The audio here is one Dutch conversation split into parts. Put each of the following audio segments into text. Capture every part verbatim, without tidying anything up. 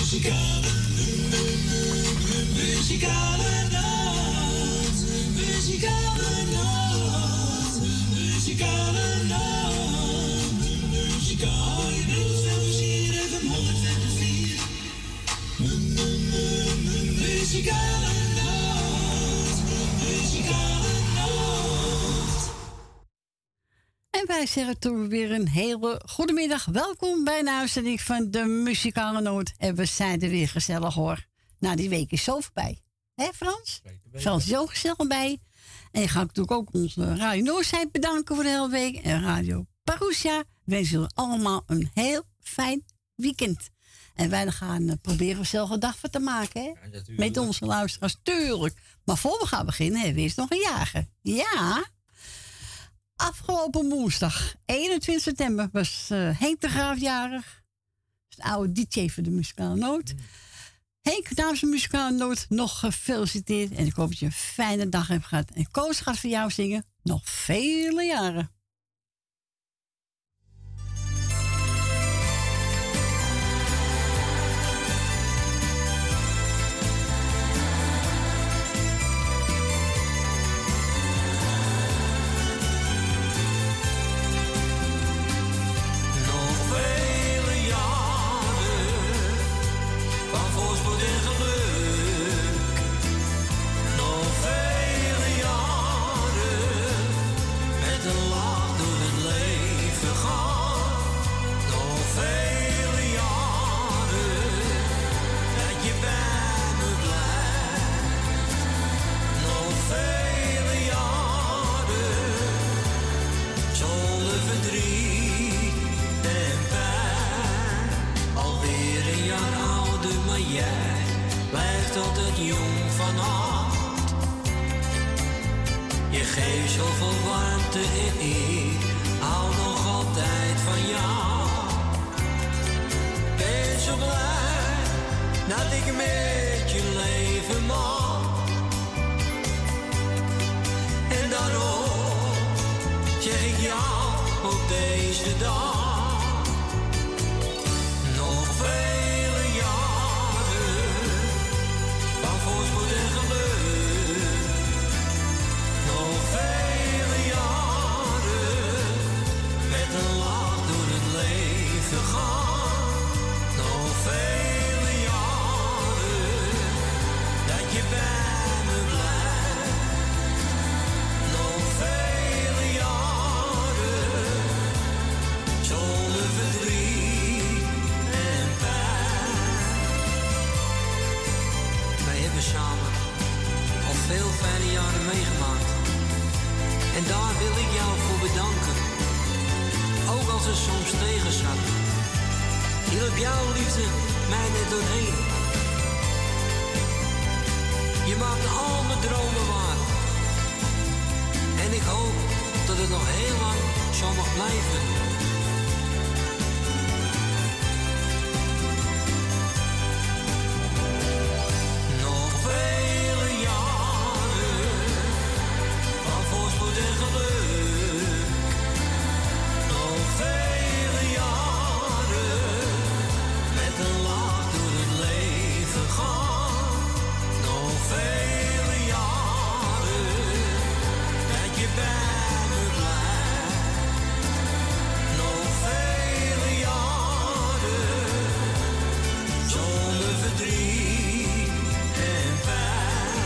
Muzikale, muzikale nacht, muzikale nacht, muzikale nacht, muzikale nacht, honderd vier. Muzikale nacht, muzikale nacht. En wij zeggen toen weer een hele goede middag. Welkom bij een uitzending van de Muzikale Noot. En we zijn er weer gezellig hoor. Nou, die week is zo voorbij. Hé Frans? Frans is ook gezellig bij. En je gaat natuurlijk ook onze Radio Noordzijde bedanken voor de hele week. En Radio Parousia. Wensen jullie allemaal een heel fijn weekend. En wij gaan uh, proberen zelf een dag van te maken. Hè? Ja, met onze luisteraars, tuurlijk. Maar voor we gaan beginnen, hebben we eerst nog een jager. Ja. Afgelopen woensdag, eenentwintig september, was uh, Henk de Graaf jarig. De oude D J van de Muzikale Noot. Mm. Henk, namens de Muzikale Noot, nog gefeliciteerd. En ik hoop dat je een fijne dag hebt gehad. En Koos gaat voor jou zingen nog vele jaren. Geef zoveel warmte en ik hou nog altijd van jou. Ben zo blij dat ik met je leven mag. En daarom zeg ik jou op deze dag nog vele jaren van voorspoed en geluk. Vele jaren met een lach door het leven gaan. Nog vele jaren dat je bij me blijft. Nog vele jaren zonder verdriet en pijn. Wij hebben samen al veel fijne jaren meegemaakt. En daar wil ik jou voor bedanken. Ook als het soms tegen zat. Hielp jouw liefde mij net doorheen. Je maakt al mijn dromen waar. En ik hoop dat het nog heel lang zo mag blijven. Nog vele jaren van voorspoed en geluk. Nog vele jaren met een lach door het leven gaan. Nog vele jaren dat je bij me blijft. Nog vele jaren zonder verdriet en pijn.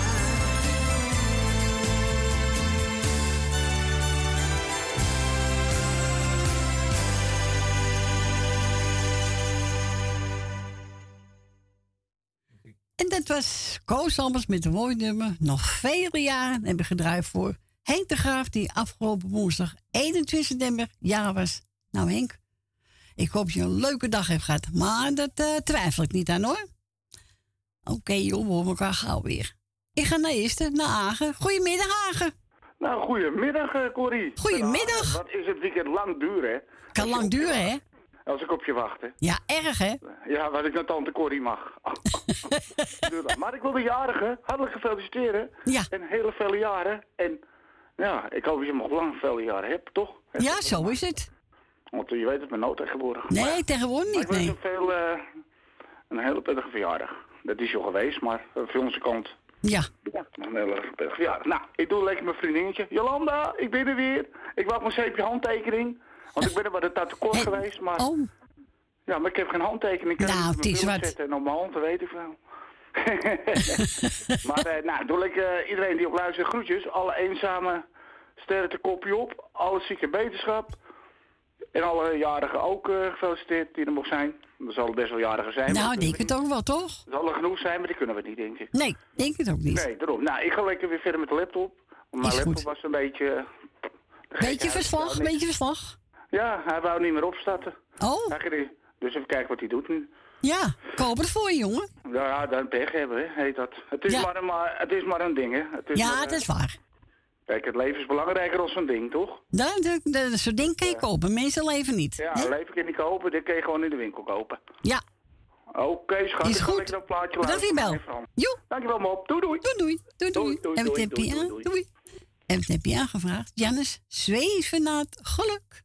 En dat was Koos Albers met een mooi nummer. Nog vele jaren hebben gedraaid voor Henk de Graaf, die afgelopen woensdag eenentwintig september jaar was. Nou Henk, ik hoop dat je een leuke dag hebt gehad. Maar dat uh, twijfel ik niet aan hoor. Oké okay, joh, we horen elkaar gauw weer. Ik ga naar eerste, naar Agen. Goedemiddag Agen. Nou, goedemiddag uh, Corrie. Goedemiddag. Wat is het weekend lang duren hè? Kan lang duren hè? Als ik op je wacht, hè? Ja, erg, hè? Ja, wat ik naar tante Corrie mag. Maar ik wil de jarigen hartelijk feliciteren. Ja. En hele vele jaren. En ja, ik hoop dat je nog lang vele jaren hebt, toch? Heb ja, zo is het. Want je weet het, mijn nood tegenwoordig. Nee, maar, tegenwoordig niet, maar ik nee. wens hem veel, uh, een hele prettige verjaardag. Dat is al geweest, maar uh, voor onze kant... Ja. Ja, een hele prettige verjaardag. Nou, ik doe lekker mijn vriendinnetje. Jolanda, ik ben er weer. Ik wacht mijn zeepje handtekening. Want ik ben er wat een tekort hey. geweest, maar... Oh. Ja, maar ik heb geen handtekening. Ik kan nou, het is wat... zetten en op mijn hand, dat weet ik wel. maar, uh, nou, doe ik uh, iedereen die op luistert groetjes. Alle eenzame sterren te kopje op. Alle zieke beterschap. En alle jarigen ook uh, gefeliciteerd die er nog zijn. Er zal best wel jarigen zijn. Nou, denk het ook wel, toch? Er zal er genoeg zijn, maar die kunnen we niet, denk ik. Nee, denk het ook niet. Nee, daarom. Nou, ik ga lekker weer verder met de laptop. Want mijn laptop was een beetje... Beetje verslag, beetje verslag. Ja, hij wou niet meer opstarten. Oh. Dus even kijken wat hij doet nu. Ja, koop het voor je, jongen. Ja, dan pech hebben, hè, heet dat. Het is, ja. maar, een, maar, het is maar een ding, hè. Het is ja, maar, dat is waar. Kijk, het leven is belangrijker dan zo'n ding, toch? Dat, dat, dat soort ding kan je kopen, mensen leven niet. Ja, hè? leven kan je niet kopen, dit kan je gewoon in de winkel kopen. Ja. Oké, okay, schat. Is goed. Ik ga een plaatje Bedankt voor je bel. Joe. Dankjewel, Mop. Doei, doei. Doei, doei. Doei, doei. doei, doei en wat heb je aan? Doei. doei. En wat heb je aangevraagd? Jannes, zweven naar het geluk.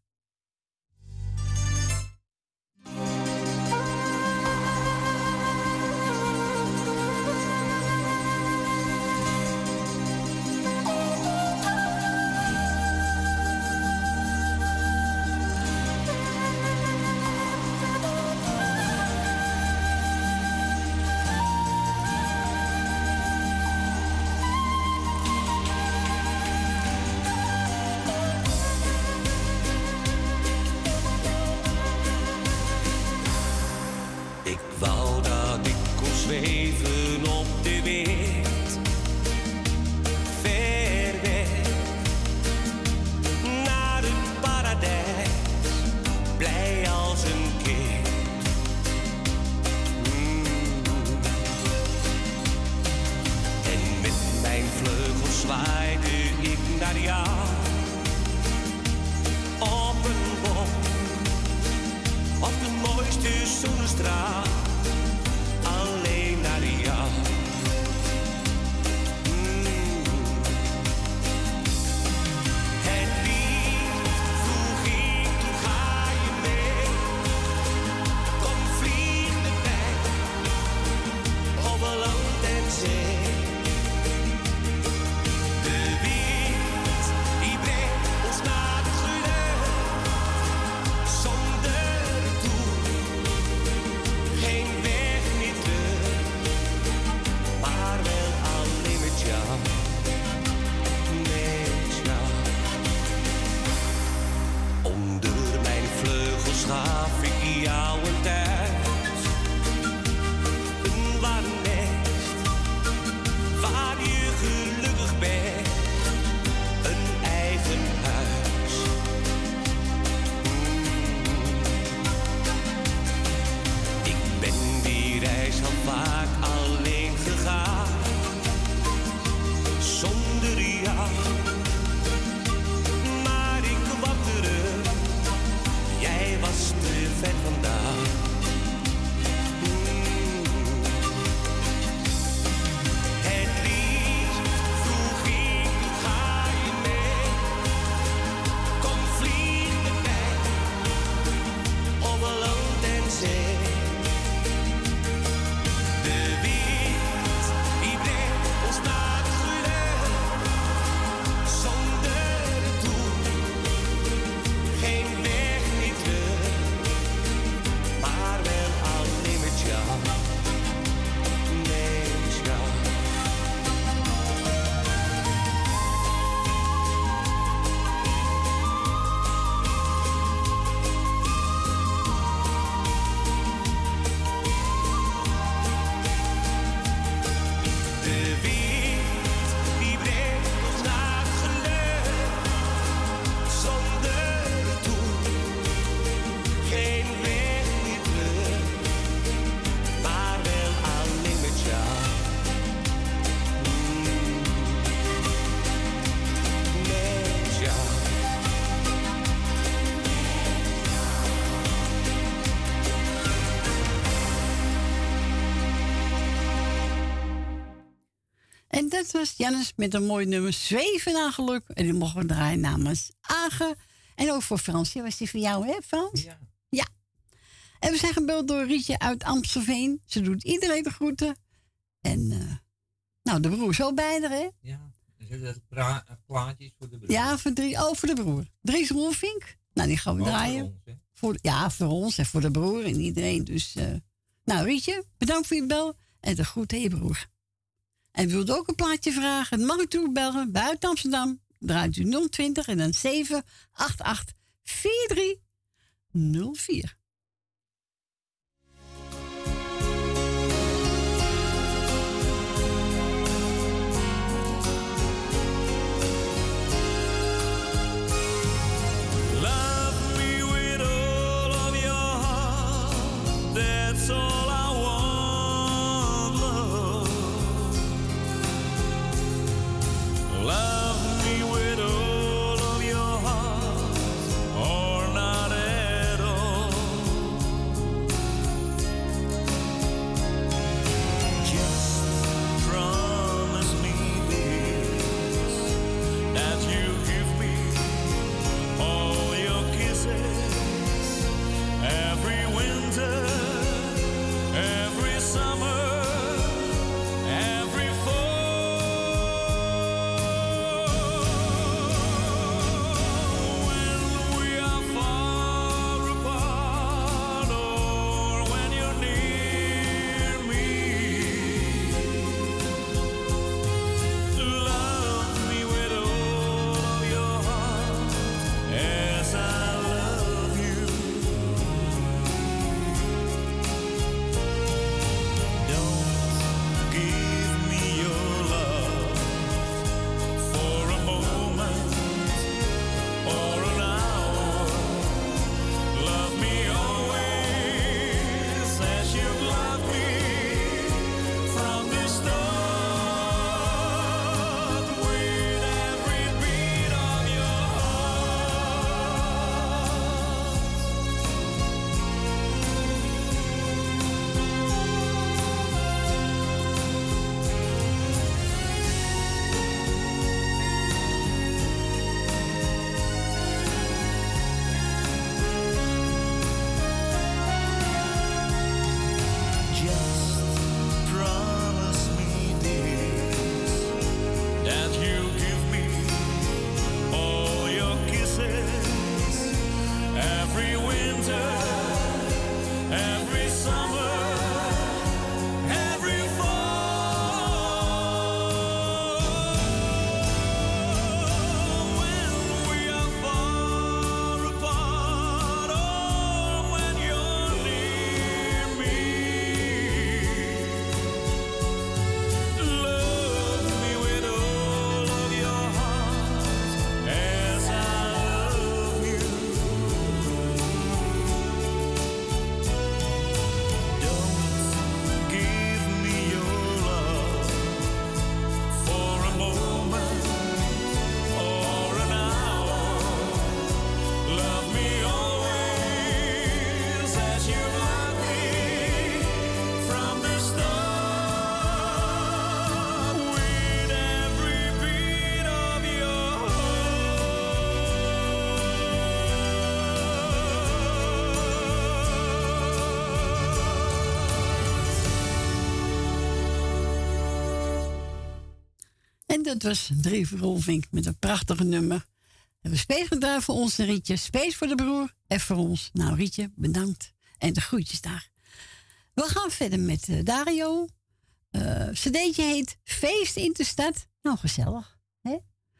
En dat was Jannes met een mooi nummer Zweven naar geluk. En die mogen we draaien namens Agen. En ook voor Frans. Die was die voor jou, hè Frans? Ja. Ja. En we zijn gebeld door Rietje uit Amstelveen. Ze doet iedereen de groeten. En uh, nou, de broer is ook bij haar, hè? Ja, er zitten pra- plaatjes voor de broer. Ja, voor drie, oh, voor de broer. Dries Roelvink. Nou, die gaan we Ook draaien. Voor ons, voor, ja, voor ons en voor de broer en iedereen. Dus, uh, nou, Rietje, bedankt voor je bel. En de groet aan je broer. En wilde ook een plaatje vragen, dan mag u toebellen buiten Amsterdam. Draait u nul twintig en dan zeven acht acht vier drie nul vier. En dat was Dries Roelvink met een prachtige nummer. En we spelen daar voor ons, Rietje. Space voor de broer en voor ons. Nou, Rietje, bedankt. En de groetjes daar. We gaan verder met uh, Dario. Uh, cd'tje heet Feest in de Stad. Nou, gezellig. Hè?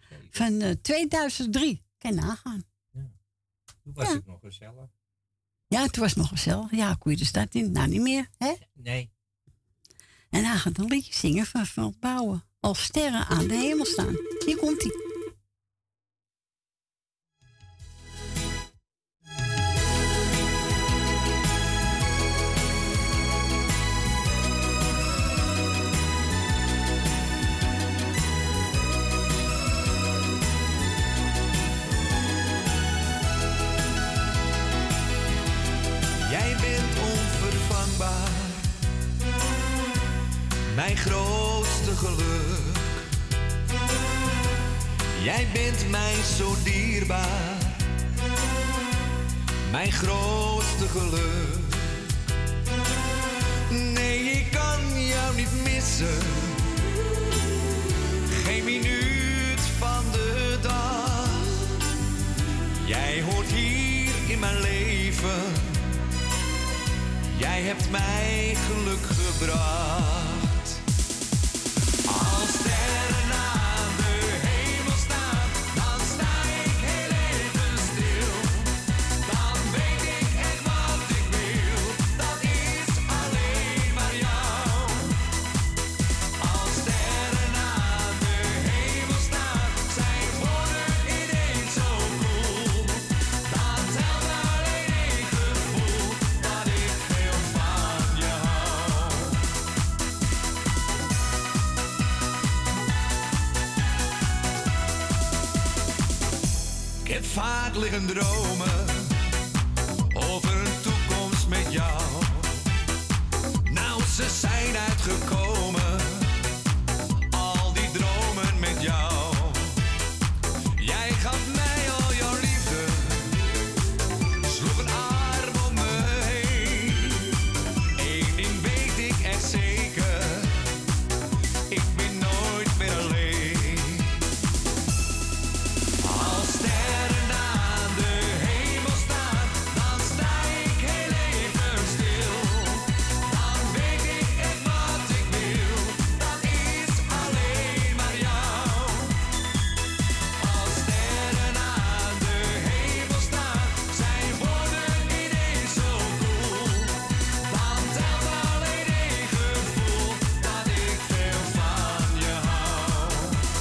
Van uh, tweeduizend drie. Kan je nagaan. Ja. Toen was ja. het nog gezellig. Ja, toen was het nog gezellig. Ja, kon je de stad in. Nou, niet meer. Hè? Nee. En hij gaat een liedje zingen van Van Bouwen. Als sterren aan de hemel staan. Hier komt hij. Jij bent onvervangbaar, mijn grootste geluk. Jij bent mij zo dierbaar, mijn grootste geluk. jij hebt mij geluk gebracht. Als sterren aan de hemel staan, dan sta ik heel even stil. Dan weet ik echt wat ik wil, dat is alleen maar jou. Als sterren aan de hemel staan, zijn woorden ineens zo cool. Dan telt alleen één gevoel, dat ik veel van je hou. Ik heb vaak liggen dromen over een toekomst met jou. Nou, ze zijn uitgekomen, al die dromen met jou. Jij gaf mij al jouw liefde, sloeg een arm om me heen. Eén ding weet ik echt zeker, ik ben nooit meer alleen. Als sterren aan de hemel staan, dan sta ik heel even stil. Dan weet ik echt wat ik wil, dat is alleen maar jou. Als sterren aan de hemel staan, zijn woorden ineens zo cool. Dan telt alleen één gevoel, dat ik veel van je hou.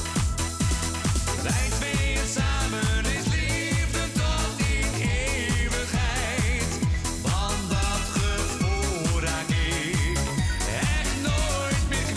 Zijn tweeën samen is liefde tot in eeuwigheid. Want dat gevoel raak ik echt nooit meer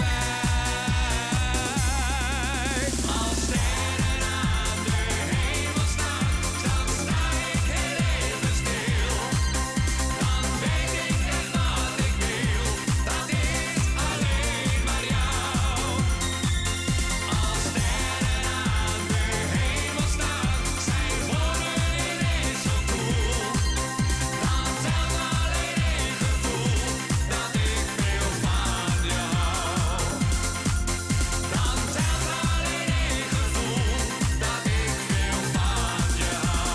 kwijt. Als sterren aan de hemel staan, dan sta ik heel even stil. Dan weet ik echt wat ik wil, dat is alleen maar jou. Als sterren aan de hemel staan, zijn woorden ineens zo cool. Dan telt alleen één gevoel, dat ik veel van je hou. Dan telt alleen één gevoel, dat ik veel van je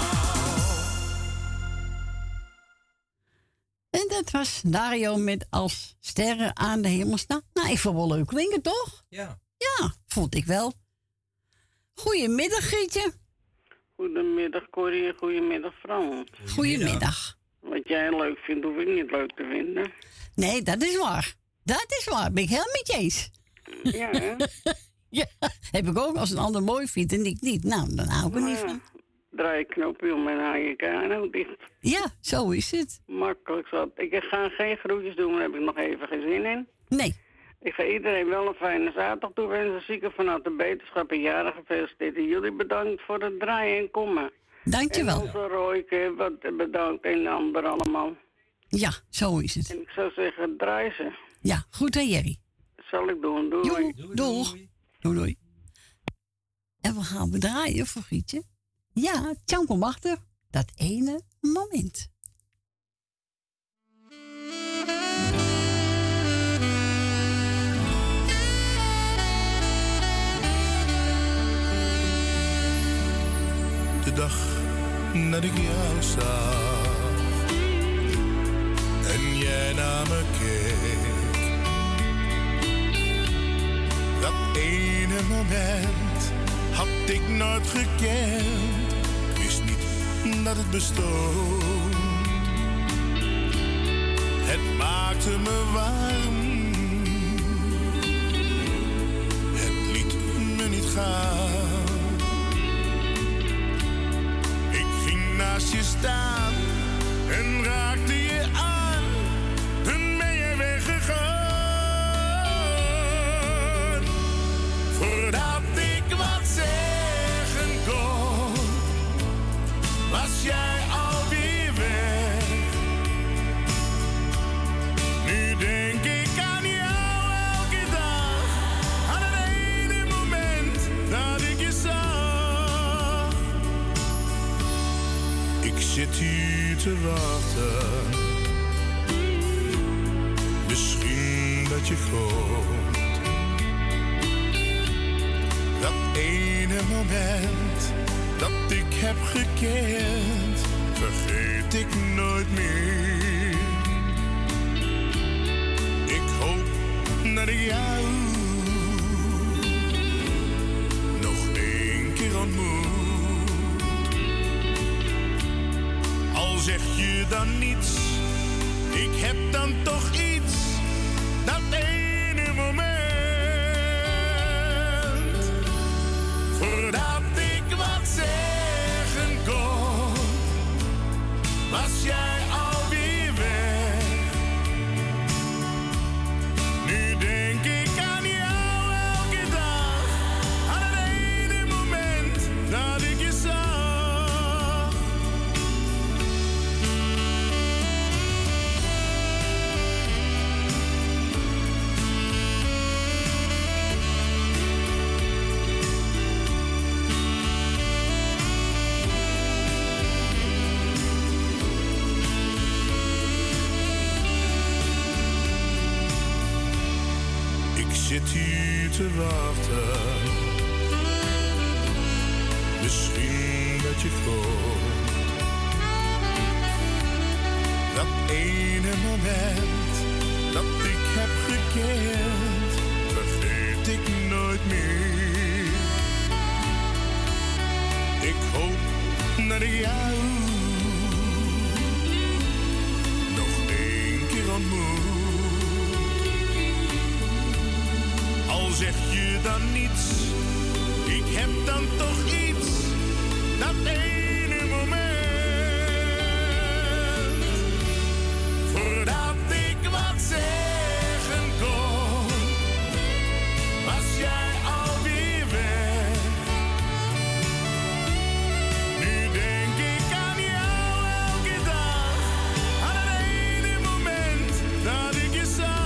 hou. En dat was Dario met Als sterren aan de hemel staan. Nou, ik vond het wel leuk klinken, toch? Ja. Ja, vond ik wel. Goedemiddag, Grietje. Goedemiddag Corrie, goedemiddag Frans. Goedemiddag. Wat jij leuk vindt, hoef ik niet leuk te vinden. Nee, dat is waar. Dat is waar. Ben ik helemaal met je eens. Ja, hè? Ja, heb ik ook als een ander mooi vindt en ik niet. Nou, dan hou ik er niet van. Draai je knopje om en haal je kano dicht. Ja, zo is het. Makkelijk zat. Ik ga geen groetjes doen, maar daar heb ik nog even geen zin in. Nee. Ik ga iedereen wel een fijne zaterdag toewensen. Zieken vanuit de beterschap en jaren gefeliciteerd. En jullie bedankt voor het draaien en komen. Dankjewel. En onze Royke, wat bedankt en de anderen allemaal. Ja, zo is het. En ik zou zeggen, draai ze. Ja, goed hè, Jerry. Zal ik doen, doei. Doei. Doeg. Doei, doei. En we gaan bedraaien voor Grietje. Ja, Tjanko Machter. Dat ene moment. De dag dat ik jou zag en jij naar me keek, dat ene moment had ik nooit gekend. Ik wist niet dat het bestond. Het maakte me warm, het liet me niet gaan. Naast je staan en raakte je aan, toen ben je weggegaan. Voordat ik wat zeggen kon, was jij alweer weg. Nu denk ik aan jou elke dag, aan het ene moment dat ik je zag. Ik zit hier te wachten, misschien dat je komt. Dat ene moment dat ik heb gekend, vergeet ik nooit meer. je dan niets? Ik heb dan toch iets, dat ene moment. Voordat ik wat zeggen kon, was jij alweer weg. Nu denk ik aan jou elke dag, aan het ene moment dat ik je zag. Ik zit hier te wachten, misschien dat je komt. Dat ene moment dat ik heb gekend, vergeet ik nooit meer. Ik hoop dat ik jou nog één keer ontmoet. Al zeg je dan niets, ik heb dan toch iets, dat ene moment. Voordat ik wat zeggen kon, was jij alweer weg. Nu denk ik aan jou elke dag, aan het ene moment dat ik je zag.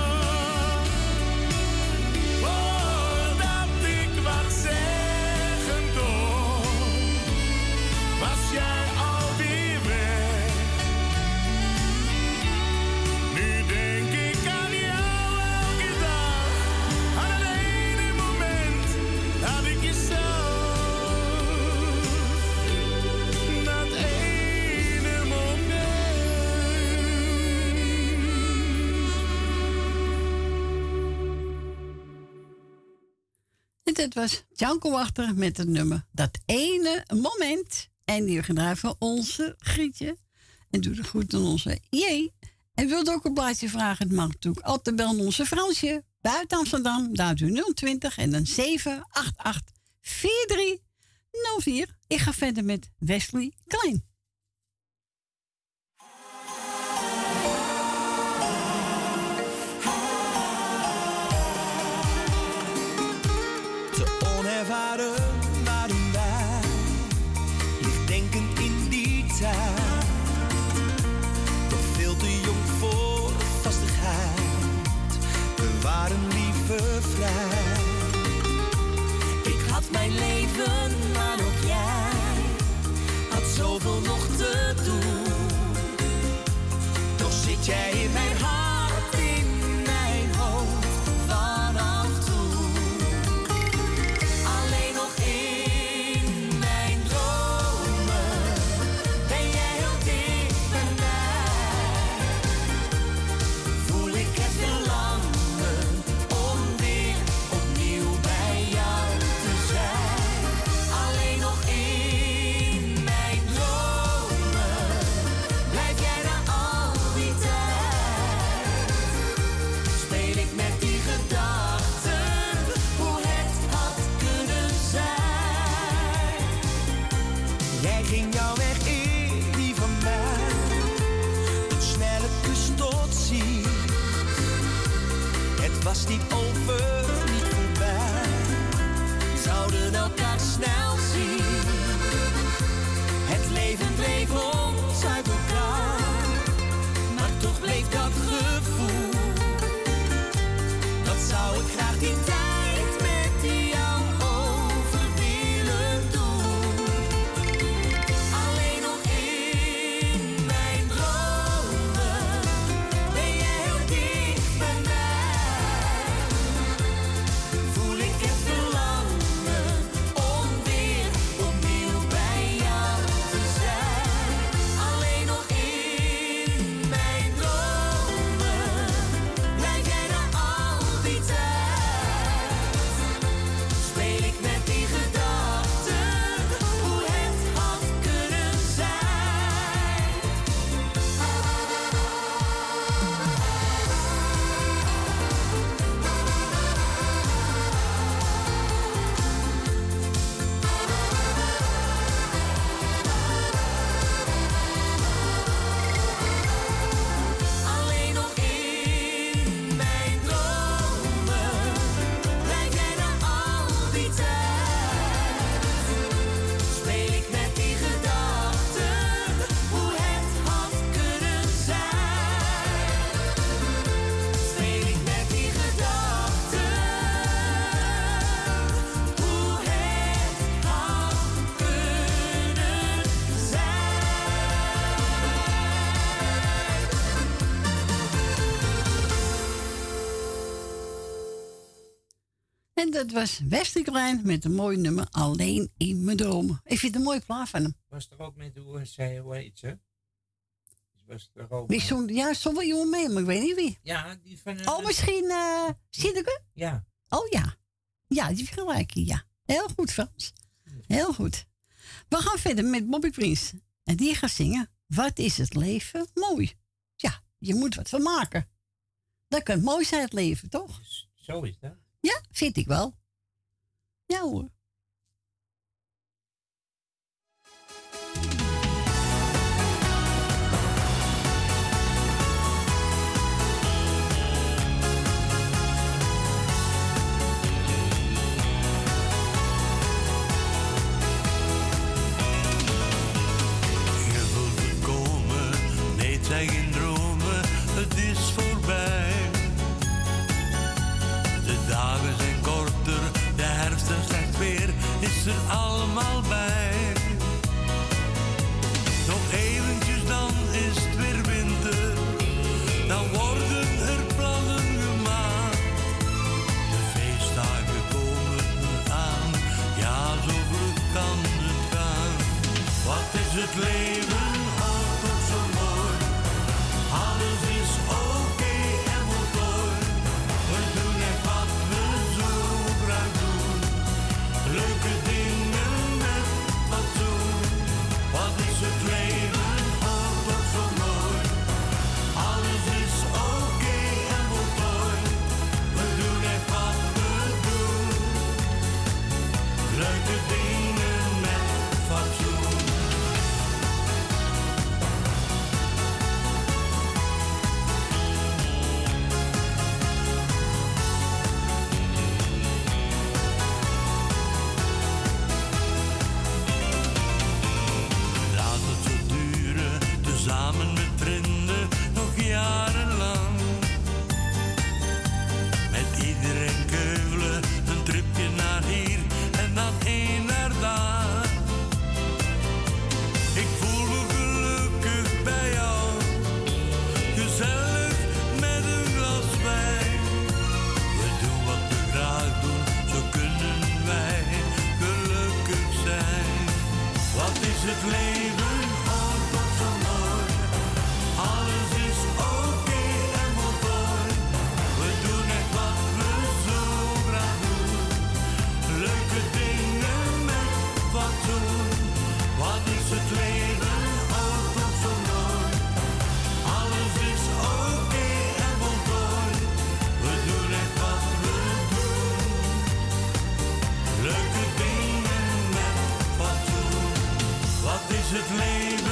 Het was Janko Wachter met het nummer Dat Ene Moment. En die gedraaid voor onze Grietje. En doe de groet aan onze J. En wilt ook een blaadje vragen, het mag natuurlijk altijd bellen onze Fransje. Buiten Amsterdam, daar doe nul twintig en dan zeven acht acht vier drie nul vier. Ik ga verder met Wesley Klein. Onervaren waren wij, lichtdenkend in die tijd. Toch veel te jong voor vastigheid, we waren liever vrij. Ik had mijn leven, maar ook jij had zoveel nog te doen. Toch zit jij in mijn hart, in mijn hoofd, vanaf toen. Was niet over, niet voorbij. Zouden elkaar snel zien. Het leven dreef ons uit elkaar. Maar toch bleef dat gevoel. Dat zou ik graag die tijd met jou over willen doen. Alleen nog in mijn dromen ben jij heel dicht bij mij. Voel ik het verlangen om weer En dat was Wesley Klein met een mooi nummer Alleen in mijn dromen. Ik vind het een mooie plaat van hem. Was er ook met de U S A, hoe heet ze? Was er ook Wie zong, ja, zong wel jongen mee, maar ik weet niet wie. Ja, die van... Uh, Oh, misschien uh, Siedeke? Ja. Oh ja. Ja, die gelijk hier, ja. Heel goed, Frans. Heel goed. We gaan verder met Bobby Prince. En die gaat zingen. Wat is het leven mooi? Ja, je moet wat van maken. Dat kan mooi zijn, het leven, toch? Zo is dat. Ja, vind ik wel. Ja hoor. Zijn geen dromen, het is voorbij. De dagen zijn korter, de herfst en slecht weer is er allemaal bij. Nog eventjes dan is het weer winter, dan worden er plannen gemaakt. De feestdagen komen eraan, ja zo vlug kan het gaan. Wat is het leven? Alles is oké en voltooid. We doen echt wat we zo graag doen. Leuke dingen met fatsoen. Wat is het leven? Oh, toch zo mooi. Alles is oké en voltooid. We doen echt wat we doen. Leuke dingen met fatsoen. Samen met vrienden nog jarenlang. Met iedereen keuvelen, een tripje naar hier en dan één naar daar. Ik voel me gelukkig bij jou, gezellig met een glas wijn. We doen wat we graag doen, zo kunnen wij gelukkig zijn. Wat is het leven? Alles is oké en voltooid. We doen echt wat we zo graag doen. Leuke dingen met fatsoen. Wat is het leven? Oh, toch zo mooi. Alles is oké en voltooid. We doen echt wat we doen. Leuke dingen met fatsoen. Wat is het leven?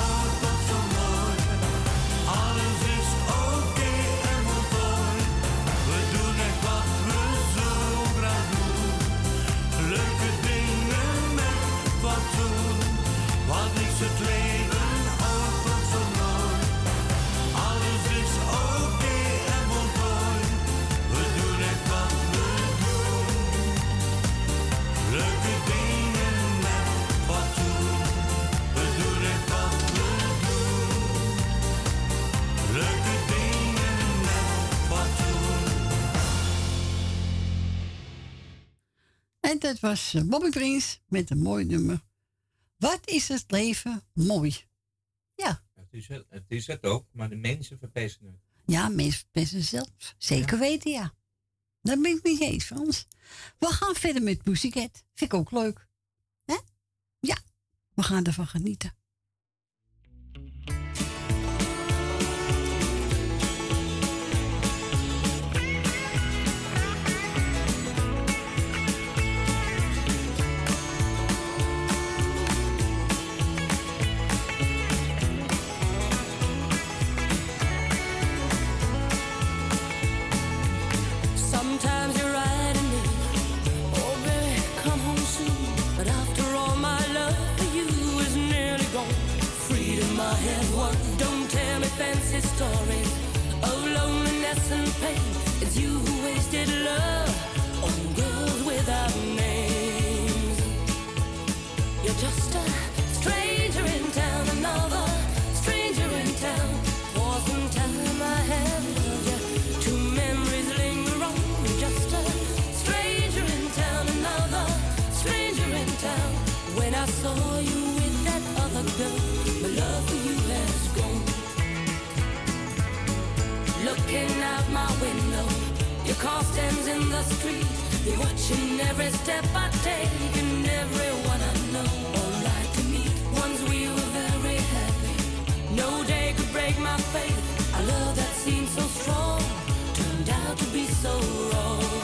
Alles is oké en voltooid. We doen echt wat we zo graag doen. Leuke dingen met fatsoen. Wat is het leven? Oh, toch zo mooi. Alles is oké en voltooid. We doen echt wat we doen. Leuke dingen met fatsoen. We doen echt wat we doen. Leuke dingen met fatsoen. En dat was Bobby Prince met een mooi nummer. Wat is het leven mooi? Ja. Het is het, het is het ook, maar de mensen verpesten het. Ja, mensen verpesten zelf. Zeker ja. Weten, ja. Daar ben ik niet eens, Frans. We gaan verder met Pussycat. Vind ik ook leuk. Hè? Ja, we gaan ervan genieten. Sometimes you're riding me, oh baby, come home soon. But after all, my love for you is nearly gone. the street. You're watching every step I take and everyone I know. All like to meet. Once we were very happy. No day could break my faith. A love that seemed so strong turned out to be so wrong.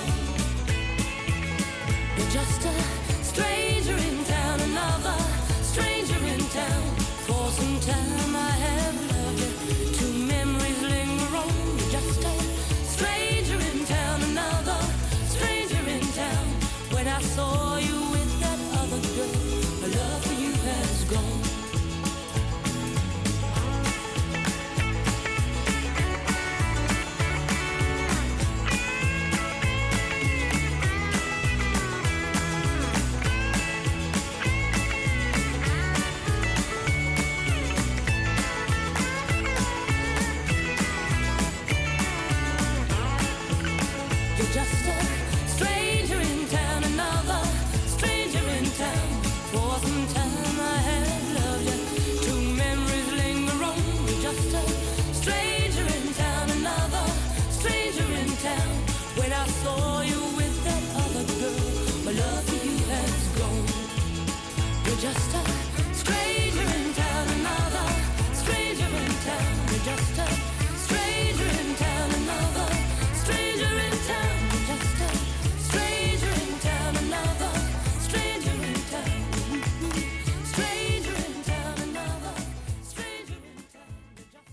You're just a stranger in town, another stranger in town. For some time I have loved you. Two memories linger on. You're just a stranger in town, another stranger in town. When I saw you with that other girl, my love for you has gone. You're just a stranger in town, another stranger in town. For some time I have loved you. Two memories linger on. You're just a stranger in town, another stranger in town. When I saw you with that other girl, my love for you has gone. You're just a stranger in town, another stranger in town. You're just a stranger in town, another stranger in town. You're just a stranger in town, another stranger in town. Stranger in town, another stranger in town. You're just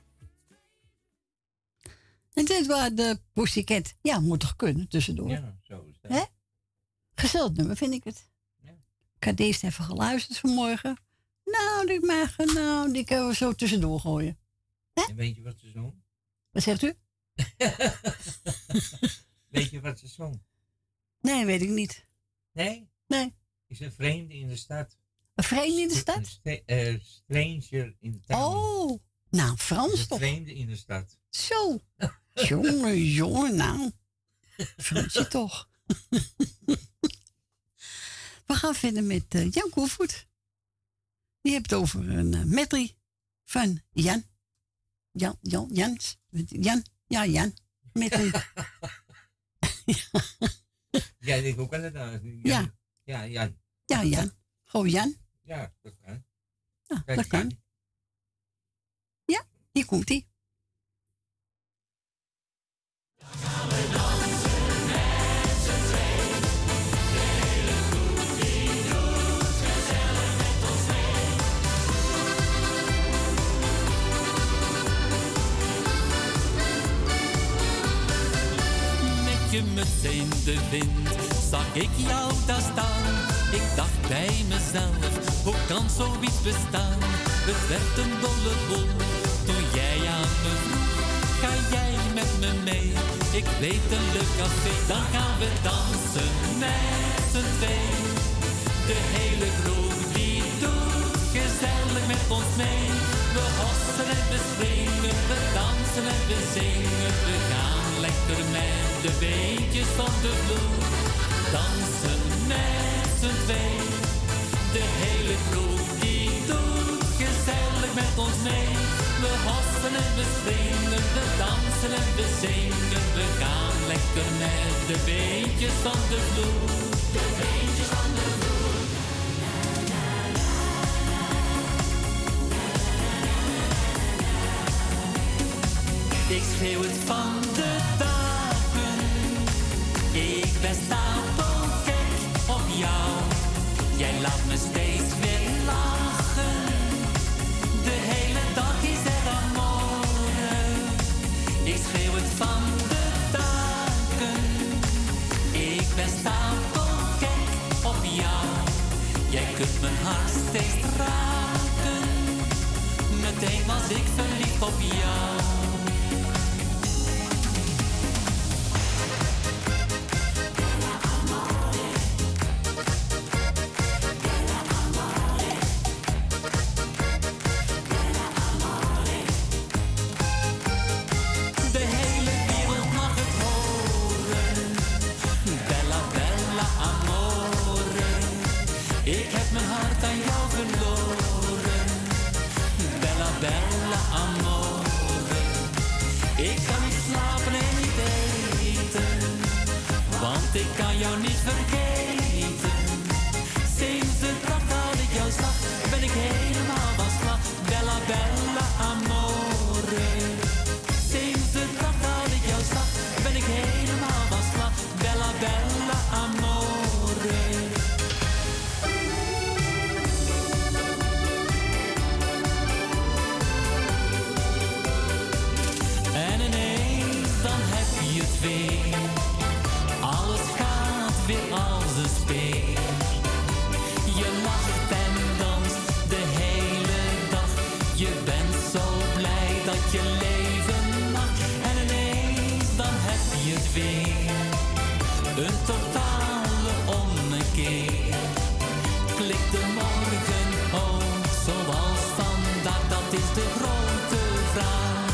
a En dit was de Pussycat. Ja, moet toch kunnen tussendoor. Ja, zo is dat. Hè? Gezellig nummer, vind ik het. Ja. Ik had deze even geluisterd vanmorgen. Nou, die mag, nou, die kunnen we zo tussendoor gooien. En weet je wat ze zong? Wat zegt u? Weet je wat ze zong? Nee, weet ik niet. Nee? Nee. Is een vreemde in de stad. Een vreemde in de Een stad? sta- eh, stranger in de town. Oh, nou, Is Frans een toch? vreemde in de stad. Zo. Jongen, jongen, nou. Fransje toch. We gaan verder met eh, Jan Koevoet. Die heeft het over een uh, medley van Jan. Jan, Jan, Jans. Jan, ja, Jan. Medley. Ja, ik ook aan het Jan. Ja. Ja, Jan. Ja, Jan. Gewoon Jan. Ja, dat kan. Ja, Kijk, dat kan. Ja, hier komt hij. Met je muts in de wind zag ik jou daar staan. Ik dacht bij mezelf, hoe kan zoiets bestaan? Het werd een dolle boel toen jij aan me vroeg. Ga jij met me mee? Ik weet een leuk café, dan gaan we dansen met z'n twee. De hele kroeg die doet gezellig met ons mee. We hossen en we springen, we dansen en we zingen. We gaan lekker met de beentjes van de vloer. Dansen met z'n twee. De hele kroeg die doet gezellig met ons mee. We hossen en we springen, we dansen en we zingen. We gaan lekker met de beentjes van de vloer. De beentjes van de vloer. Ik schreeuw het van de daken. Ik ben stapelgek op jou. Jij laat me steeds weer lachen. De hele dag is er amore. Ik schreeuw het van de daken. Ik ben stapelgek op jou. Jij kunt mijn hart steeds raken. Meteen was ik verliefd op jou. Bella ik kan jou niet vergeten. Sinds de dag dat ik jou zag, ben ik helemaal van slag. Bella, bella, amore. Sinds de dag dat ik jou zag, ben ik helemaal van slag. Bella, bella, amore. En ineens dan heb je het weer. Alles gaat weer als een speel. Je lacht en danst de hele dag. Je bent zo blij dat je leven mag. En ineens dan heb je het weer. Een totale ommekeer. Klikt de morgen ook zoals vandaag? Dat is de grote vraag.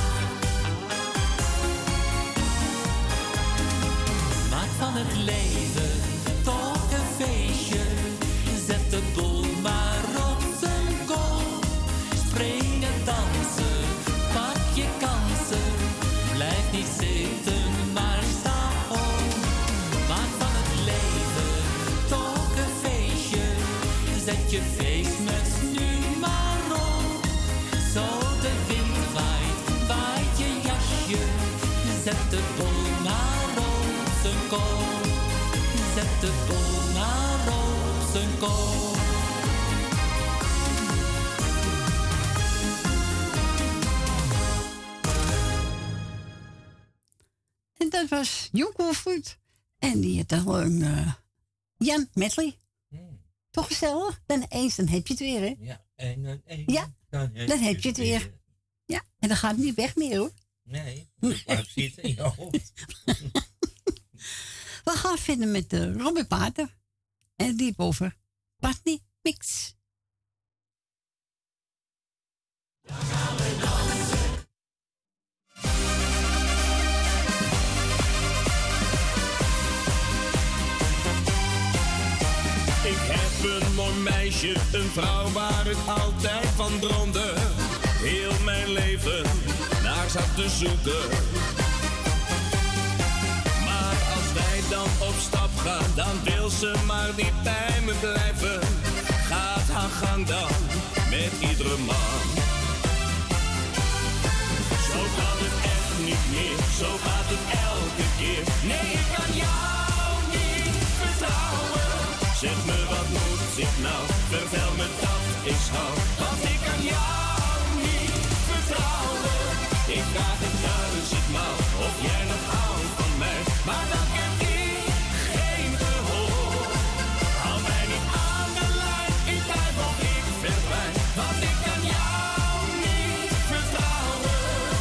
Maak van het leven toch een feestje. Zet de boel maar op zijn kop. Springen, dansen, pak je kansen. Blijf niet zitten, maar sta op. Maak van het leven toch een feestje. Zet je feestmuts nu maar op. Zo de wind waait, waait je jasje. Zet de boel maar op zijn kop. Zet de boel maar op zijn kop. En dat was Jonko Fruit. En die had dan een uh, Jan Medley. Hmm. Toch gezellig? Dan eens, dan heb je het weer, hè? Ja, en dan één. Ja, dan heb je het weer. Ja, en dan gaat het niet weg meer, hoor. Nee, het blijft zitten in je hoofd. We gaan verder met de Robin Pater. En die over Party Mix. Ik heb een mooi meisje, een vrouw waar ik altijd van droomde. Heel mijn leven naar zat te zoeken. Maar als wij dan op stap gaan, dan wil ze maar niet bij me blijven. Gaat haar gang dan met iedere man. Zo kan het echt niet meer, zo gaat het elke keer. Nee, ik kan jou niet vertrouwen. Zeg me wat moet ik nou, vertel me dat ik hou. Want ik kan jou niet vertrouwen. Ik vraag het duizendmaal of jij nog houdt van mij. Maar dan heb ik geen gehoor. Hou mij niet aan de lijn, ik blijf of ik verdwijn. Want ik kan jou niet vertrouwen.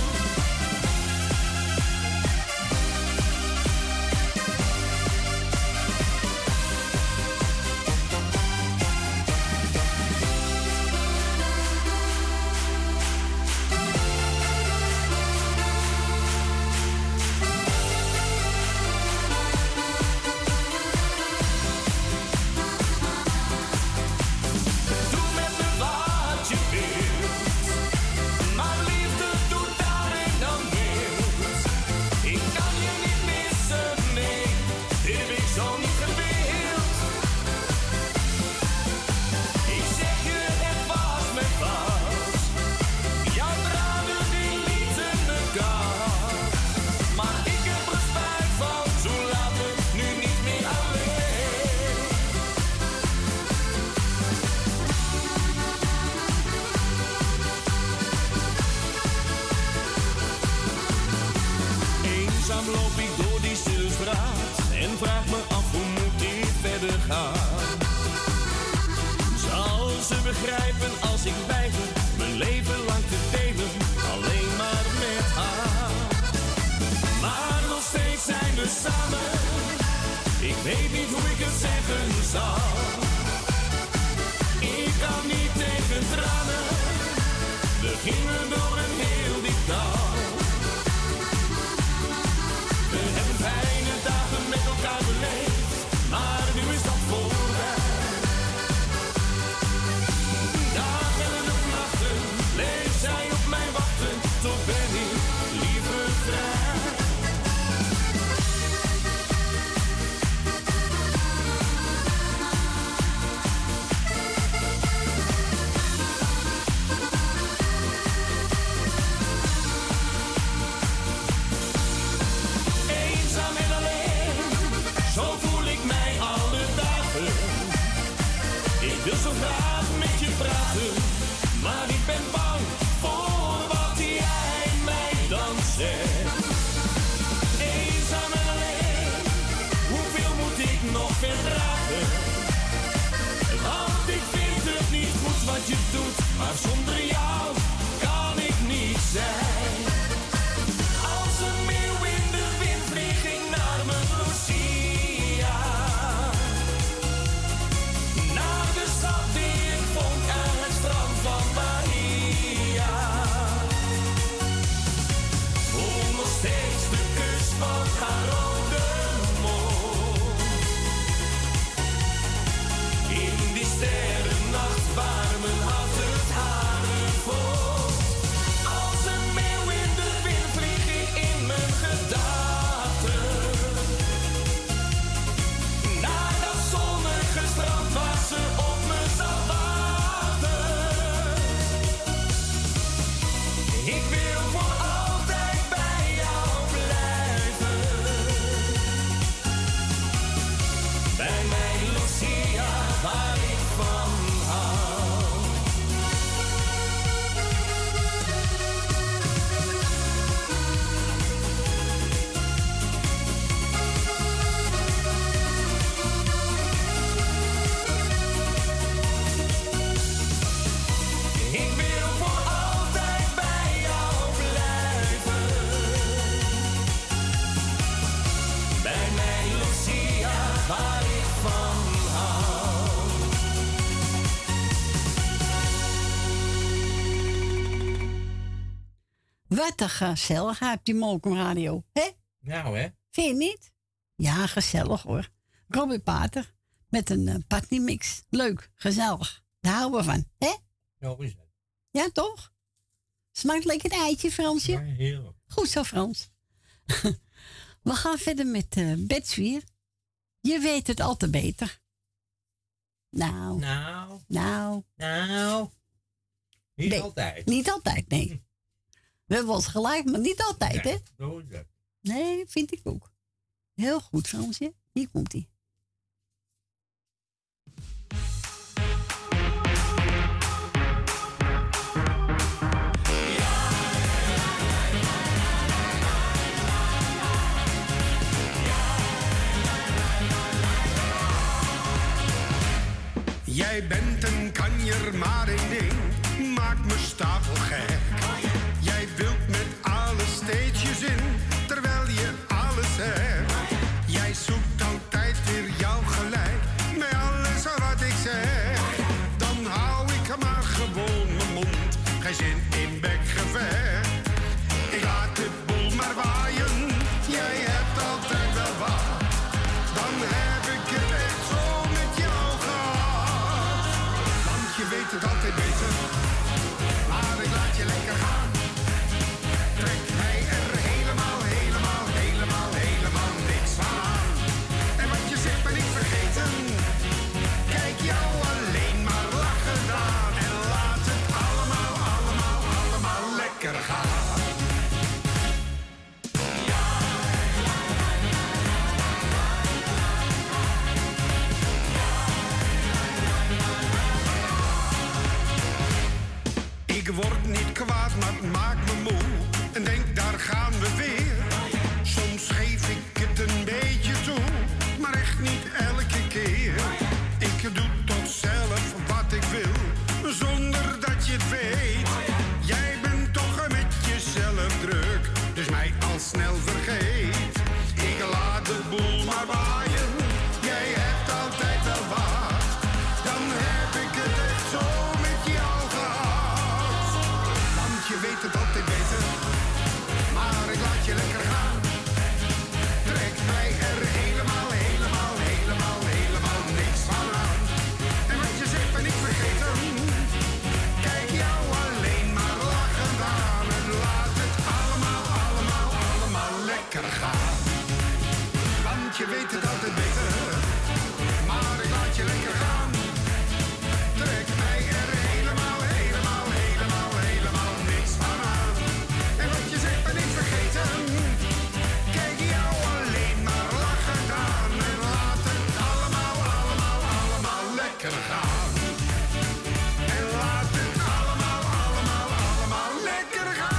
Eenzaam loop ik door die stille straat en vraag me af hoe moet dit verder gaan. Zal ze begrijpen als ik weiger mijn leven lang te delen, alleen maar met haar. Maar nog steeds zijn we samen, ik weet niet hoe ik het zeggen zal. Ik kan niet tegen tranen, we gingen door een heel diep dal. We hebben fijne dagen met elkaar beleefd, maar nu is dat voorbij. Dagen en nachten bleef zij op mij wachten, toch ben ik liever vrij. Wat een gezelligheid op die Mokum Radio, hè? Nou, hè? Vind je niet? Ja, gezellig hoor. Robbie Pater met een uh, partymix. Leuk, gezellig. Daar houden we van, hè? Zo is het. Ja, toch? Smaakt lekker het eitje, Fransje? Ja, heerlijk. Goed zo, Frans. We gaan verder met uh, Betswier. Je weet het al te beter. Nou. Nou. Nou. Nou. Niet nee, altijd. Niet altijd, nee. We hebben ons gelijk, maar niet altijd, nee, hè? Zo is het. Nee, vind ik ook. Heel goed, Fransje. Hier komt hij. Jij bent een kanjer, maar één ding maakt me stapelgek. Jij wilt met alles steeds je zin, terwijl je alles hebt. Jij zoekt altijd weer jouw gelijk, met alles wat ik zeg. Dan hou ik maar gewoon mijn mond, geen zin in bekgevecht. Ik laat de boel maar waaien, jij hebt altijd wel wat. Dan heb ik het echt zo met jou gehad. Want je weet het altijd beter, maar ik laat je lekker gaan. Trek mij er helemaal, helemaal, helemaal, helemaal niks van aan. En wat je zegt ben ik vergeten. Kijk jou alleen maar lachen aan. En laat het allemaal, allemaal, allemaal lekker gaan. Ik word niet kwaad, maar het maakt me moe. En denk, daar gaan we weer. Soms geef ik het een beetje toe, maar echt niet elke keer. Ik doe tot zelf wat ik wil, zonder dat je het weet. Jij bent toch met jezelf druk, dus mij al snel vergeet. Ik laat de boel maar waaien, jij hebt altijd wel wat. Dan heb ik het echt zo met jou gehad. Want je weet het altijd beter, maar ik laat je lekker gaan. Trek mij er helemaal, helemaal, helemaal, helemaal niks van aan. En wat je zegt ben ik vergeten. Kijk jou alleen maar lachend aan. En laat het allemaal, allemaal, allemaal lekker gaan. Want je weet het altijd beter, maar ik laat je lekker gaan. Trek mij er helemaal, helemaal, helemaal, helemaal niks van aan. En wat je zegt ben ik vergeten. Kijk jou alleen maar lachend aan. En laat het allemaal, allemaal, allemaal lekker gaan. En laat het allemaal, allemaal, allemaal lekker gaan.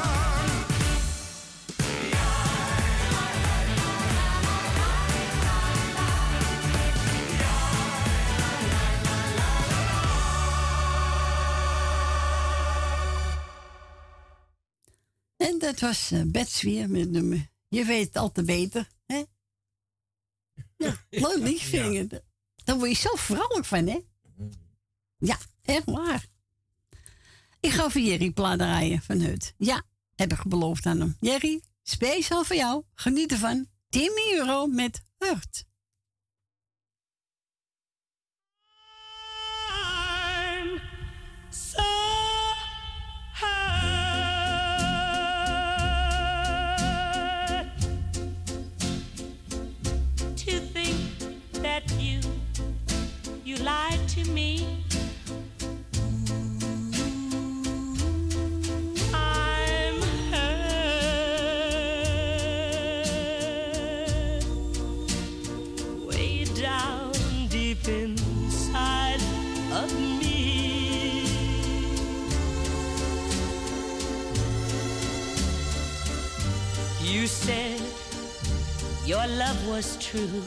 En dat was uh, Betswier met het nummer Je weet het al te beter, hè? Ja, leuk liedje vind ik het. Daar word je zo vrolijk van, hè? Ja, echt waar. Ik ga voor Jerry plaat draaien van Hut. Ja, heb ik beloofd aan hem. Jerry, speciaal voor jou. Geniet ervan. tien euro met Hurt. I'm so hurt to think that you you lied to me. I'm hurt way down deep inside of me. You said your love was true,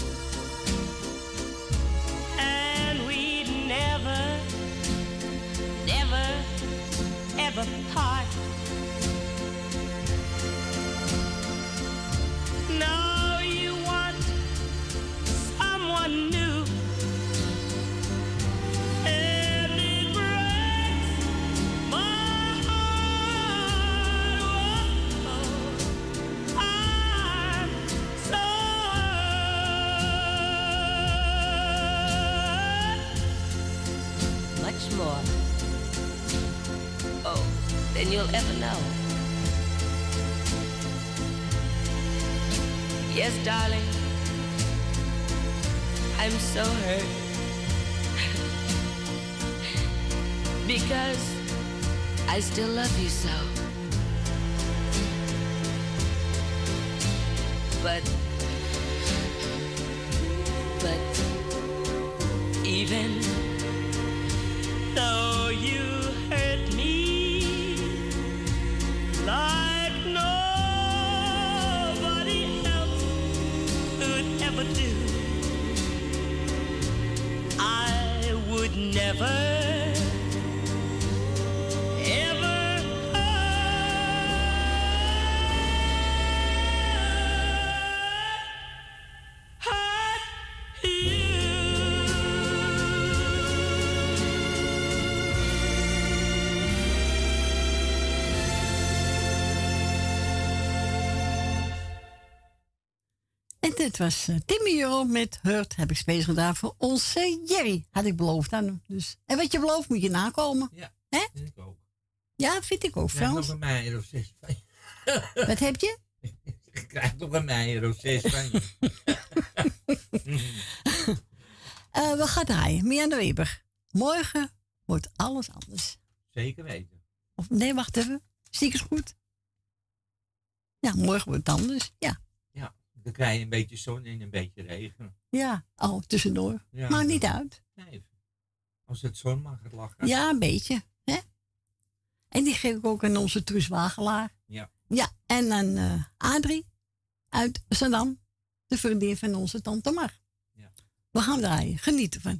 and we'd never, never, ever part. Now you want someone new, and it breaks my heart you'll ever know. Yes, darling, I'm so hurt because I still love you so. But, but even though you hurt me like nobody else could ever do, I would never dit was uh, Timmy Euro met Hurt. Heb ik speciaal gedaan voor onze Jerry. Had ik beloofd aan hem. Dus. En wat je belooft moet je nakomen. Ja, Hè? vind ik ook. Ja, vind ik ook, Ik krijg Frans. nog een mij euro zes van je. Wat heb je? Ik krijg nog een mij euro zes van je. uh, we gaan draaien. Mia de Weber. Morgen wordt alles anders. Zeker weten. Of, nee, wacht even. Ziek is goed. Ja, morgen wordt het anders. Ja. Ja, dan krijg je een beetje zon en een beetje regen. Ja, oh, tussendoor. Ja, Maakt niet uit. Nee, als het zon mag het lachen. Ja, een beetje. Hè? En die geef ik ook aan onze Truus Wagelaar. Ja. Ja, en aan uh, Adrie uit Zandam. De vriendin van onze tante Mar. Ja. We gaan draaien. Geniet ervan.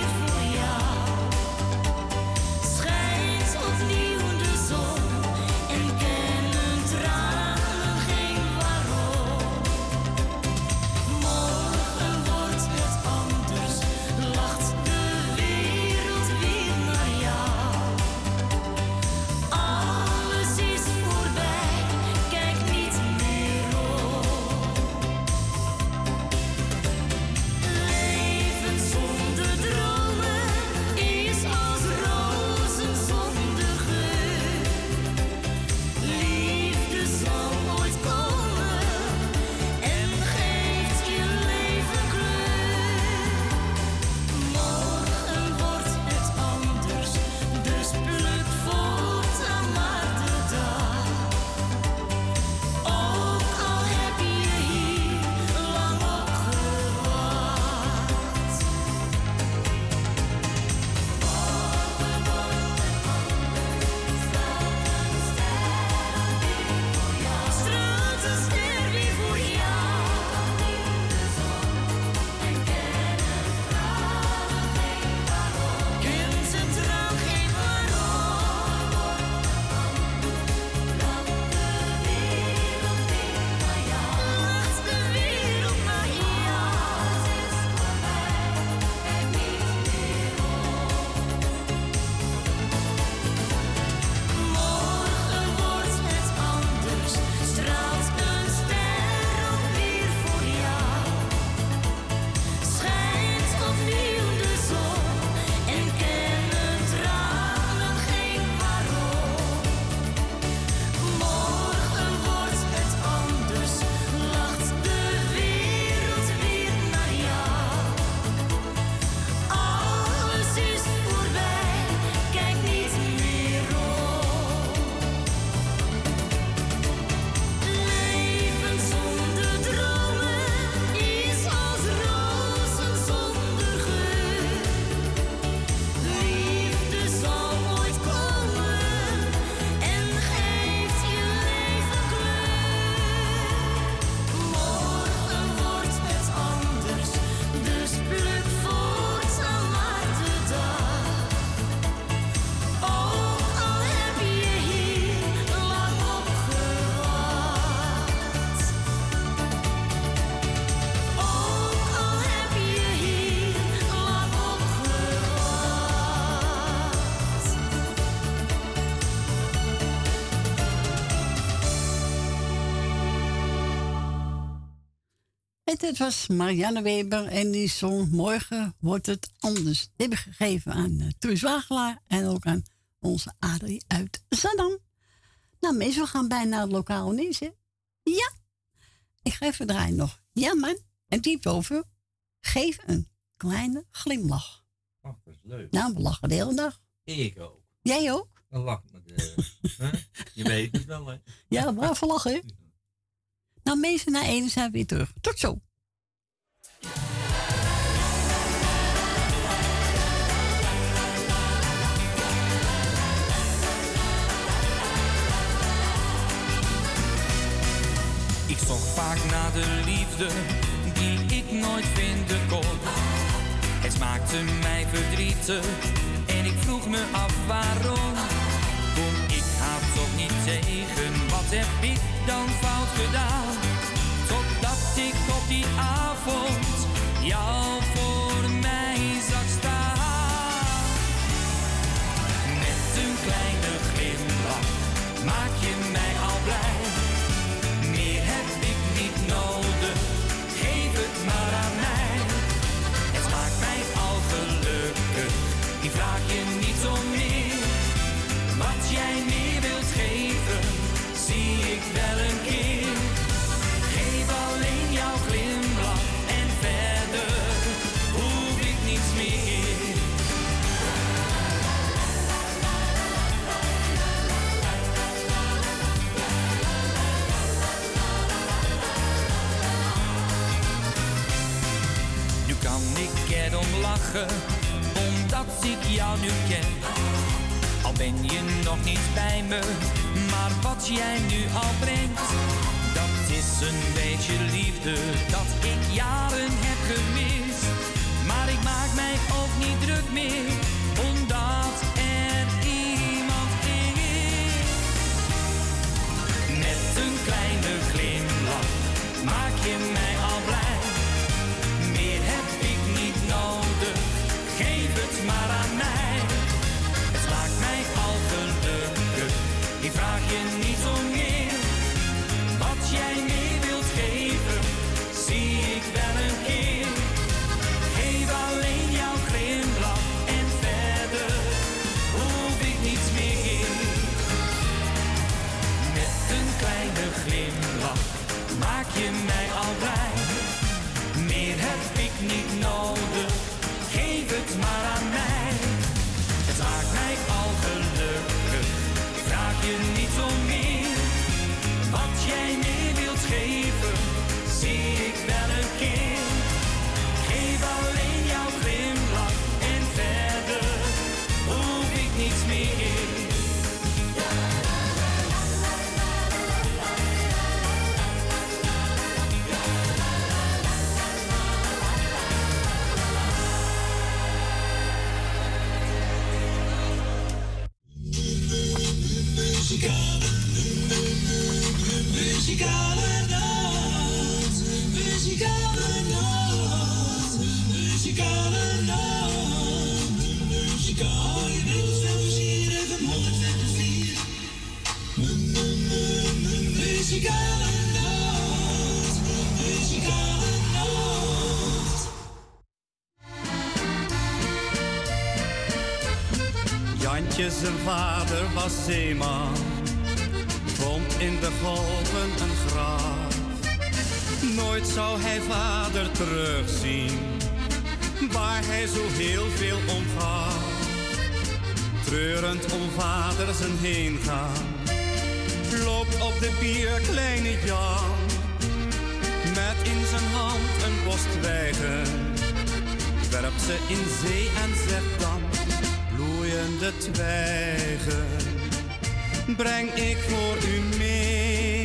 Schijnt opnieuw de zon het was Marianne Weber en die zong Morgen wordt het anders. Die heb ik gegeven aan uh, Truus Wagelaar en ook aan onze Adrie uit Zaandam. Nou mensen, we gaan bijna naar het lokaal nieuws, hè? Ja, ik ga even draaien nog. Ja man, en diep over. Geef een kleine glimlach. Ach, dat is leuk. Nou, we lachen de hele dag. Ik ook. Jij ook? Dan lach ik met de... huh? Je weet het wel, hè? Ja, blijf lachen, hè? Nou mensen, na ene zijn we weer terug. Tot zo. Ik zocht vaak naar de liefde die ik nooit vinden kon. Het smaakte mij verdrietig en ik vroeg me af waarom. Kom ik haar toch niet tegen, wat heb ik dan fout gedaan? Totdat ik op die avond jou voor mij zag staan. Met een kleine glimlach maak je mij al blij. Meer heb ik niet nodig, geef het maar aan mij. Het maakt mij al gelukkig, ik vraag je niet om meer. Wat jij meer wilt geven, zie ik wel een keer. Geef alleen jouw glimlach en verder hoef ik niets meer. Nu kan ik erom lachen, omdat ik jou nu ken. Al ben je nog niet bij me, maar wat jij nu al brengt, dat is een beetje liefde dat ik jaren heb gemist. Maar ik maak mij ook niet druk meer, omdat er iemand is. Met een kleine glimlach maak je mij al blij. Meer heb ik niet nodig, geef het maar aan mij. Het maakt mij al gelukkig, ik vraag je niet om meer. Wat jij meer wilt geven, zie ik wel een keer. Geef alleen jouw glimlach en verder hoef ik niets meer. Met een kleine glimlach maak je mij al blij. Meer heb ik niet nodig, geef het maar aan mij. Het maakt mij al gelukkig, ik vraag je niet om meer. Wat jij meer wilt geven, zie ik wel een keer. Geef alleen jouw glimlach en verder hoef ik niets meer. Muzikale, muzikale nacht, muzikale nacht, muzikale nacht, muzikale nacht, even honderd vier. Muzikale nacht, muzikale nacht. Jantje zijn vader was zeeman, vond in de golven een graf. Nooit zou hij vader terugzien, waar hij zo heel veel om gaf. Treurend om vader zijn heengaan, loopt op de pier kleine Jan, met in zijn hand een bos twijgen. Werpt ze in zee en zegt dan: bloeiende twijgen, breng ik voor u mee.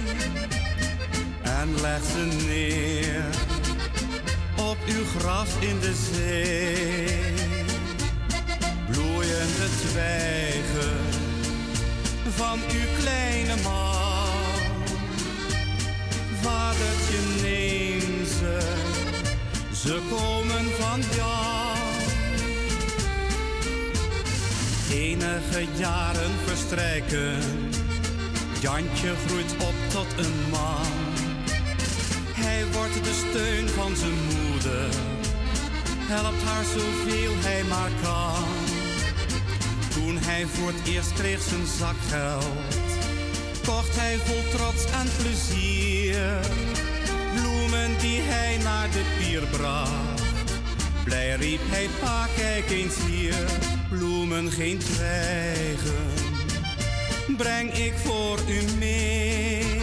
En leg ze neer op uw graf in de zee. Bloeiende twijgen van uw kleine man. Vadertje, neem ze, ze komen van jou. Enige jaren verstrijken, Jantje groeit op tot een man. Hij wordt de steun van zijn moeder, helpt haar zoveel hij maar kan. Toen hij voor het eerst kreeg zijn zakgeld, kocht hij vol trots en plezier bloemen die hij naar de pier bracht. Blij riep hij, pa, kijk eens hier, bloemen geen twijgen, breng ik voor u mee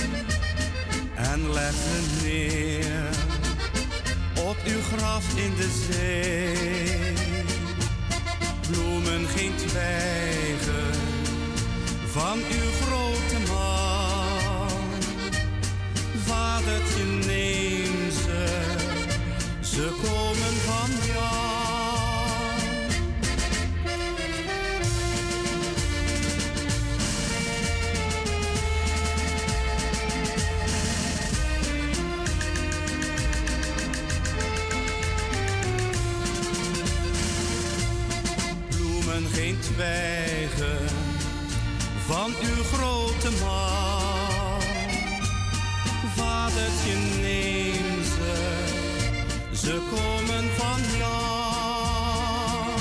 en leg ze neer op uw graf in de zee. Bloemen geen twijgen van uw grote man, vadertje neem ze, ze komen van Jan. Bloemen geen twijgen van uw grote man, vadertje neem ze, ze komen van Jan.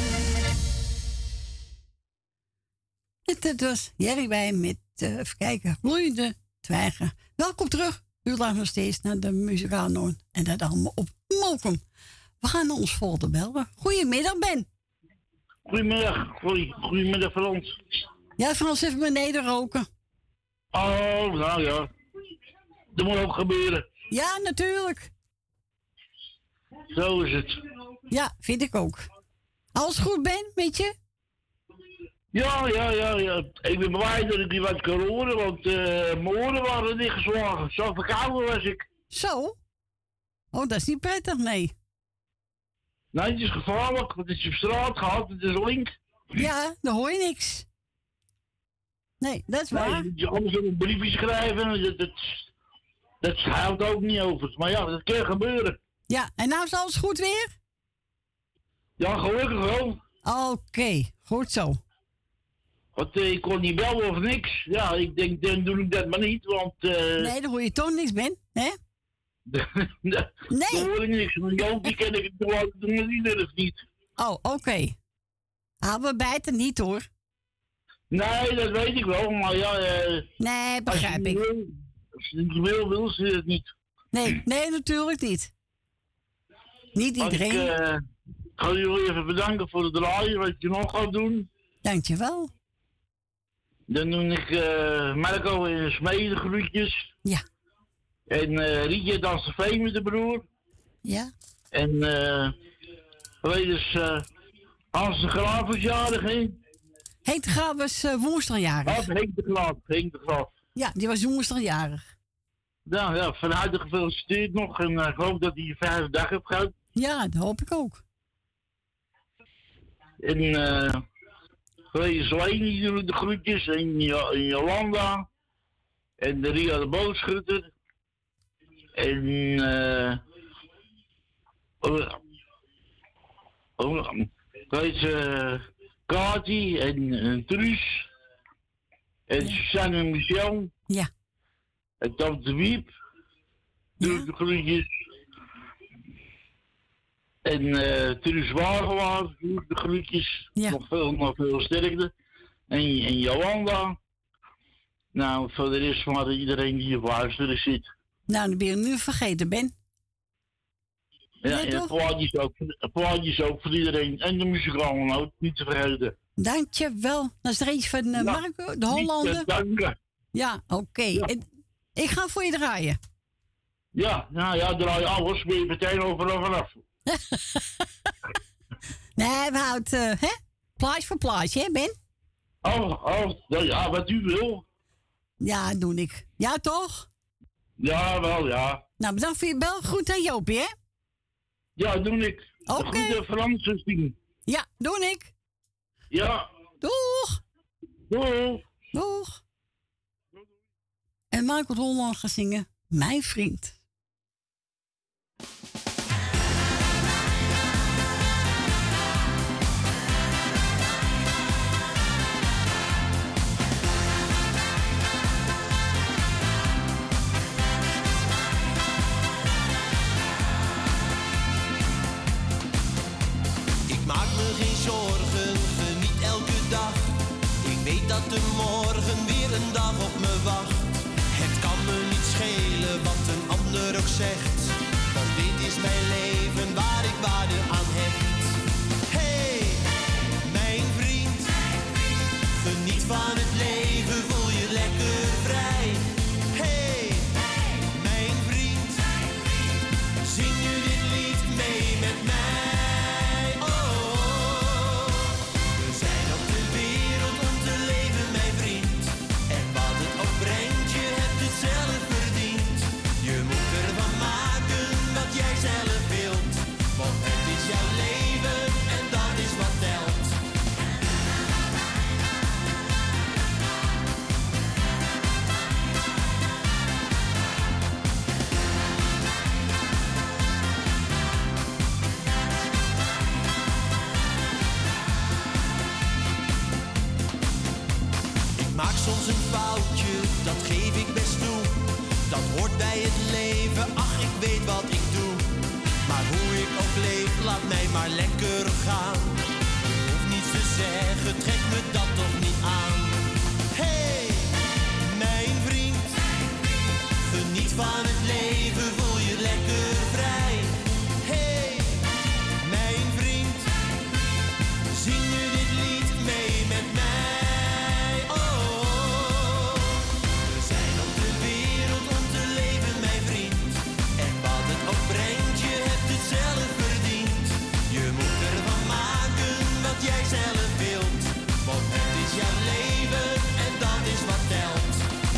Het was Jerry bij met, uh, even kijken, bloeiende twijgen. Welkom terug. U luistert nog steeds naar de Muzikale Noord. En dat allemaal op Mokum. We gaan ons volgende bellen. Goedemiddag, Ben. Goedemiddag. Goeie, goedemiddag, Frans. Ja, Frans, even beneden roken. Oh, nou ja. Dat moet ook gebeuren. Ja, natuurlijk. Zo is het. Ja, vind ik ook. Alles goed, Ben, met je? Ja, ja, ja, ja. Ik ben blij dat ik die wat kan horen, want uh, mijn oren waren dichtgeslagen. Zo verkouden was ik. Zo? Oh, dat is niet prettig, nee. Nee, het is gevaarlijk, want het is op straat gehad, het is link. Ja, dan hoor je niks. Nee, dat is waar. Nee, je anders een briefje schrijven, dat, dat, dat schuilt ook niet over. Maar ja, dat kan gebeuren. Ja, en nou is alles goed weer? Ja, gelukkig wel. Oké, okay, goed zo. Want uh, ik kon niet bellen of niks. Ja, ik denk, dan doe ik dat maar niet, want... Uh... Nee, dan hoor je toch niks, Ben, hè? nee. Dan hoor ik niks. Want Joompie ken ik het gewoon doen, maar die durft niet. Oh, oké. Okay. Ah, we bijten niet, hoor. Nee, dat weet ik wel, maar ja... Uh, nee, begrijp ik. Wil, als je niet wil, wil ze het niet. Nee, nee, natuurlijk niet. Niet iedereen. Ik uh, ga jullie even bedanken voor het draaien, wat je nog gaat doen. Dankjewel. Dan doe ik uh, Marco en Smee de groetjes. Ja. En uh, Rietje Danseveen met de broer. Ja. En uh, weet dus, uh, Hans de Graaf was jarig, hè? Henk de Graaf was uh, woensdagjarig. Oh, Henk de Graaf, Henk de Graaf. Ja, die was woensdagjarig. Nou ja, van harte gefeliciteerd nog en uh, ik hoop dat hij je vijfde dag hebt gehad. Ja, dat hoop ik ook. En uh, weet Zween doet de groetjes en, jo en Jolanda. En de Ria de Boodschutter. En eh... Uh, oh, weet je, Kati en, en Truus. En ja. Suzanne en Michel. Ja. En Tante Wiep. Doe ja. de groetjes. En uh, Truus Wagelaar, doe de groetjes. Ja. Nog veel, nog veel sterkte. En, en Jolanda. Nou, voor de rest van iedereen die op luisteren zit. Nou, dan ben je nu vergeten, Ben. Ja, nee, en plaatjes ook, plaatjes ook voor iedereen. En de muzikale noot, niet te vergeten. Dankjewel. Dat is er eentje van uh, ja, Marco, de Hollander. Dank. Ja, oké. Okay. Ja. Ik ga voor je draaien. Ja, nou ja, draai alles. Ben je meteen overal vanaf. Nee, we houden, uh, hè? Plaatje voor plaatje, hè, Ben? Oh, oh, ja, wat u wil. Ja, doe ik. Ja, toch? Ja, wel, ja. Nou, bedankt voor je bel. Goed aan Joopie, hè? Ja, doe ik. Oké. Okay. Goede Franse zien. Ja, doe ik. Ja. Doeg. Doeg. Doeg. En Michael Holland gaat zingen Mijn Vriend. zorgen, geniet elke dag. Ik weet dat er morgen weer een dag op me wacht. Het kan me niet schelen wat een ander ook zegt, want dit is mijn leven waar ik waarde aan hecht. Hey, mijn vriend, geniet van het leven, voel je lekker vrij. Hey, mijn vriend, zing je dit lied mee met mij. Oh, we zijn op de wereld om te leven, mijn vriend. En wat het ook brengt, je hebt het zelf verdiend. Je moet ervan maken wat jij zelf wilt, want het is jouw leven en dat is wat telt. Ik maak soms een foutje, dat geef ik best toe. Dat hoort bij het leven, ach ik weet wat ik doe. Maar hoe ik ook leef, laat mij maar lekker gaan. Je hoeft niets te zeggen, trek me dat toch niet aan. Hey, mijn vriend, geniet van het leven, voel je lekker vrij. Hey, mijn vriend, zing je dit lied mee met mij. Oh, we zijn op de wereld om te leven, mijn vriend. En wat het ook brengt, je hebt het zelf verdiend. Je moet ervan maken wat jij zelf wilt, want het is jouw leven en dat is wat telt.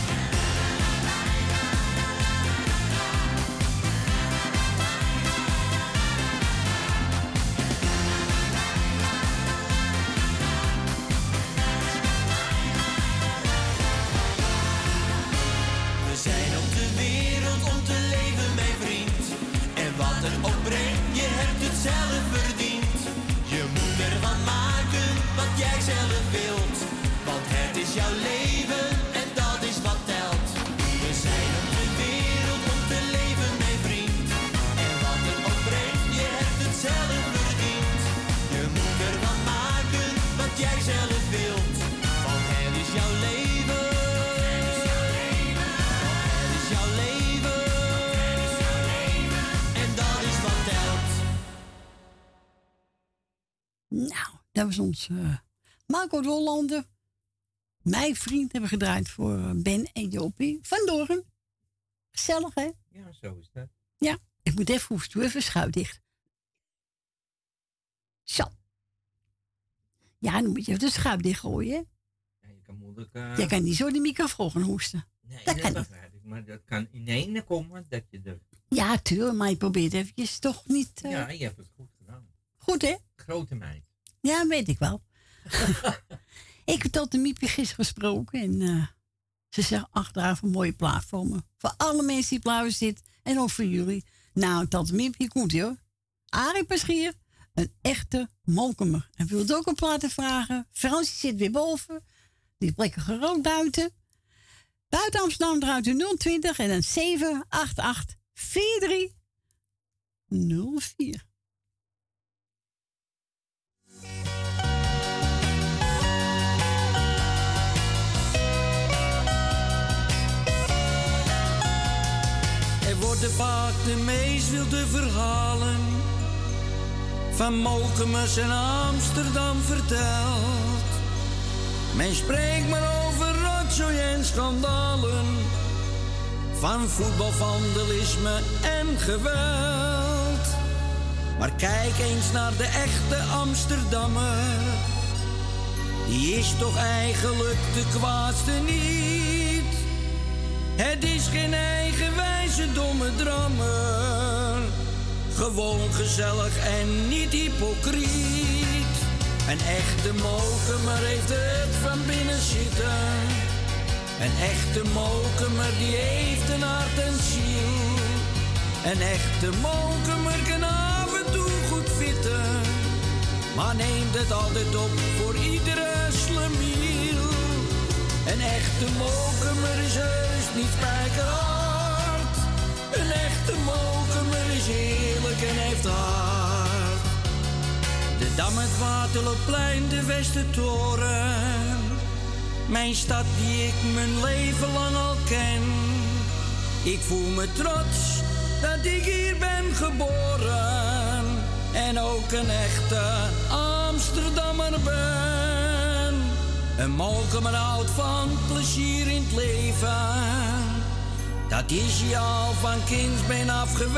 We zijn op de wereld om te leven, mijn vriend. En wat het ook brengt, je hebt het zelf verdiend. Je moet ervan maken wat jij zelf wilt, want het is jouw leven en dat is wat telt. We zijn op de wereld om te leven, mijn vriend. En wat het ook brengt, je hebt het zelf verdiend. Je moet ervan maken wat jij zelf wilt, want het is jouw leven. Het is jouw leven. En dat is wat telt. Nou, dat was ons uh, Marco de Hollander. Mijn vriend hebben we gedraaid voor uh, Ben en Jopie van Doorn. Gezellig, hè? Ja, zo is dat. Ja, ik moet even hoesten, doe even schuif dicht. Zo. Ja, dan moet je even de schuif dicht gooien, hè? Ja, je kan moeilijk... Uh... Jij kan niet zo de microfoon gaan hoesten. Nee, dat dat kan niet. begrijp ik. Maar dat kan in ene komen dat je er... Ja, tuurlijk, maar je probeert eventjes toch niet... Uh... Ja, je hebt het goed gedaan. Goed, hè? Grote meid. Ja, weet ik wel. Ik heb tot de Miepje gisteren gesproken en uh, ze zegt achteraf een mooie plaat voor me. Voor alle mensen die plaatsen zitten en ook voor jullie. Nou, tante Miepje, komt ie hoor. Arie Paschier, een echte Molkemer. En wilt ook een plaat vragen? Frans zit weer boven. Die plekken gerookt buiten. Buiten Amsterdam draait u nul twintig en dan zeven acht acht vier drie nul vier. Er worden vaak de meest wilde verhalen van Molkemers en Amsterdam verteld. Men spreekt maar over rotzooi en schandalen, van voetbalvandalisme en geweld. Maar kijk eens naar de echte Amsterdammer, die is toch eigenlijk de kwaadste niet. Het is geen eigenwijze domme drammer, gewoon gezellig en niet hypocriet. Een echte Molkemer heeft het van binnen zitten. Een echte Molkemer die heeft een hart en ziel. Een echte Molkemer kan af en toe goed fitten, maar neemt het altijd op voor iedere slemiel. Een echte Molkemer is heus niet spijkerhard. Een echte Molkemer is eerlijk en heeft hart. De Dam, het Waterloopplein, de Westertoren. Mijn stad die ik mijn leven lang al ken. Ik voel me trots dat ik hier ben geboren. En ook een echte Amsterdammer ben. Een Mokumer houdt van plezier in het leven. Dat is je al van kindsbeen afgewend.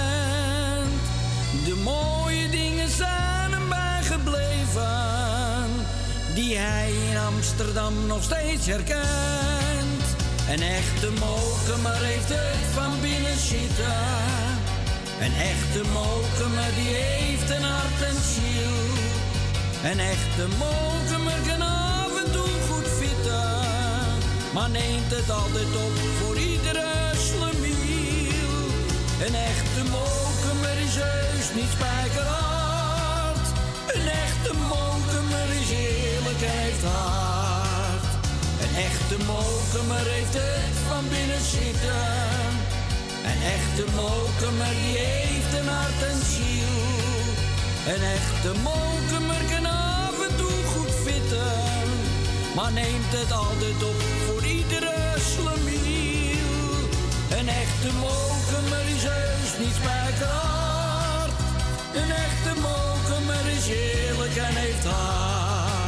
De mooie dingen zijn hem bijgebleven. Die hij in Amsterdam nog steeds herkent. Een echte Mokumer heeft het van binnen zitten. Een echte Mokumer die heeft een hart en ziel. Een echte Mokumer kan af en toe goed fitten. Maar neemt het altijd op voor iedere slemiel. Een echte Mokumer is heus niet spijkerhard. Een echte Mokumer is eerlijk en heeft hart. Een echte Mokumer heeft het van binnen zitten. Een echte Mokumer die heeft een hart en ziel. Een echte Mokumer kan af en toe goed fitten. Maar neemt het altijd op voor iedere slemiel. Een echte Mokumer is heus niet spijkerhard. Een echte Mokumer is eerlijk en heeft hart.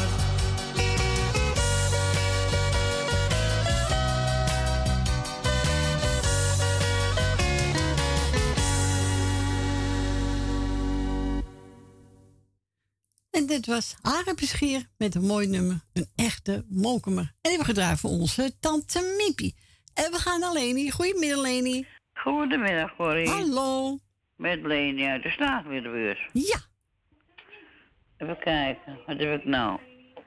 En dit was Arenbeschier met een mooi nummer, een echte Mokumer. En die hebben we gedraaid voor onze tante Miepie. En we gaan naar Leni. Goedemiddag, Leni. Goedemiddag, Corrie. Hallo. Met Leni uit de Staag weer de beurt. Ja. Even kijken, wat heb ik nou?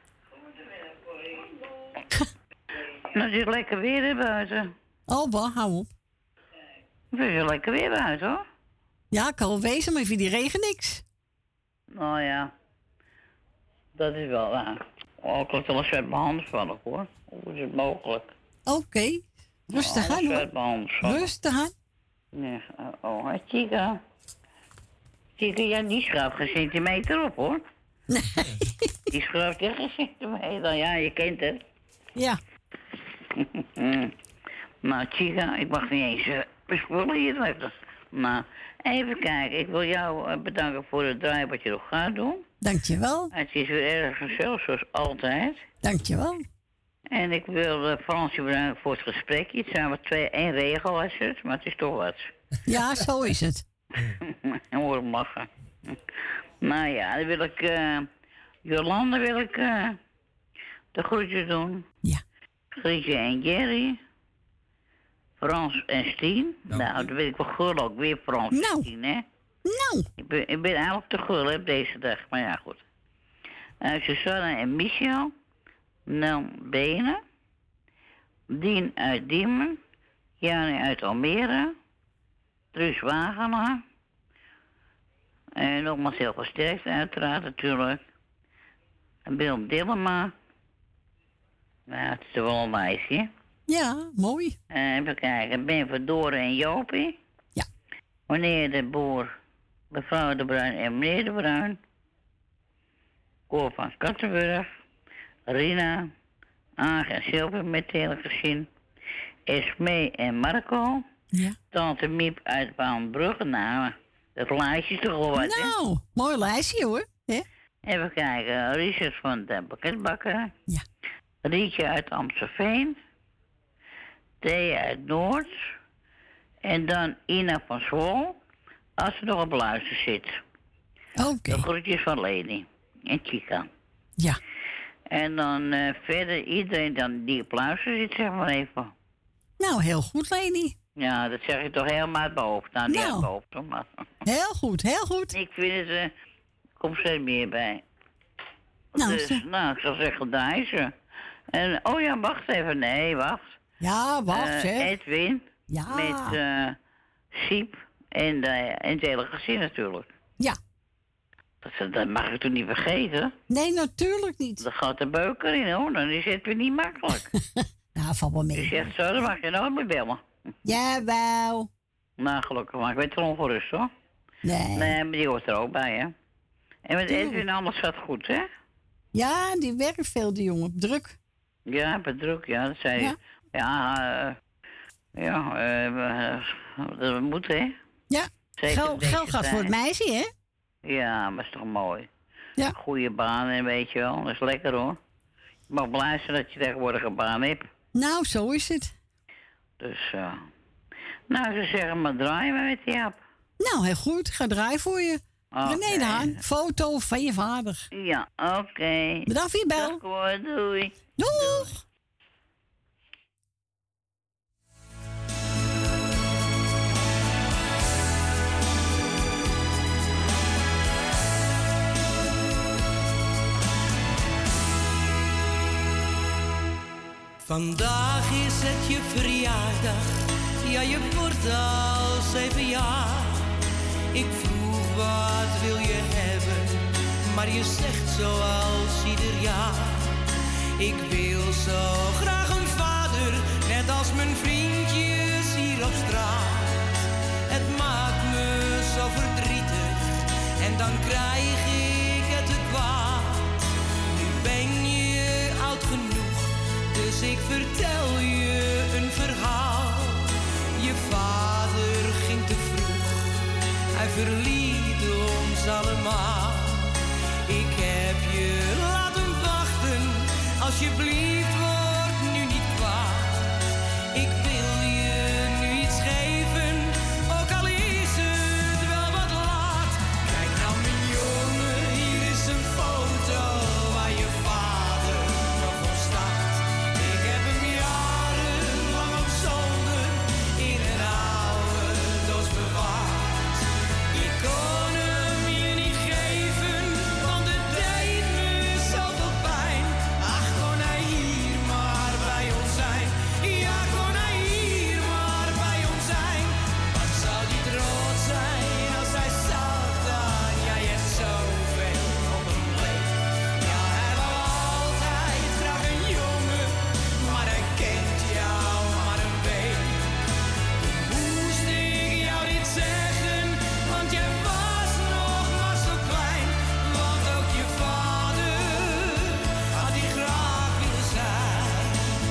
Nou, het is lekker weer hè, buiten. Oh, wel, hou op. Het is lekker weer buiten, hoor. Ja, kan wel wezen, maar ik vind die regen niks. Nou ja, dat is wel waar. Oh, ik had wel een soort behandeld van, hoor. Hoe is het mogelijk? Oké, okay. Rustig aan, hoor. Rustig aan. Nee, oh, oh, Chica. Chica, ja, die schuift geen centimeter op, hoor. Nee. Die schuift echt geen centimeter. Ja, je kent het. Ja. Nou, Chica, ik mag niet eens uh, bespullen hier even. Nou, even kijken. Ik wil jou uh, bedanken voor het draaien wat je nog gaat doen. Dankjewel. Het is weer erg gezellig, zoals altijd. Dankjewel. En ik wil uh, Fransje bedanken voor het gesprekje. Het zijn maar twee, één regel was het, maar het is toch wat. Ja, zo is het. En hoor hem lachen. Nou ja, dan wil ik uh, Jolande wil ik uh, de groetjes doen. Ja. Grietje en Jerry. Frans en Stien. Nou, nou dan wil ik wel gul ook weer Frans nou. en Stien, hè? Nou. Ik ben, ik ben eigenlijk te gul, hè, deze dag. Maar ja, goed. Uh, Susanne en Michel. Nel Benen. Dien uit Diemen. Jani uit Almere. Truus Wagenaar. En nogmaals heel versterkt, uiteraard natuurlijk. En Bill Dillema. Nou, het is toch wel een meisje. Ja, mooi. Uh, even kijken, Ben Verdoren en Jopie. Ja. Meneer de Boer, mevrouw de Bruin en meneer de Bruin. Cor van Kattenburg. Rina. Aag en Silver met het hele gezin. Esmee en Marco. Ja. Tante Miep uit Baanbrugge. Nou, dat lijstje is toch wel wat, Nou, hè? Mooi lijstje, hoor. He? Even kijken, Richard van de Pakketbakker. Ja. Rietje uit Amstelveen. Thea uit Noord. En dan Ina van Zwol. Als ze nog op luister zit. Oké. Okay. De groetjes van Leni. En Chica. Ja. En dan uh, verder iedereen dan die op luister zit, zeg maar even. Nou, heel goed, Leni. Ja, dat zeg je toch helemaal uit mijn hoofd. Nou, niet nou, uit mijn hoofd, maar... Heel goed, heel goed. Ik vind het, uh, komt er meer bij. Nou, dus, zo. nou, ik zou zeggen, daar is ze. En, oh ja, wacht even. Nee, wacht. Ja, wacht, uh, zeg. Edwin. Ja. Met uh, Siep en, de, en het hele gezin natuurlijk. Ja. Dat, dat mag ik toch niet vergeten? Nee, natuurlijk niet. Er gaat de beuker in, hoor. Dan is het weer niet makkelijk. Nou, val wel mee. Je zegt zo, dan mag je nooit meer bellen. Jawel. Nou, gelukkig, maar ik weet er ongerust, hoor. Nee. Nee, maar die hoort er ook bij, hè. En met Edwin alles gaat goed, hè? Ja, die werkt veel, die jongen. Druk. Ja, bij druk, ja. Dat zei je. Ja, ja, uh, ja uh, dat moet, hè? Ja, geld gaat voor het meisje, hè? Ja, maar is toch mooi. Ja. Goeie baan, en weet je wel. Dat is lekker, hoor. Je mag blij zijn dat je tegenwoordig een baan hebt. Nou, zo is het. Dus, uh, nou, ze zeggen maar draaien we met die Jaap. Nou, heel goed. Ik ga draaien voor je. Okay. René de Haan, foto van je vader. Ja, oké. Okay. Bedankt voor je bel. Dag hoor, doei. Doeg. Vandaag is het je verjaardag, ja je wordt al zeven jaar. Ik vroeg wat wil je hebben, maar je zegt zoals ieder jaar. Ik wil zo graag een vader, net als mijn vriendjes hier op straat. Het maakt me zo verdrietig en dan krijg ik het te kwaad. Nu ben je oud genoeg, dus ik vertel je een verhaal. Je vader ging te vroeg, hij verliet ons allemaal. Ik heb je laten wachten, alsjeblieft word nu niet kwaad. Ik wil je nu iets geven, ook al is het wel wat laat. Kijk nou mijn jongen, hier is een foto waar je vader nog op staat. Ik heb hem jarenlang op zolder in een oude doos bewaard. Ik kon hem je niet geven, want het deed me zoveel pijn. Ach, kon hij hier maar bij ons zijn. Ja, kon hij hier maar bij ons zijn. Wat zou die trots zijn als hij zag dat jij echt zoveel op hem leek. Ja, hij wou altijd graag een jongen, maar hij kent jou maar een week. Moest ik jou dit zeggen, want jij was nog maar zo klein. Want ook je vader had hij graag willen zijn.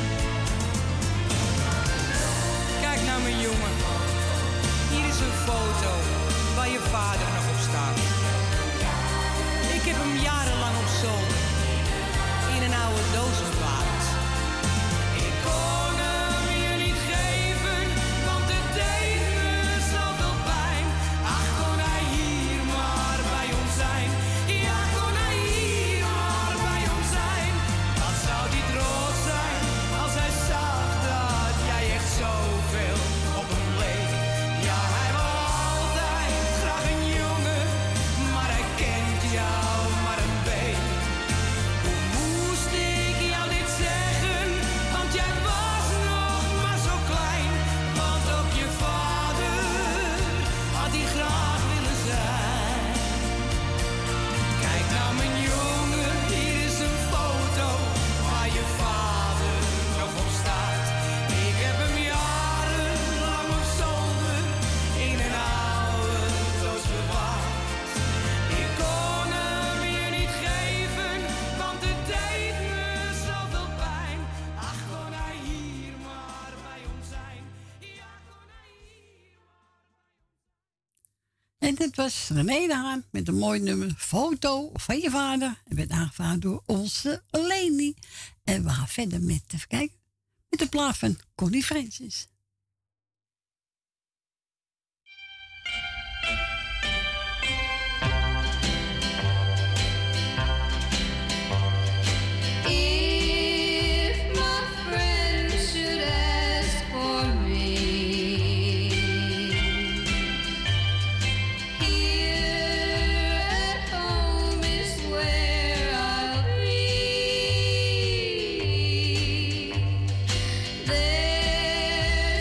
Kijk nou mijn jongen, hier is een foto waar je vader nog op staat. Ik heb hem jarenlang op zolder in een oude doos bewaard. Ik kon hem je niet geven, want het deed me zoveel pijn. Ach, kon hij hier maar bij ons zijn. Ja, kon hij hier maar bij ons zijn. Wat zou die trots zijn als hij zag dat jij echt zoveel op hem leek. Ja, hij wou altijd graag een jongen, maar hij kent jou maar een week. Hoe moest ik jou dit zeggen, want jij was nog maar zo klein. Want ook je vader had hij graag willen zijn. Kijk nou mijn jongen, hier is een foto waar je vader nog op staat. Ik heb hem jarenlang op zolder in een oude doos bewaard. Ik kon hem je niet geven, want het deed me zoveel pijn. Ach, kon hij hier maar bij ons zijn. Ja, kon hij hier En dit was René de Haan met een mooi nummer Foto van je vader. En werd aangevraagd door onze Leni. En we gaan verder met, even kijken, met de plaat van Connie Francis. If my friends should ask for me, here at home is where I'll be. There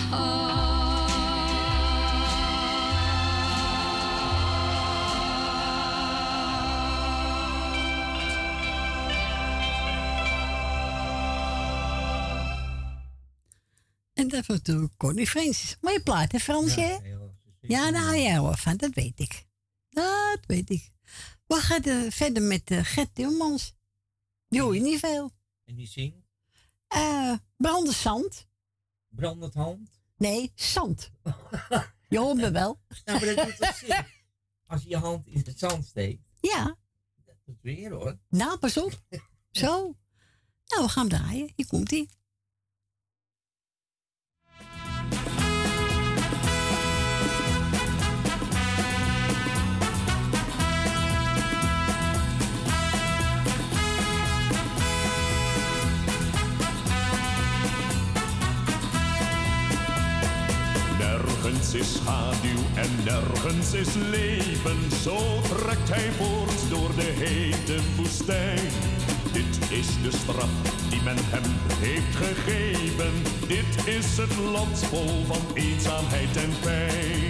En dat was natuurlijk Connie Francis. Mooie plaat, hè Fransje? Ja, ja, daar hou jij wel van, dat weet ik. Dat weet ik. We gaan uh, verder met uh, Gert Timmermans. Die hoor je niet veel. En die zingt? Uh, brandend zand. Brandend hand? Nee, zand. Je hoort me wel. Nou, maar dat doet toch zin. Als je je hand in het zand steekt. Ja. Dat doet weer hoor. Nou, pas op. Zo. Nou, we gaan draaien. Hier komt ie. Nergens is schaduw en nergens is leven. Zo trekt hij voort door de hete woestijn. Dit is de straf die men hem heeft gegeven. Dit is het land vol van eenzaamheid en pijn.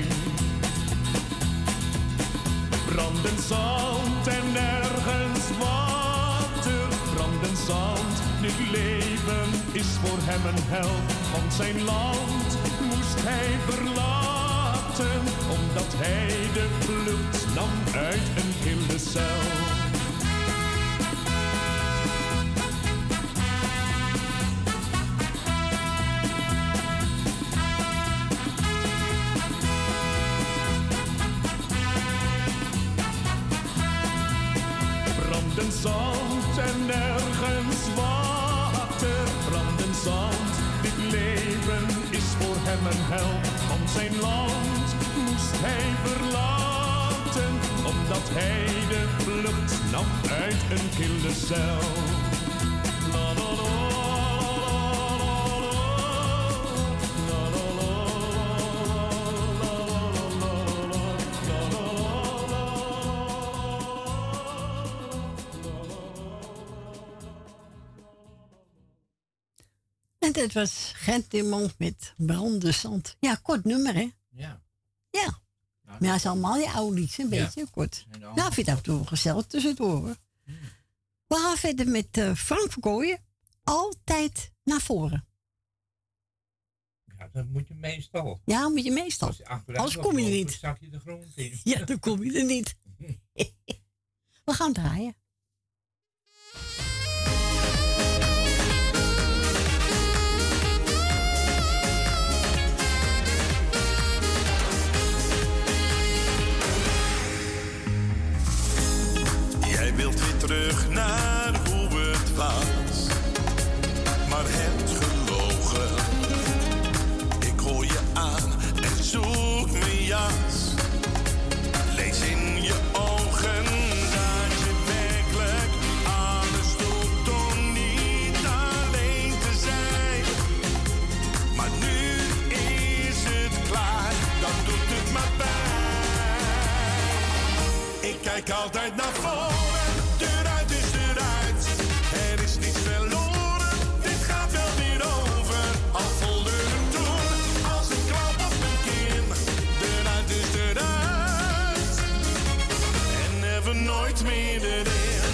Brandend zand en nergens water. Brandend zand, dit leven is voor hem een hel. Want zijn land moest hij verlaten, omdat hij de vlucht nam uit een kille cel. Brandend zand en nergens water. Brandend zand, dit leven is voor hem een hel. Want zijn land moest hij verlaten, omdat hij de vlucht nam uit een kille cel. La, la, la. En dat was Gent Timmermans met brandende zand. Ja, kort nummer, hè? Ja. Ja. Nou, maar ja, het is allemaal die oude liedjes, een ja. beetje kort. Nou, vind ik dat toch gezellig tussendoor, hoor. Hmm. We gaan verder met uh, Frank Verkooyen. Altijd naar voren. Ja, dat moet je meestal. Ja, moet je meestal. Anders kom je er niet. Zak je de grond in. Ja, dan kom je er niet. We gaan draaien. Jij wilt weer terug naar hoe het was, maar hebt gelogen. Ik hoor je aan en zoek mijn jas. Lees in je ogen dat je werkelijk alles doet om niet alleen te zijn. Maar nu is het klaar, dan doet het maar pijn. Ik kijk altijd naar voren. Eruit is eruit, er is niets verloren, dit gaat wel weer over. Al voelde hem toen, als een klap op mijn kin. Eruit is eruit, en never nooit meer erin.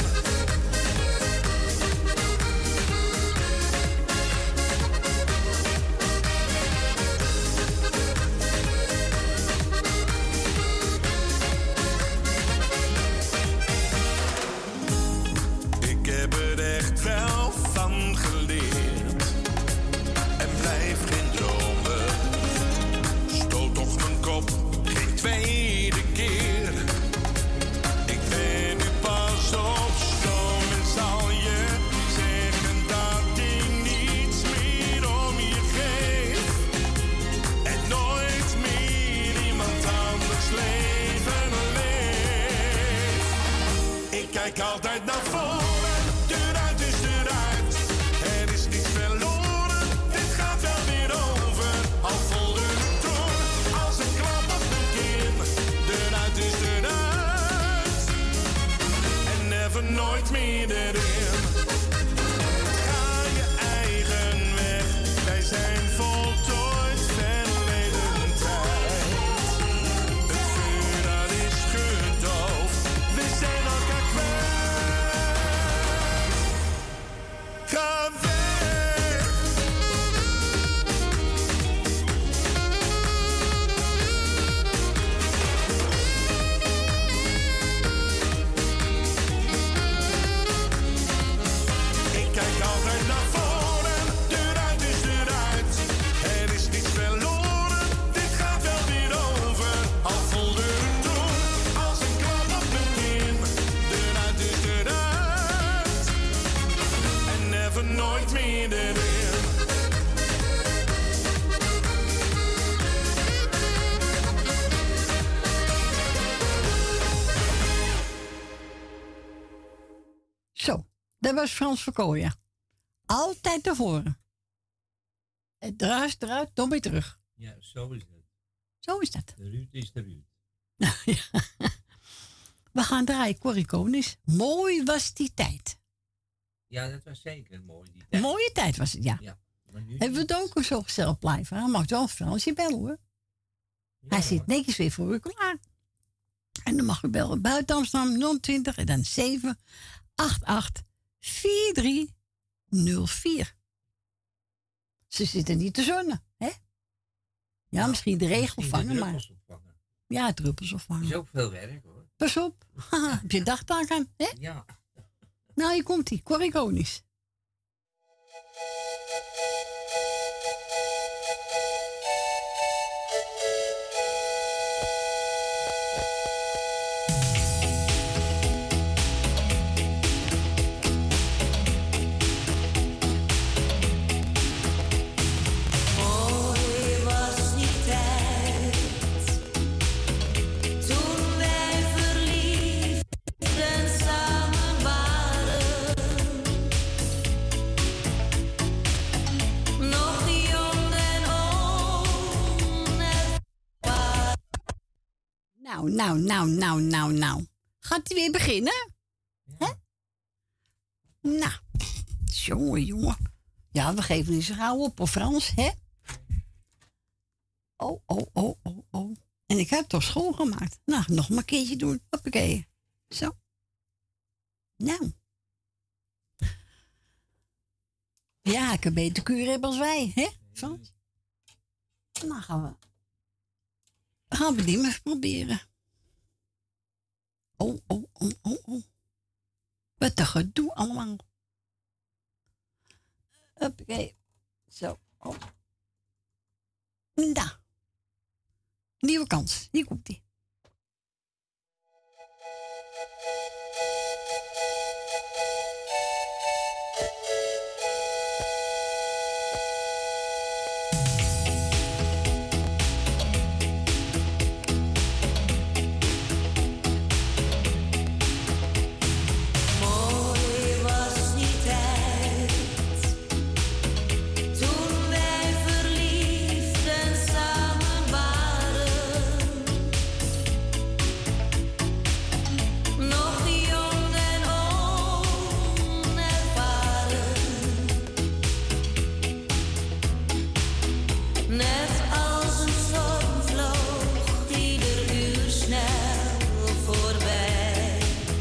Ik heb er echt wel van geleerd en blijf geen dromen. Stoot toch mijn kop geen tweede keer. Ik ben nu pas op stoom en zal je zeggen dat ik niets meer om je geef. En nooit meer iemand anders leven leeft. Ik kijk altijd naar voren. Eruit is eruit, er is niets verloren, dit gaat wel weer over. Al voelde het toen, als een klap op mijn kin. Eruit is eruit, en never nooit meer erin. Ga je eigen weg, wij zijn voltooid ver Dat was Frans Verkooyen. Altijd tevoren. Het druist eruit, dan weer terug. Ja, zo is het. Zo is dat. De Ruud is de Ruud. Ja. We gaan draaien, Corrie Konings. Mooi was die tijd. Ja, dat was zeker mooi. Die tijd. Mooie tijd was het, ja. Ja, maar nu En we ook zo gezellig blijven. Hij mag wel een Fransje bellen, hoor. Ja, Hij zit netjes weer voor u klaar. En dan mag u bellen buiten Amsterdam nul twintig en dan zeven acht acht vier drie nul vier. Ze zitten niet te zonnen, hè? Ja, Nou, misschien de regel misschien de vangen, druppels maar... opvangen. Ja, druppels opvangen. Is ook veel werk, hoor. Pas op. Haha, heb je dagtaak aan, hè? Ja. Nou, hier komt hij, Corrie Konings. Mooi was die tijd, toen wij verliefd en samen waren. Nog jong en onervaren. Nou, nou, nou, nou, nou, nou. Gaat hij weer beginnen? Hè? Nou, jongen, jongen. Ja, we geven niet zo gauw op, of Frans, hè? Oh, oh, oh, oh, oh. En ik heb toch schoongemaakt. Nou, nog maar een keertje doen. Hoppakee. Zo. Nou. Ja, ik heb beter kuur hebben als wij, hè, Frans? Nou gaan we... Gaan we die maar even proberen. Oh, oh, oh, oh, oh. Wat een gedoe allemaal. Hoppakee. Zo. Oh. Nou. Nieuwe kans. Hier komt ie. Mooi was die tijd, toen wij verliefd en samen waren. Nog jong en onervaren. Net als een storm vloog ieder uur snel voorbij.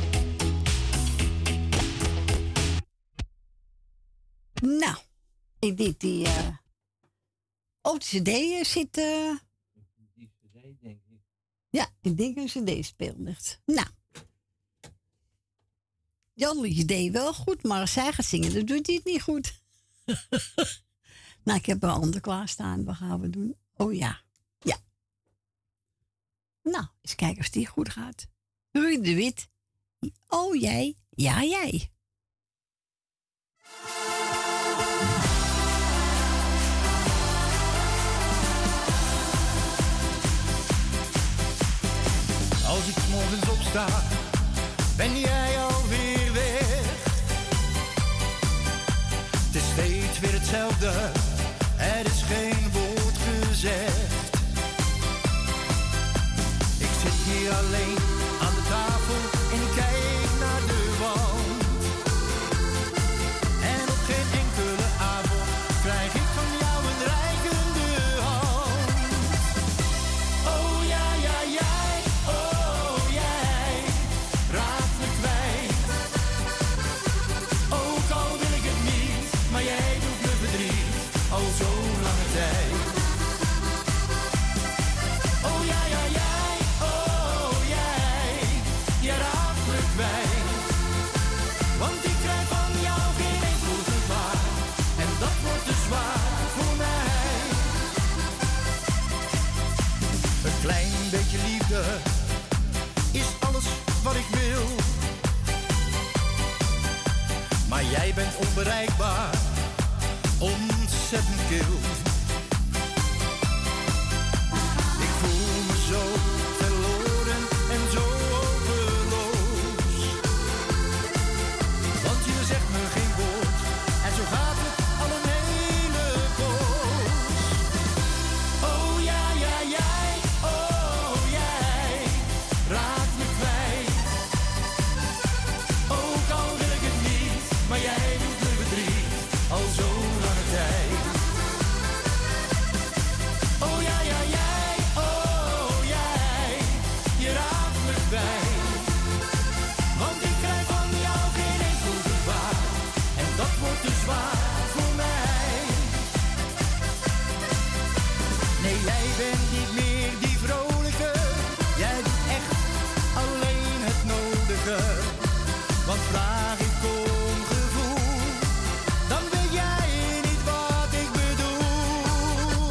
Nou. Ik denk die... eh op de cd eh, zit... eh Die cd, denk ik. Ja, ik denk een cd speellicht. Nou. Jan deed wel goed, maar als zij gaat zingen, dan doet hij het niet goed. Nou, ik heb een ander klaarstaan. Wat gaan we doen? Oh ja. Ja. Nou, eens kijken of die goed gaat. Ruud de Wit. Oh jij. Ja, jij. Als ik 's morgens opsta, ben jij alweer weg. Het is steeds weer hetzelfde, er is geen woord gezegd. Ik zit hier alleen aan de tafel en ik kijk naar de wand. En op geen enkele avond krijg ik van jou een reikende hand. Oh ja, ja, jij, oh jij, raakt me kwijt. Ook al wil ik het niet, maar jij doet me verdriet, al zo'n lange tijd. Oh ja, ja, jij, oh jij, je raakt me kwijt. Want ik krijg van jou geen enkel gevaar, en dat wordt te zwaar voor mij. Een klein beetje liefde is alles wat ik wil. Maar jij bent onbereikbaar, ontzettend kil. Ik voel me zo verloren en zo hopeloos. Want je zegt me bent niet meer die vrolijke. Jij doet echt alleen het nodige. Want vraag ik om gevoel, dan weet jij niet wat ik bedoel.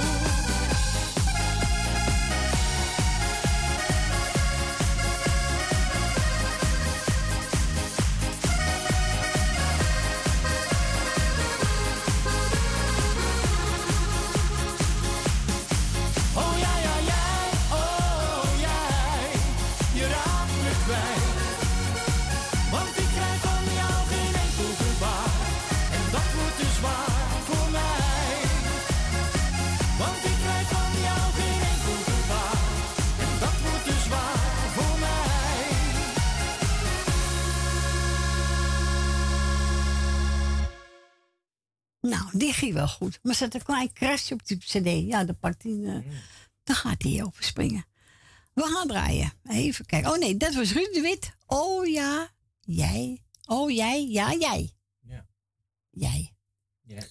Oh ja, ja, jij, oh jij, je raakt me kwijt. Want ik krijg van jou geen enkel gebaar. En dat wordt te zwaar voor mij. Want ik krijg van jou geen enkel gebaar. En dat wordt te zwaar voor mij. Nou, die ging wel goed. Maar er zat een klein krasje op die cd. Ja, dan pakt hij... eh, dan gaat hij overspringen. We gaan draaien. Even kijken. Oh nee, dat was Ruud de Wit. Oh ja, jij. Oh jij, ja jij. Ja. Jij. Ja.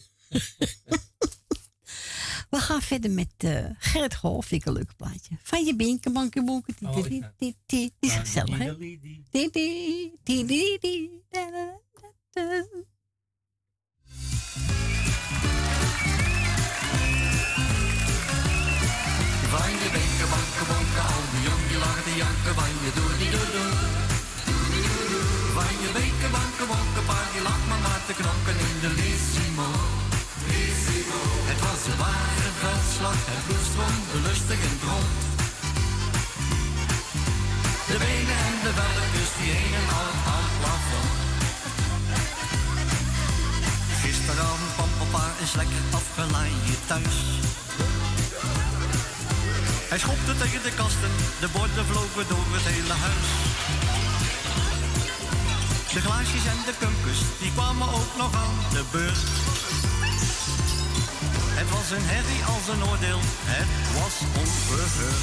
We gaan verder met eh Gerrit Golf. Vind ik een leuk plaatje. Van je binken, banken, boeken. Die, Oh, die, ik die, ga- die, die. Die is Ah, gezellig, hè? die, die, Die, die, die, die, die. Da, da, da, da. Van je benken, banken, bonken, al die jong die lachen te janken, van je doe die doe doe. Van je benken, banken, bonken, paar die lacht maar maar te knokken in de Lissimo. Het was een ware veldslag, het bloed stroomde lustig in het rond. De benen en de velletjes die heen en al aan het plafond. Gisteravond kwam papa eens lekker afgelaaid thuis. Hij schopte tegen de kasten, de borden vlogen door het hele huis. De glaasjes en de kumpus, die kwamen ook nog aan de beurt. Het was een herrie als een oordeel, het was onverheurd.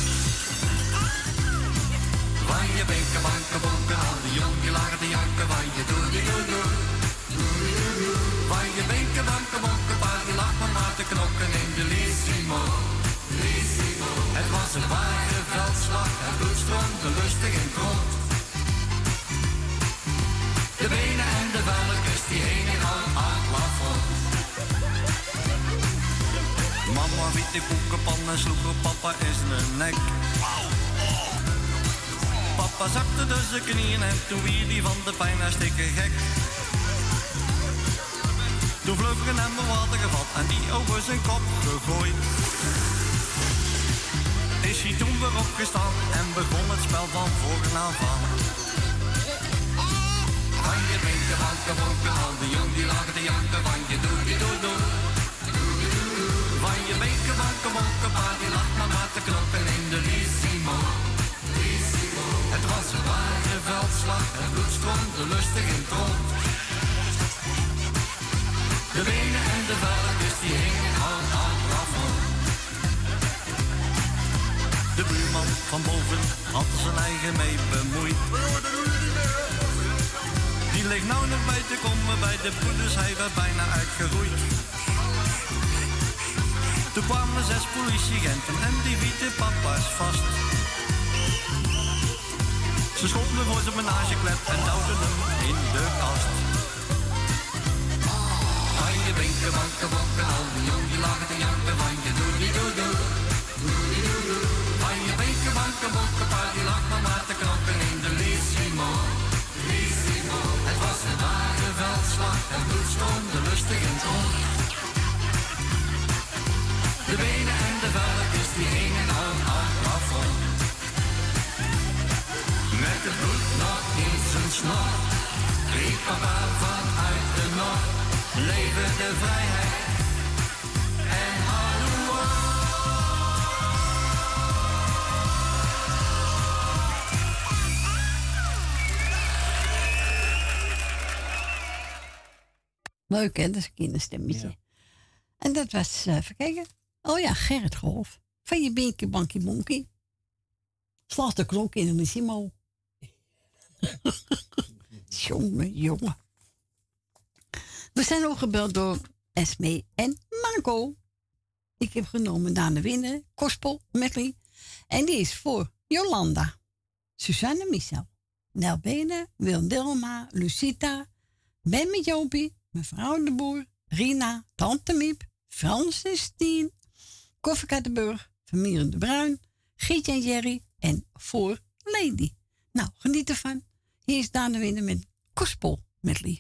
Van je benken, banken, bonken, al die jong die lagen te janken, van je doe die doe doe. Van je benken, banken, bonken, paar die lacht maar maar te knokken in de Lissimo. Het was een ware veldslag, het bloed stroomde lustig in het rond. De benen en de velletjes die heen en al aan het plafond. Mama wiet de koekenpan en sloeg op papa in zijn nek. Papa zakte dus zijn knieën en toen wier die van de pijn hartstikke gek. Toen vloog er hem een water gevat en die over zijn kop gegooid. Is hij toen weer opgestaan en begon het spel van voren af aan. Van je benken, banken, bonken, al die jong die lagen te janken, van je doe die doe doe. Van je benken, banken, bonken, paar die lacht maar maar te knokken in de Lissimo. Het was een ware veldslag, het bloed stroomde lustig in het rond. De benen en de velletjes die hingen al aan het plafond. De buurman van boven had zijn eigen mee bemoeid. Die ligt nou nog bij te komen bij de poeders, hij werd bijna uitgeroeid. Toen kwamen zes politieagenten en die wieten papa's vast. Ze schopten voor zijn menageklep en duwden hem in de kast. Van je benken, banken, bonken, al die jong die lagen te janken, van je doe die doe doe. Van je benken, banken, bonken, paar die lacht maar maar te knokken in de Lissimo. Het was een ware veldslag, het bloed stroomde lustig in het rond. De benen en de velletjes die hingen al aan het plafond. Met het bloed nog in zijn snor, riep papa vanuit de noord. Leven de vrijheid en hallo. Leuk, hè? Dat is een kinderstemmetje. Ja. En dat was, uh, even kijken. Oh ja, Gerrit Golf. Van je binkie, bankie, bonkie. Slag de klok in de Lissimo. Jongen, jongen. We zijn ook gebeld door Esme en Marco. Ik heb genomen Daan Winnen, Gospel Medley. En die is voor Jolanda, Suzanne Michel, Nel Benen, Wil Dilma, Lucita, Ben met Jopie, mevrouw de Boer, Rina, Tante Miep, Francis Tien, Koffieka de Burg, familie de Bruin, Gietje en Jerry en voor Lady. Nou, geniet ervan. Hier is Daan Winnen met Gospel Medley.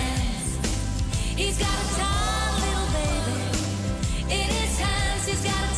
He's got a tiny little baby in his hands. He's got a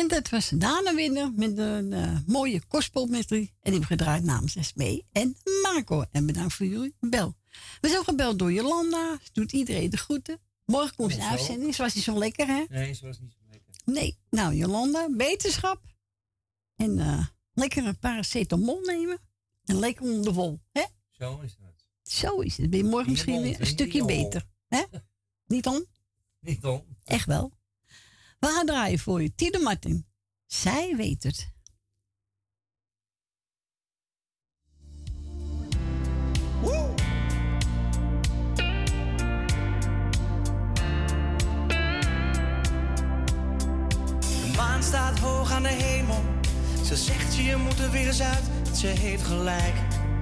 En dat was Dana Winner met een uh, mooie gospelmedley. En die hebben gedraaid namens Esmee en Marco. En bedankt voor jullie bel. We zijn gebeld door Jolanda. Doet iedereen de groeten. Morgen komt een uitzending. Ze was niet zo lekker, hè? Nee, ze was niet zo lekker. Nee. Nou, Jolanda, beterschap. En uh, lekker een paracetamol nemen. En lekker onder de wol, hè? Zo is het. Zo is het. Ben je morgen misschien mond, weer een stukje beter. Hè? Niet om? Niet om. Echt wel. We gaan draaien voor je. Tine Martin. Zij weet het. Woe! De maan staat hoog aan de hemel. Ze zegt je moet er weer eens uit. Ze heeft gelijk.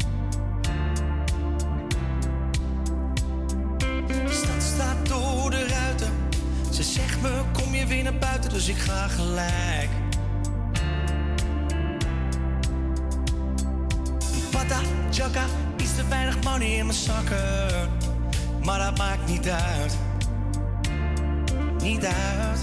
De stad staat door de ruiten. Ze zegt me kom je weer naar buiten, dus ik ga gelijk. Pata, chaka, iets te weinig money in mijn zakken. Maar dat maakt niet uit. Niet uit.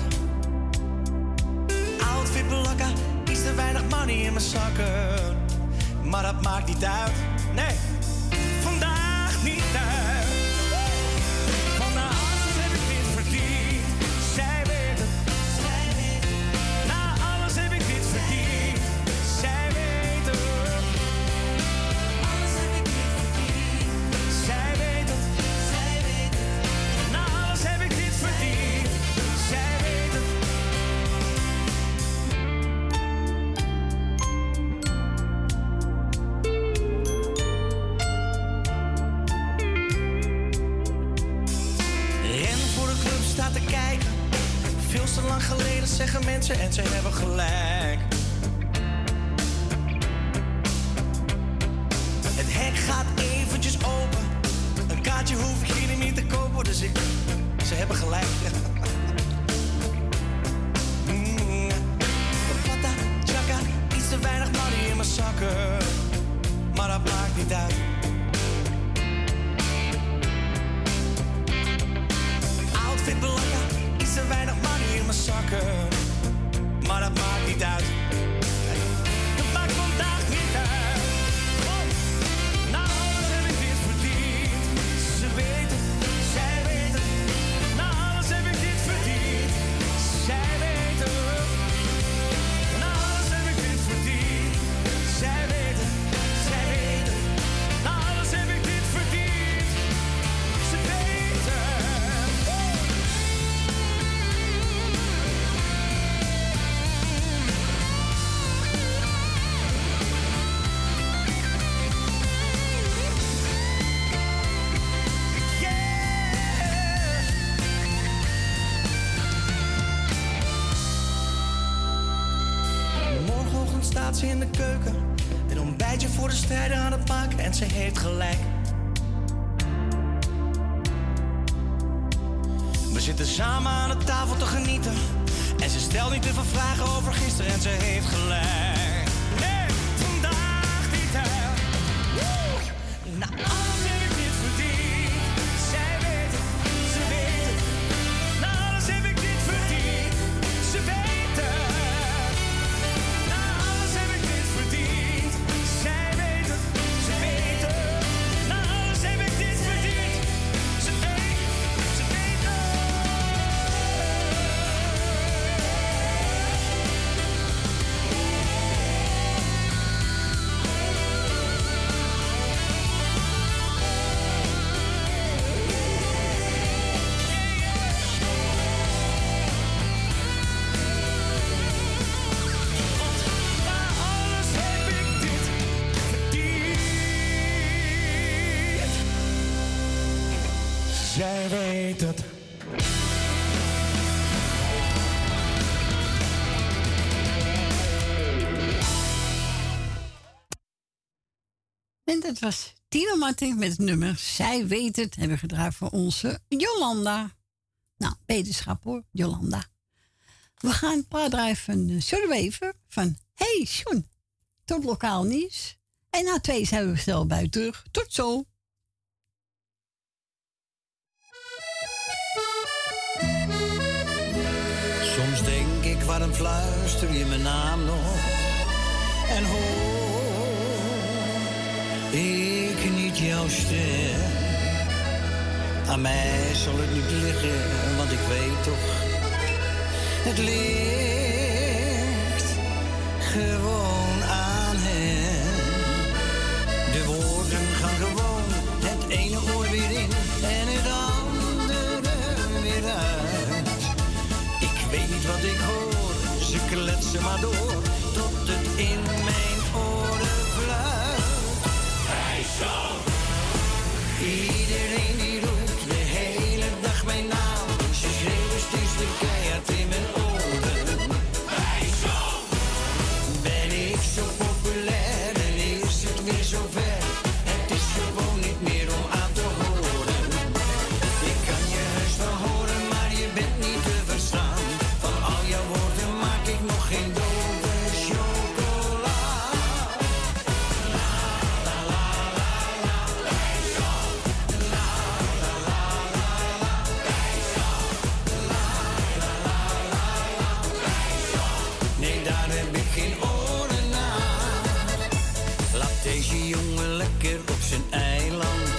Outfit belakka, iets te weinig money in mijn zakken. Maar dat maakt niet uit. Nee, vandaag niet uit. Want na alles heb ik dit verdiend. Zij weet het. Zij weet het. Na alles heb ik dit verdiend. Zij weet het. Alles heb ik dit verdiend. Zij weet het. Zij weet het. Na alles heb ik dit verdiend. Zij weet het. Ren voor de club staat te kijken. Veel te lang geleden zeggen mensen en ze hebben gelijk. Het hek gaat eventjes open. Een kaartje hoef ik hier niet te kopen, dus ik... Ze hebben gelijk. Mm. Pata, chaka, iets te weinig money in mijn zakken. Maar dat maakt niet uit. Outfit belakka, iets te weinig money in mijn zakken. Maar dat maakt niet uit. Dat maakt vandaag niet uit. Oh. Na alles heb ik dit verdiend. Ze weet het, zij weet het. Na alles heb ik dit verdiend. Zij weet het. Na alles heb ik dit verdiend. Zij weet het, zij weet het. Na alles heb ik dit verdiend. Ze weet het. Morgenochtend staat ze in de keuken. Een ontbijtje voor de strijder aan het maken en ze heeft gelijk. We zitten samen aan de tafel te genieten. En ze stelt niet te veel vragen over gisteren en ze heeft gelijk. Nee, vandaag niet uit. Woe! Na alles heb ik dit verdiend. Zij weet het, ze weet het. Na alles heb ik dit verdiend. Ze weet het. Na alles heb ik dit verdiend. Zij weet het, ze weet het. Na alles heb ik dit verdiend. Ze weet, ze weet het. Zij weet het. En dat was Tine Martin met het nummer Zij weet het. Hebben we gedraaid voor onze Jolanda. Nou, beterschap hoor, Jolanda. We gaan een paar draaien van uh, John Wever. Van Hey John, tot lokaal nieuws. En na twee zijn we snel bij terug. Tot zo. Soms denk ik waarom fluister je mijn naam nog? En hoor ik niet jouw stem? Aan mij zal het niet liggen, want ik weet toch, het ligt gewoon aan hem. De woorden gaan gewoon het ene oor weer in en het andere weer uit. Ik weet niet wat ik hoor, ze kletsen maar door tot het in mijn oren fluit. Hij zal iedereen die roept de hele dag mijn naam. Ze schreeuwen steeds weer keihard in mijn oren. Hij zal ben ik zo populair en is het weer zover. Het is gewoon niet meer om aan te horen. Ik kan je heus wel horen, maar je bent niet te verstaan. Van al jouw woorden maak ik nog geen dove chocola. La la la la la, hij zal. La la la la la, hij zal. La la la la la, hij zal. Nee, daar heb ik geen oren naar. Laat deze jongen lekker op zijn eiland.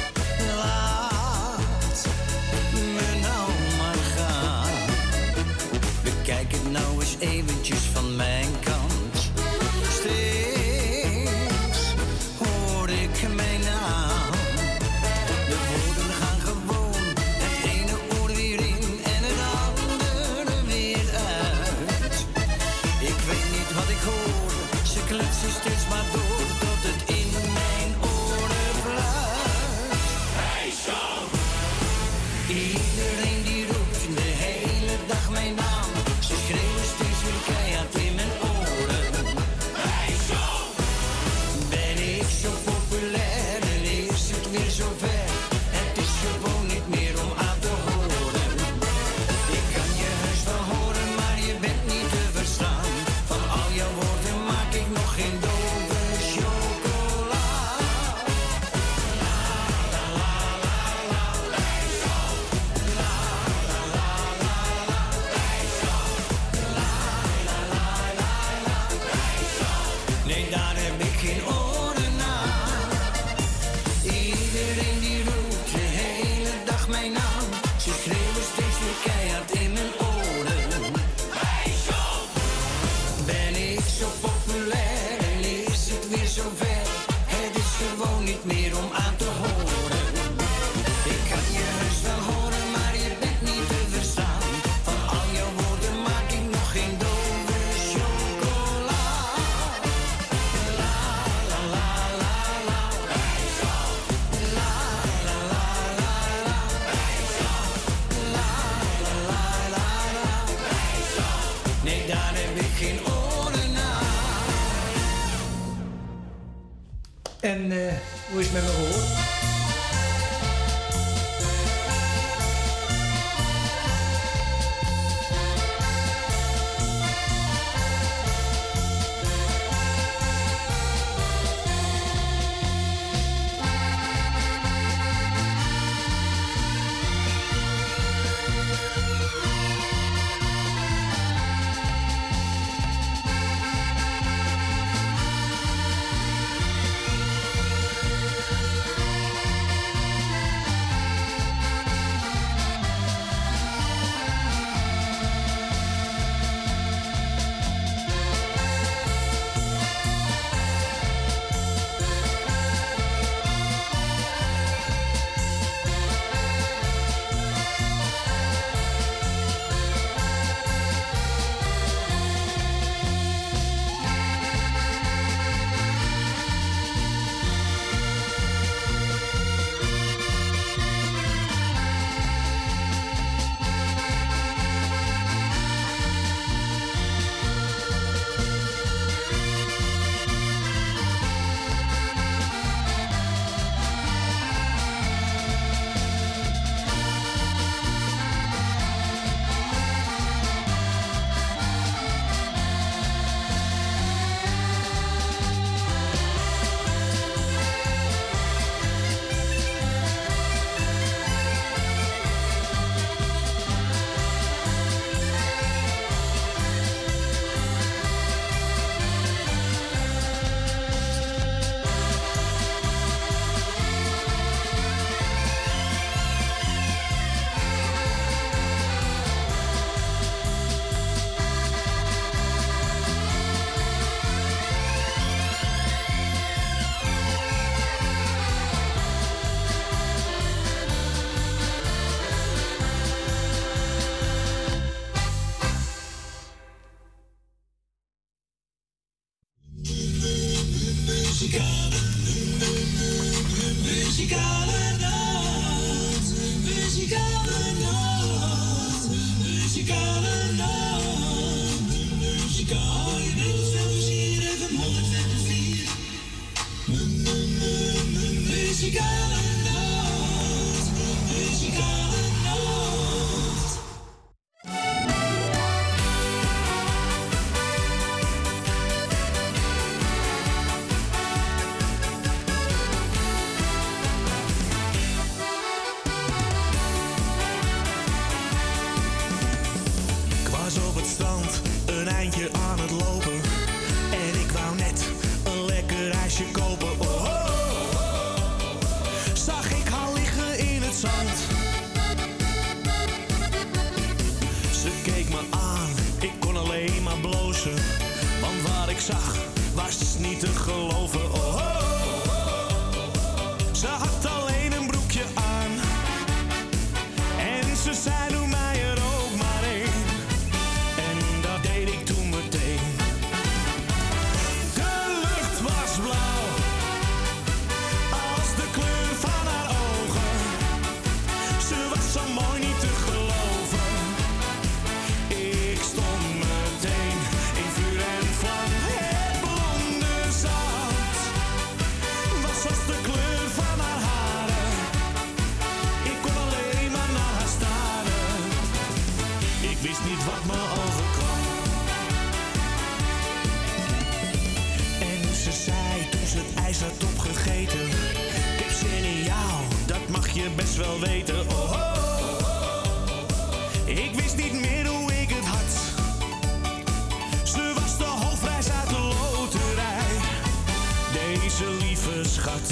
Laat me nou maar gaan. Bekijk het nou eens eventjes van mijn kant. Steeds hoor ik mijn naam. De woorden gaan gewoon het ene oor weer in en het andere weer uit. Ik weet niet wat ik hoor, ze kletsen steeds maar door tot het in mijn oren fluit. Hij zal. Iedereen die roept de hele dag mijn naam. Ze schreeuwen steeds weer keihard in mijn oren. Hij zal. Ben ik zo populair en is het weer zover. Het is gewoon niet meer om aan te horen. Ik kan je heus wel horen, maar je bent niet te verstaan. Van al jouw woorden maak ik nog geen dove chocola. La la la la la, hij zal. La la la la la, hij zal. La la la la la, hij zal. Nee, daar heb ik geen oren naar. Iedereen die roept de hele dag mijn naam. Ze schreeuwen steeds weer keihard in mijn oren. Hij zal. Ben ik zo populair en is het weer zover. Het is gewoon niet meer om aan te horen. Ik kan je heus wel horen, maar je bent niet te verstaan. Van al jouw woorden maak ik nog geen dove chocola. La la la la la, hij zal. La la la la la, hij zal. La la la la la, hij zal. Nee, daar heb ik geen oren naar. En eh, hoe is het met mijn oor? Muzikale, muzikale nacht, muzikale nacht, muzikale nacht, muzikale nacht, hier even honderd vier. Muzikale nacht, muzikale nacht. Ik was op het strand, een eindje aan het lopen. En ik wou net een lekker ijsje kopen. Oh, oh, oh. Zag ik haar liggen in het zand. Ze keek me aan, ik kon alleen maar blozen. Want wat ik zag, was niet te geloven. Oh, oh. Ze had alleen een broekje aan. En ze zei, doe mij er ook maar één. En dat deed ik toen meteen. De lucht was blauw, als de kleur van haar ogen. Ze was zo mooi niet te geloven. Ik stond meteen in vuur en vlam. Het blonde zand was als de kleur van haar haren. Ik kon alleen maar naar haar staren. Ik wist niet wat me overkwam. En ze zei toen ze het ijs had opgegeten: ik heb zin in jou, dat mag je best wel weten. Oh, oh. Ik wist niet meer hoe ik het had. Ze was de hoofdprijs uit de loterij, deze lieve schat.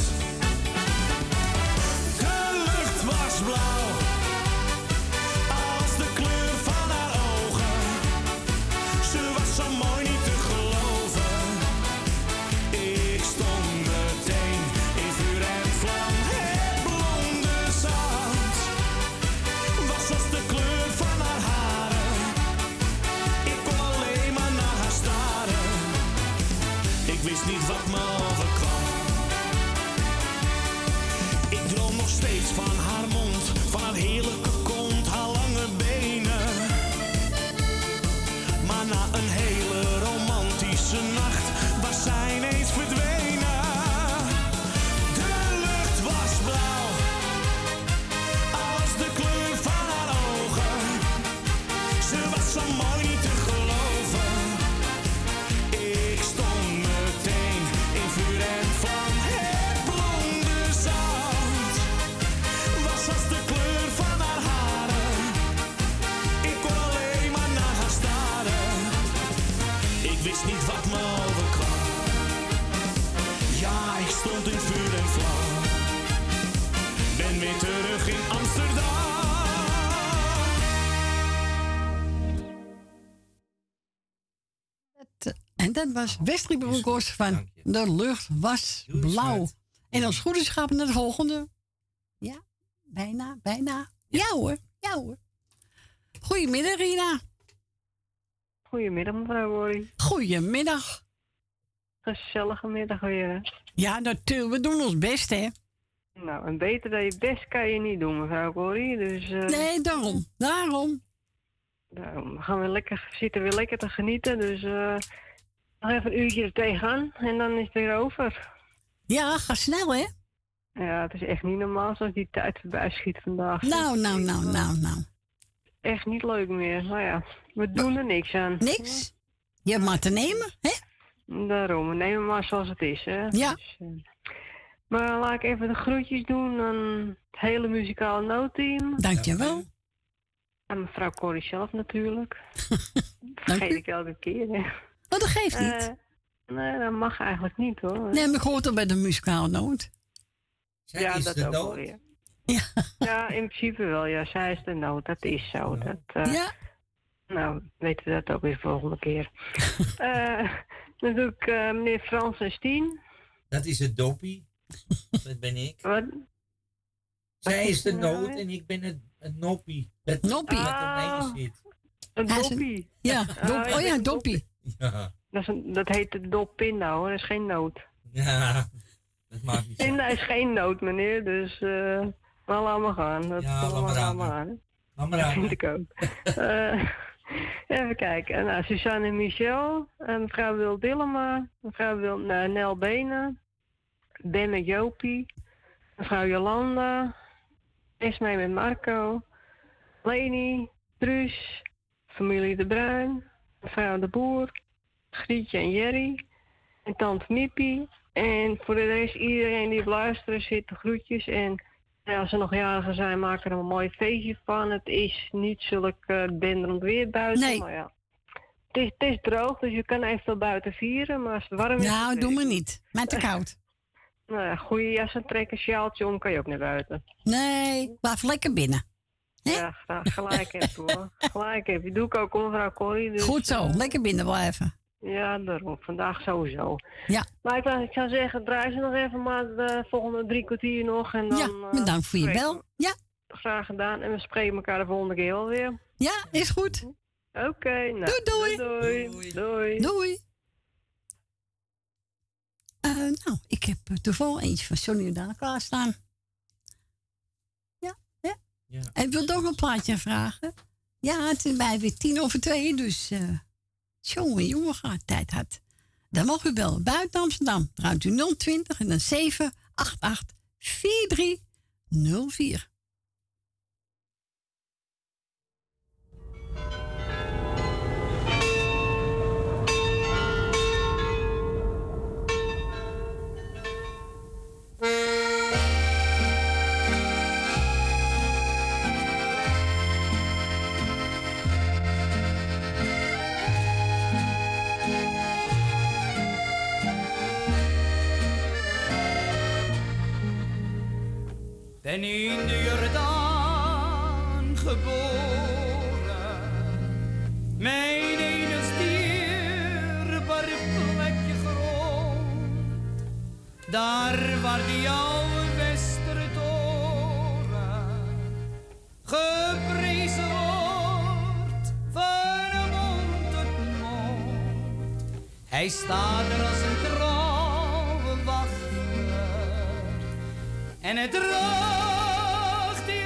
De lucht was blauw, als de kleur van haar ogen. Ze was zo mooi niet te geloven. Ik stond meteen in vuur en vlam. Het blonde zand was als de kleur van haar haren. Ik kon alleen maar naar haar staren. Ik wist niet wat me overkwam. Ik droom nog steeds van haar mond, van haar heerlijke kont, haar lange benen. Maar na een hele romantische nacht was zij ineens verdwenen. De lucht was blauw, als de kleur van haar ogen. Ze was zo mooi niet te geloven. Ik stond meteen in vuur en vlam. Het blonde zand was als de kleur van haar haren. Ik kon alleen maar naar haar staren. Ik wist niet wat me overkwam. Ja, ik stond in vuur en vlam. Ben weer terug in Amsterdam. En dat was Wesley Bronkhorst van De lucht was blauw. En als het goed is gaan we naar de volgende. Ja, bijna, bijna. Ja hoor, ja hoor. Goedemiddag Rina. Goedemiddag mevrouw Worry. Goedemiddag. Gezellige middag weer. Hè? Ja, natuurlijk. We doen ons best, hè. Nou, en beter dan je best kan je niet doen, mevrouw Worry. Dus, uh, nee, daarom. Daarom. Daarom gaan we lekker, zitten weer lekker te genieten. Dus uh, nog even een uurtje er tegenaan en dan is het weer over. Ja, ga snel, hè. Ja, het is echt niet normaal zoals die tijd voorbij schiet vandaag. Nou, nou, nou, nou, nou. Echt niet leuk meer. Nou ja, we doen er niks aan. Niks? Je hebt maar te nemen, hè? Daarom, we nemen maar zoals het is, hè. Ja. Dus, uh, maar laat ik even de groetjes doen aan het hele muzikale noodteam. Dankjewel. En mevrouw Corrie zelf natuurlijk. Dat vergeet ik elke keer, hè. Oh, dat geeft niet. Uh, nee, dat mag eigenlijk niet, hoor. Nee, maar ik hoor het bij de muzikale noot. Zij ja, dat ook wel weer. Ja. Ja, in principe wel. Ja, zij is de nood. Dat is zo. Dat, uh, ja. Nou, weten we dat ook weer de volgende keer. uh, dan doe ik uh, meneer Frans en Stien. Dat is het dopie. Dat ben ik. Wat? Zij is de nood en ik ben het, het noppie. Het noppie. Dat omheen zit. Een doppie. Ja, dop, oh ja, doppie. Ja. Dat, is een, dat heet de doppinda hoor, dat is geen noot. Ja, dat maakt niet En daar is geen nood, meneer, dus uh, maar laat maar gaan. Dat Ja, laat maar aan. aan. Laat maar aan. Dat vind ik ook. uh, even kijken. Nou, Suzanne en Michel, uh, mevrouw Wil Dillema, mevrouw Wil uh, Nel Benen, Ben met Jopie, mevrouw Jolanda, Esmee met Marco, Leni, Truus, familie De Bruin, mevrouw De Boer, Grietje en Jerry en tante Mippie. En voor de rest, iedereen die op luisteren zit, de groetjes. En ja, als ze nog jarigen zijn, maken er een mooi feestje van. Het is niet zulk uh, denderend weer buiten, nee. maar ja. Het is, het is droog, dus je kan eventueel buiten vieren, maar als het warm is... Nou, doe maar niet. Maar te koud. Nou ja, goede jas en trekken, sjaaltje om, kan je ook naar buiten. Nee, blijf lekker binnen. He? Ja, graag, gelijk heb je hoor. Gelijk heb je. Doe ik ook, mevrouw Corrie. Dus, goed zo, uh, lekker binnen blijven. Ja, daarom. Vandaag sowieso. Ja. Maar ik, ik zou zeggen, draai ze nog even maar de volgende drie kwartier nog. En dan, ja, bedankt voor je uh, bel. Ja. Graag gedaan. En we spreken elkaar de volgende keer wel weer. Ja, is goed. Oké, okay, nou. Doei, doei. Doei. Doei. Doei. Doei. Uh, nou, ik heb toevallig eentje van Sonny Jordaan klaarstaan. Ja, ja. ja. En ik wil toch een plaatje vragen. Ja, het is bij weer tien over twee, dus... Uh, jongen, jongen, gaat tijd had. Dan mag u bellen. Buiten Amsterdam. Ruimt u nul twintig en dan zeven acht acht vier drie nul vier. Ben in de Jordaan geboren, mijn enige dierbare plekje grond, daar waar die oude Westertoren geprezen wordt van mond tot mond. Hij staat er als een trouwe wachter en het draagt die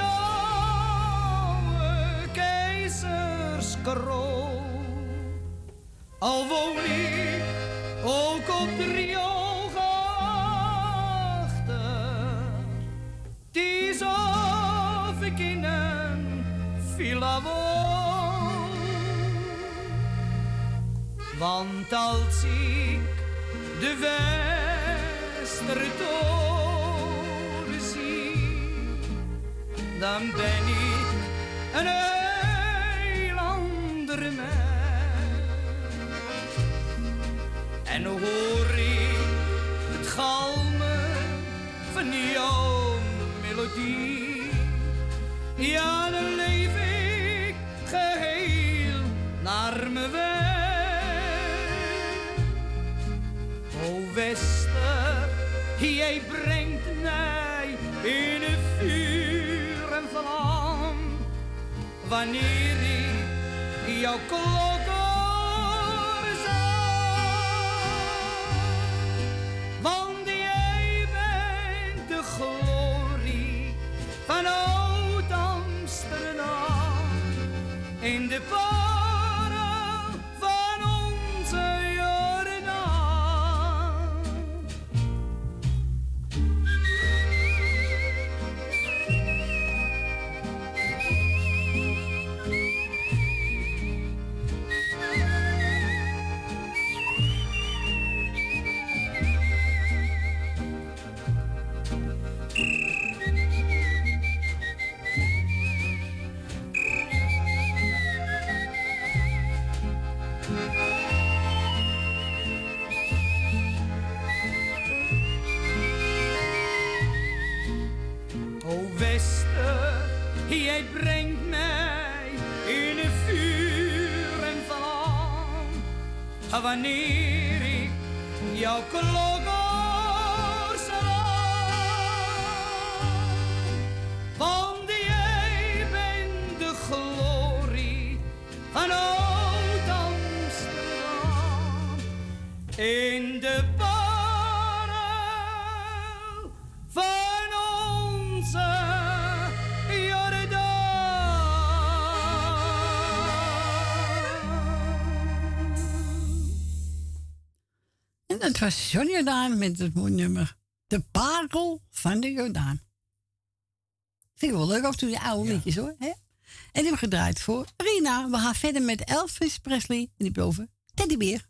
oude keizerskroon. Al woon ik ook op de rioolgrachten, die is of ik in een villa woon. Want als ik de Westertoren zie, dan ben ik een heel ander mens. En hoor ik het galmen van jouw melodie, ja, dan leef ik geheel naar mijn weg. O Wester, jij brengt mij in een vuur en vlam, wanneer ik jouw klok hoor slaan. Want jij bent de glorie van oud Amsterdam, in de parel van onze Jordaan. O Wester, jij brengt mij in een vuur en vlam, wanneer ik jouw klok hoor slaan. Want jij bent de glorie van oud Amsterdam, in de parel En dat was Johnny Jordaan met het mooie nummer De Parel van de Jordaan. Vind ik wel leuk, ook toen die oude liedjes hoor. Hè? En die hebben we gedraaid voor Rina. We gaan verder met Elvis Presley en die boven Teddybeer.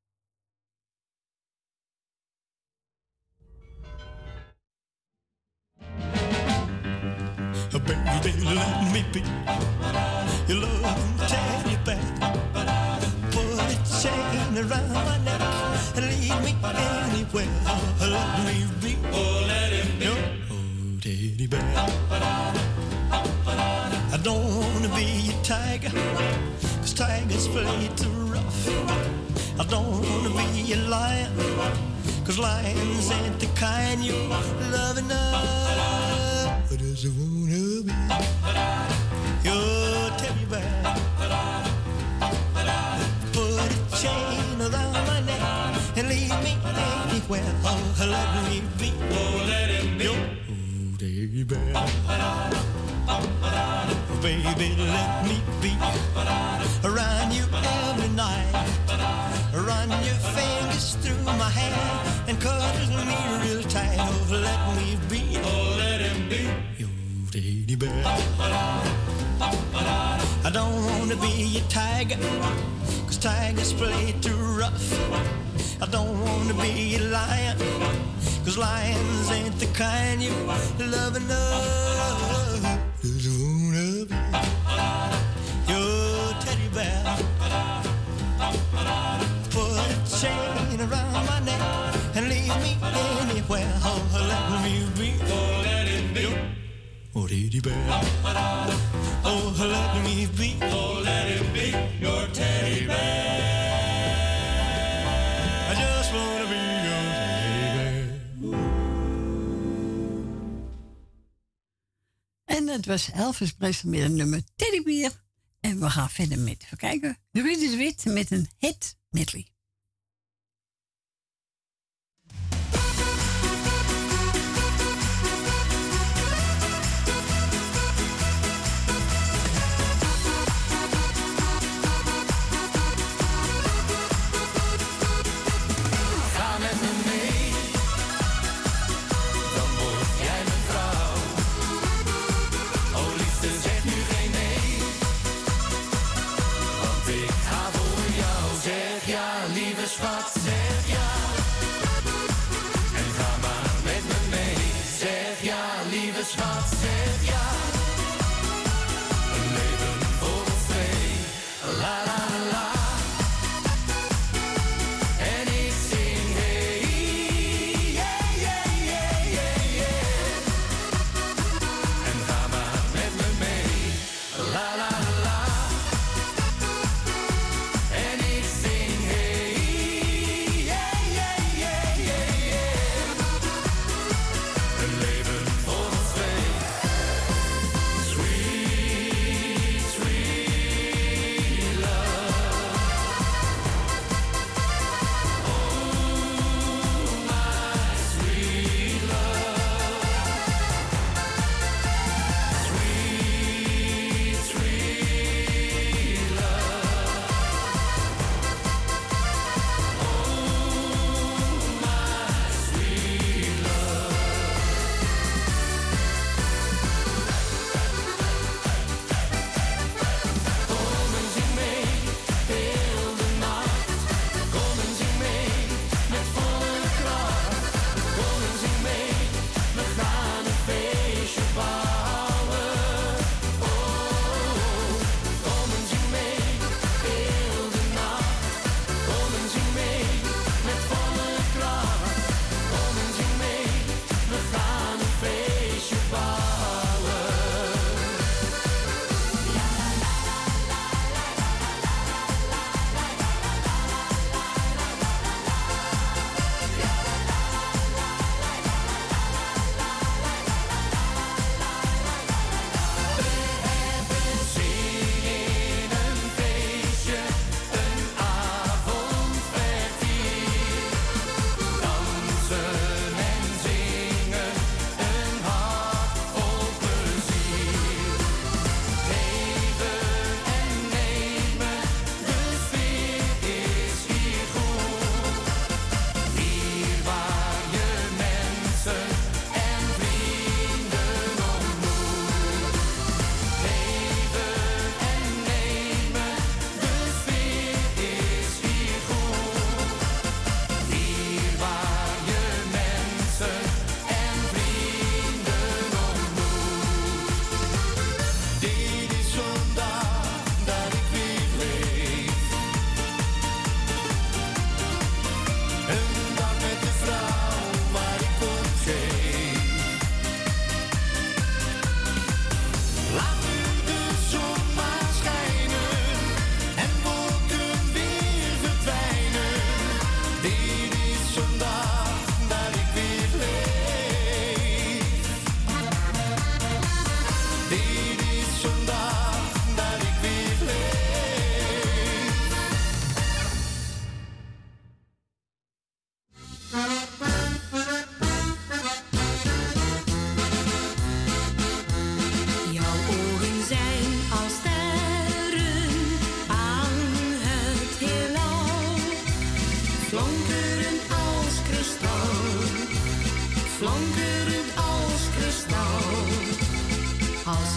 Baby, let me be your loving teddy bear. Put a chain around my neck and lead me anywhere. Let me be, oh, let him be your teddy bear. I don't wanna be a tiger, 'cause tigers play too rough. I don't wanna be a lion, 'cause lions ain't the kind you love enough. I just wanna be your teddy bear. Put a chain around my neck and lead me anywhere. Oh, let me be, oh, let him be your teddy bear. Baby, let me be around you every night. Run your fingers through my hair and cuddle me real tight. Oh, let me be, oh, let him be your teddy bear. I don't wanna be a tiger, 'cause tigers play too rough. I don't wanna be a lion, 'cause lions ain't the kind you love enough. Just wanna be your teddy bear. Put a chain around my neck and leave me anywhere. Oh, let me be, oh, let it be your teddy bear. Oh, let me be, oh, let it be your teddy bear. I just wanna be your teddy bear. En dat was Elvis Presley met een nummer Teddybeer. En we gaan verder met, even kijken, Ruud de Wit met een hit medley. Ga met me mee, dan word jij mijn vrouw. Oh liefste, zeg nu geen nee, want ik ga voor jou. Zeg ja, liefde.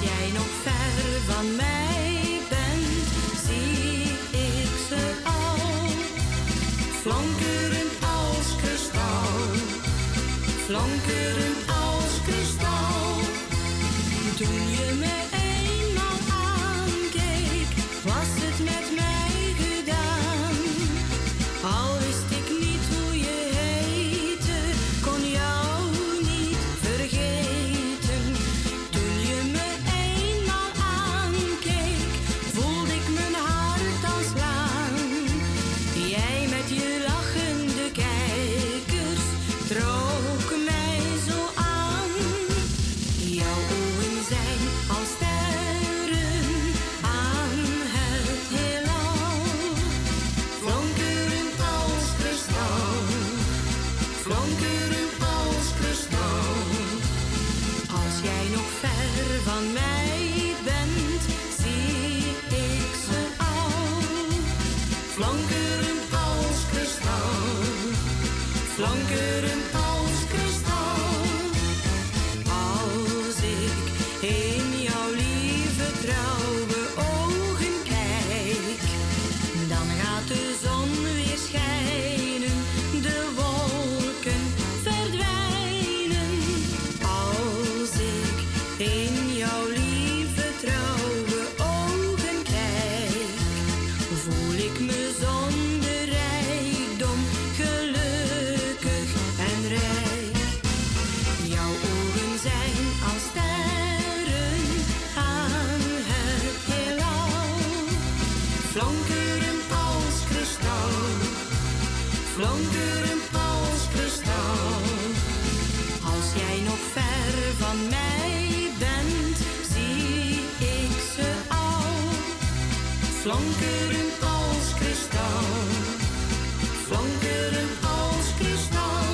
jij nog ver van mij bent, zie ik ze al. Flonkerend als kristal, flonkerend als kristal. Toen je me eenmaal aankeek, was het met mij gedaan. Al wist ik niet hoe je heette, kon jou niet vergeten. Toen je me eenmaal aankeek, voelde ik mijn hart al slaan. Jij met je lachende kijkers trok mij zo aan. Jouw ogen zijn als sterren aan het heelal. Flonkerend als kristal, flonkerend als kristal. Als jij nog ver van mij bent, zie ik ze al. Flonkerend als kristal, flonkerend als kristal. Als ik in jouw lieve trouwe ogen kijk, dan gaat de zon weer schijnen, de wolken verdwijnen. Als ik in jouw lieve trouwe ogen kijk, voel ik me zonder rijkdom gelukkig en rijk. Jouw ogen zijn als sterren aan het heelal. Flonkerend als kristal, flonkerend als kristal. Als jij nog ver van mij bent, zie ik ze al. Flonkerend als kristal, flonkerend als kristal.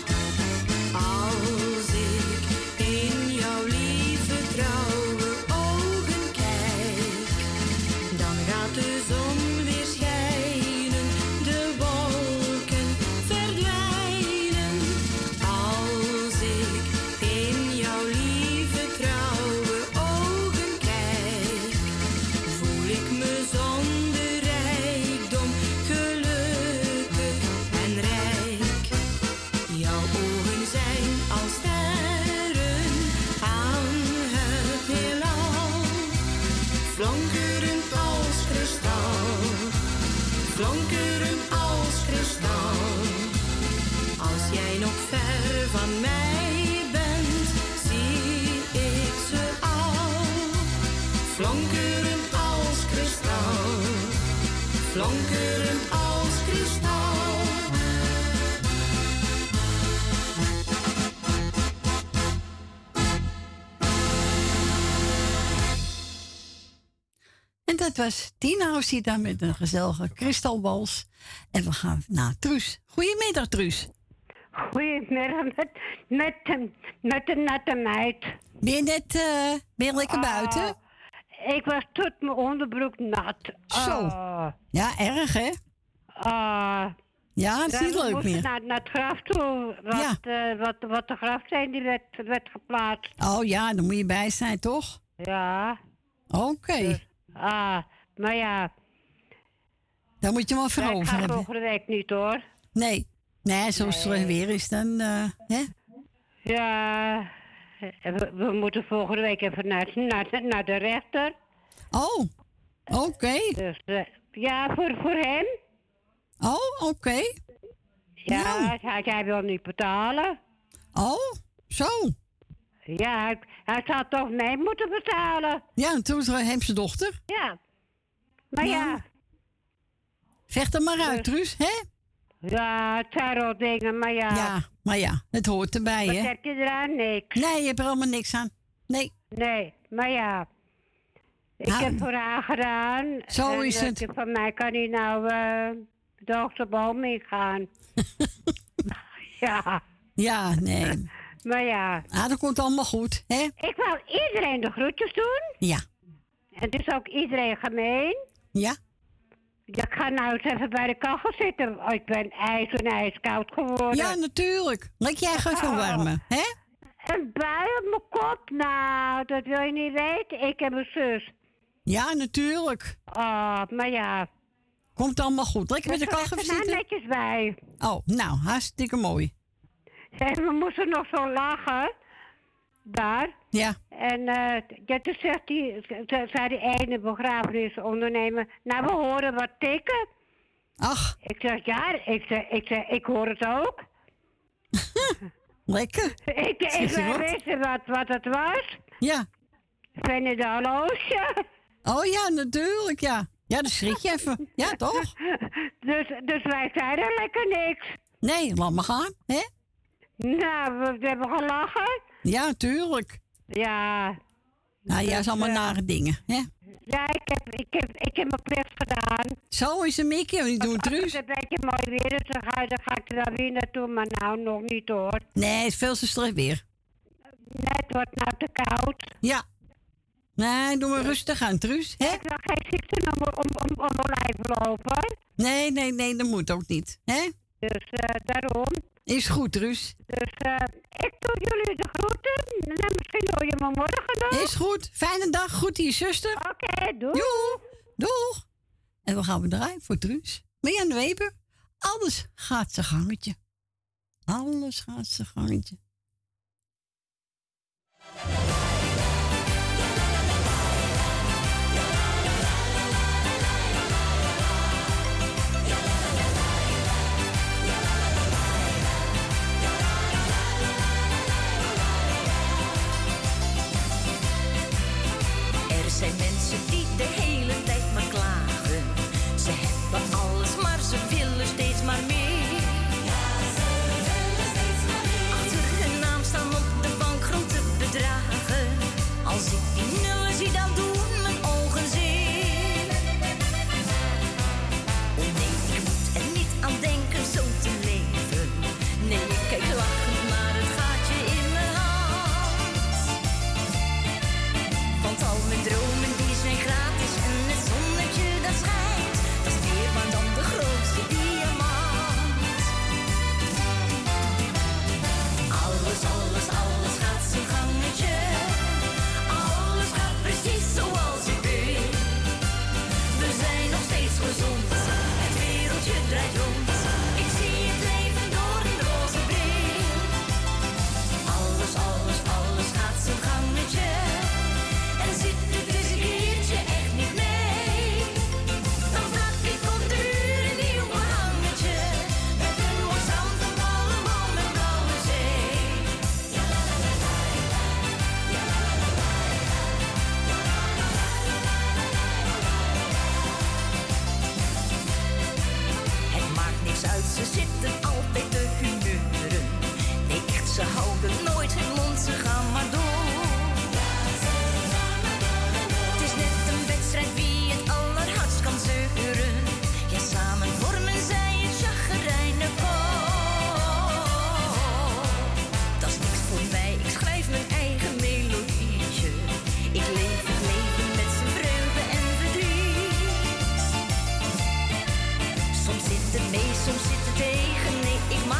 Als ik in jouw lieve trouwe ogen kijk, dan gaat de zon weer schijnen, de wolken verdwijnen. Als ik in jouw lieve trouwe ogen kijk, voel ik me zonder rijkdom gelukkig en rijk. Jouw ogen zijn als sterren aan het heelal. Flonkerend als kristal, flonkerend als kristal. Als jij nog ver van mij bent, zie ik ze al. Flonkerend als kristal, flonkerend als kristal. En dat was Tina Rosita met een gezellige kristalwals. En we gaan naar Truus. Goedemiddag, Truus. Goedemiddag met, met, een- met een natte meid. Ben je net eh, ben je lekker buiten? Oh, ik was tot mijn onderbroek nat. Zo. Oh. Ja, erg hè? Ah. Ja, dat is niet we leuk moesten meer. Naar, naar het graf toe. Wat, eh, wat, wat de grafsteen die werd, werd geplaatst. Oh ja, dan moet je bij zijn, toch? Ja. Oké. Ah, maar ja. Daar moet je wel voor Ik over ga hebben. volgende week niet hoor. Nee. Nee, zoals het weer is, dan... eh, hè? Ja. We, we moeten volgende week even naar, naar, naar de rechter. Oh. Oké. Dus, eh, ja, voor, voor hem. Oh, oké. Ja, Nou. hij, hij wil niet betalen. Oh, zo. Ja, hij, hij zou toch mee moeten betalen. Ja, en toen was er hem zijn dochter. Ja. Maar Nou, ja. Vecht er maar uit, Dus- Truus, hè? Ja, het zijn wel dingen, maar ja. Ja, maar ja, het hoort erbij, Wat hè? heb je eraan? Niks. Nee, je hebt er helemaal niks aan. Nee. Nee, maar ja. Ik Nou, heb voor haar gedaan. zo en, is eh, het. Van mij kan hij nou eh de hoogste boom ingaan. ja. Ja, nee. Maar ja. Ah, dat komt allemaal goed, hè? Ik wou iedereen de groetjes doen. Ja. En het is ook iedereen gemeen. Ja. Ja, ik ga nou eens even bij de kachel zitten. Oh, ik ben ijs en ijskoud geworden. Ja, natuurlijk. Laat jij even verwarmen, hè? een bui op mijn kop. Nou, dat wil je niet weten. Ik heb een zus. Ja, natuurlijk. Oh, maar ja. Komt allemaal goed. Lekker met de kachel Er zitten? er netjes bij. Oh, nou, hartstikke mooi. En we moesten nog zo lachen. Daar. Ja. En uh, ja, toen zegt die, zei die ene begrafenisondernemer, nou, we horen wat tikken. Ach. Ik zeg, ja, ik, zeg, ik, zeg, ik hoor het ook. Lekker. ik ik wist wat, wat het was. Ja. Vind je dat horloge? Oh ja, natuurlijk, ja. Ja, dan schrik je even. Ja, toch? dus, dus wij zeiden lekker niks. Nee, laat maar gaan, hè? Nou, we, we hebben gelachen. Ja, tuurlijk. Ja. Nou, ja, is allemaal uh, nare dingen, hè? Ja, ik heb, ik heb, ik heb mijn plicht gedaan. Zo is het, Mickey. En die doen het Als het een beetje mooi weer is, dan ga, dan ga ik er dan weer naartoe. Maar nou, nog niet hoor. Nee, het is veel te slecht weer. Nee, het wordt nou te koud. Ja. Nee, doe maar rustig aan, Truus. Hè? Ik wil geen ziekte om, om, om, om blijven lopen. Nee, nee, nee, dat moet ook niet. Hè? Dus uh, daarom. Is goed, Truus. Dus uh, ik doe jullie de groeten. En misschien hoor je me morgen nog. Is goed. Fijne dag. Goed je zuster. Oké, okay, doei. Doeg. Doeg. En we gaan we draaien voor Truus. Marianne Weber. Alles gaat zijn gangetje. Alles gaat zijn gangetje. Er zijn mensen die de hele tijd maar klagen. Ze hebben alles, maar ze willen steeds maar meer. Ja, ze willen steeds maar meer. Achter hun naam staan op de bank grote bedragen. Als ik die nullen zie, dan doen mijn ogen zeer. Oh nee, ik moet er niet aan denken zo te leven. Nee, ik kijk lachend naar het gaatje in mijn hand. Want al mijn dromen die zijn gratis en het zonnetje dat schijnt, dat is meer maar dan de grootste diamant. Alles, alles, alles gaat zijn gangetje. Alles gaat precies zoals ik wil. We zijn nog steeds gezond, het wereldje draait rond. Ik zie het leven door een roze bril. Alles, alles, alles gaat zijn gangetje. En zit het dus een keertje echt niet mee, dan plak ik op de muur een nieuw hangetje. Met een mooi zand, een blauwe man met blauwe zee. Het maakt niks uit, ze zitten altijd te humeuren. Nee, echt, ze houden nooit hun mond, ze gaan maar door. Het is net een wedstrijd wie het allerhardst kan zeuren. Ja, samen vormen zij een chagrijnig koor. Dat is niks voor mij, ik schrijf mijn eigen melodietje. Ik leef het leven met zijn vreugde en verdriet. Soms zit het mee, soms zit het tegen. Nee, ik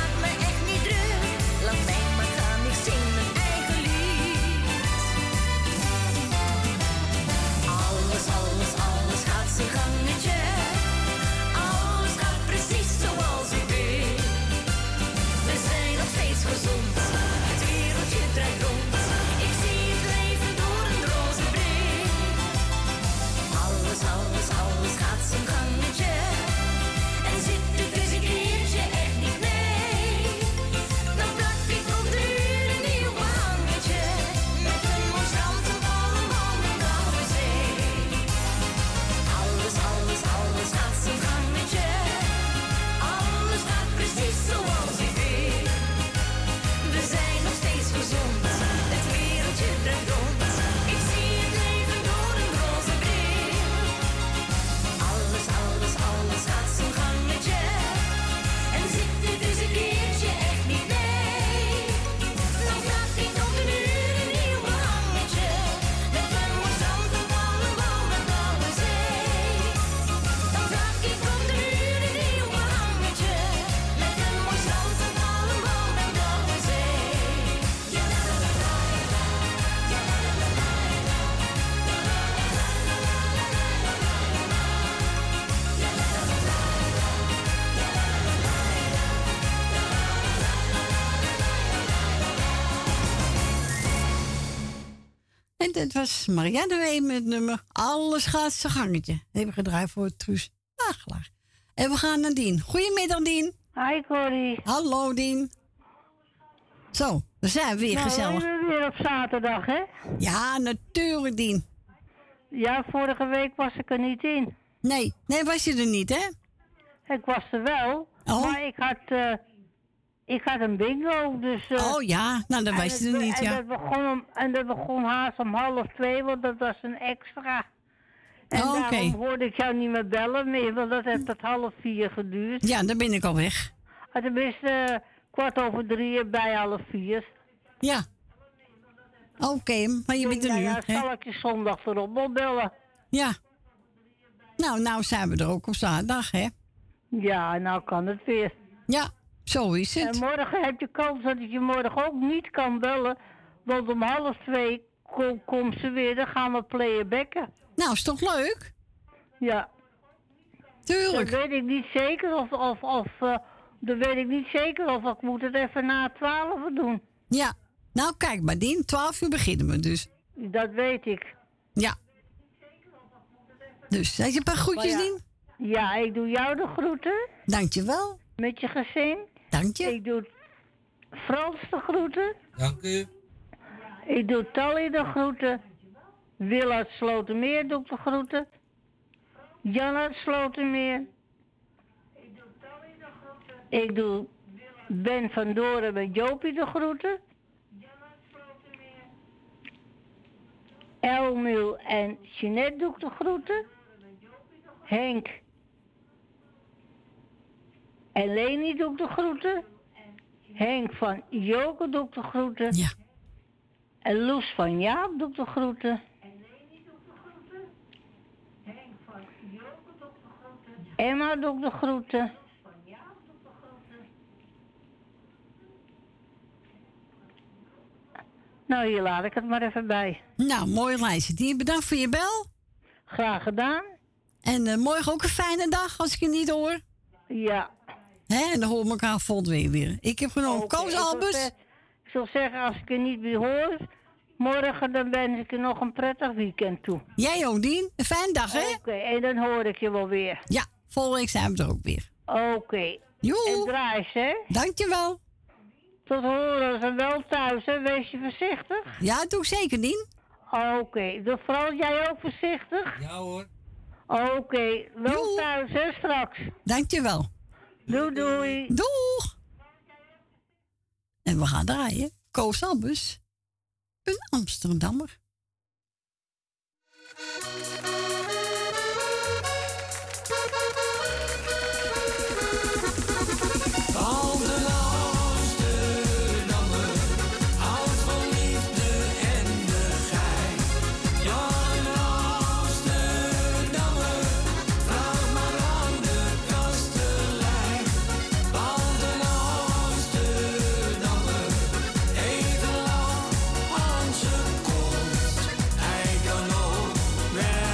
En dat was Marianne Wee met het nummer Alles gaat zijn gangetje. Dat hebben we gedraaid voor Truus Nagelaar. En we gaan naar Dien. Goedemiddag, Dien. Hi, Corrie. Hallo, Dien. Zo, we zijn weer nou, gezellig. We zijn weer op zaterdag, hè? Ja, natuurlijk, Dien. Ja, vorige week was ik er niet in. Nee, nee, was je er niet, hè? Ik was er wel, oh. maar ik had, uh, ik had een bingo, dus... Uh, oh ja, nou dan was je er niet, en ja. Dat begon om, en dat begon haast om half twee, want dat was een extra. En oh, daarom okay. hoorde ik jou niet meer bellen meer, want dat heeft tot half vier geduurd. Ja, dan ben ik al weg. Tenminste, uh, kwart over drie bij half vier. Ja. Oké, okay, maar je bent er ja, nu, ja, hè? zal ik je zondag erop wel bellen. Ja. Nou, nou zijn we er ook op zaterdag, hè? Ja, nou kan het weer. Ja, zo is het. En morgen heb je kans dat ik je morgen ook niet kan bellen, want om half twee kom, komt ze weer, dan gaan we playbacken. Nou, is toch leuk? Ja. Tuurlijk. Dan weet ik niet zeker of, of, of uh, dan weet ik niet zeker of ik moet het even na twaalf doen. Ja. Nou, kijk maar, Dien, twaalf uur beginnen we dus. Dat weet ik. Ja. Dus, heb je een paar groetjes, ja, Dien? Ja, ik doe jou de groeten. Dankjewel. Met je gezin. Dank je. Ik doe Frans de groeten. Dank u. Ik doe Tally de groeten. Wil uit Slotermeer doe ik de groeten. Jan uit Slotermeer. Ik doe Tally de groeten. Ik doe Ben van Doren met Jopie de groeten. Elmiel en Jeanette doe ik de groeten. Henk en Leni doe ik de groeten. Henk van Joke doe ik de groeten. Ja. En Loes van Jaap doe ik de groeten. Emma doe ik de groeten. Nou, hier laat ik het maar even bij. Nou, mooi lijstje. Die bedankt voor je bel. Graag gedaan. En uh, morgen ook een fijne dag als ik je niet hoor. Ja. Hè? En dan horen we elkaar volgende week weer. Ik heb genomen okay, Koos Albers. Ik zal zeggen, als ik je niet meer hoor, morgen dan wens ik je nog een prettig weekend toe. Jij ook, Dien. Een fijne dag, hè? Oké, okay, en dan hoor ik je wel weer. Ja, volgende week zijn we er ook weer. Oké. Okay. En draai hè? Dankjewel. Tot horen en wel thuis, hè? Wees je voorzichtig. Ja, dat doe ik zeker, Dien. Oké. Okay. Dus vooral jij ook voorzichtig? Ja hoor. Oké. Okay. Wel Joe. Thuis, hè, straks. Dankjewel. Doei, doei. Doeg. En we gaan draaien. Koos Albers. Een Amsterdammer. Hij kan ook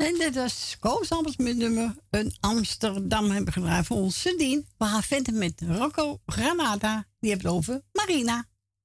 En dit was Koos Albers met nummer een Amsterdam hebben gedraaid voor onze dien. We gaan verder met Rocco Granata. Die heeft het over Marina.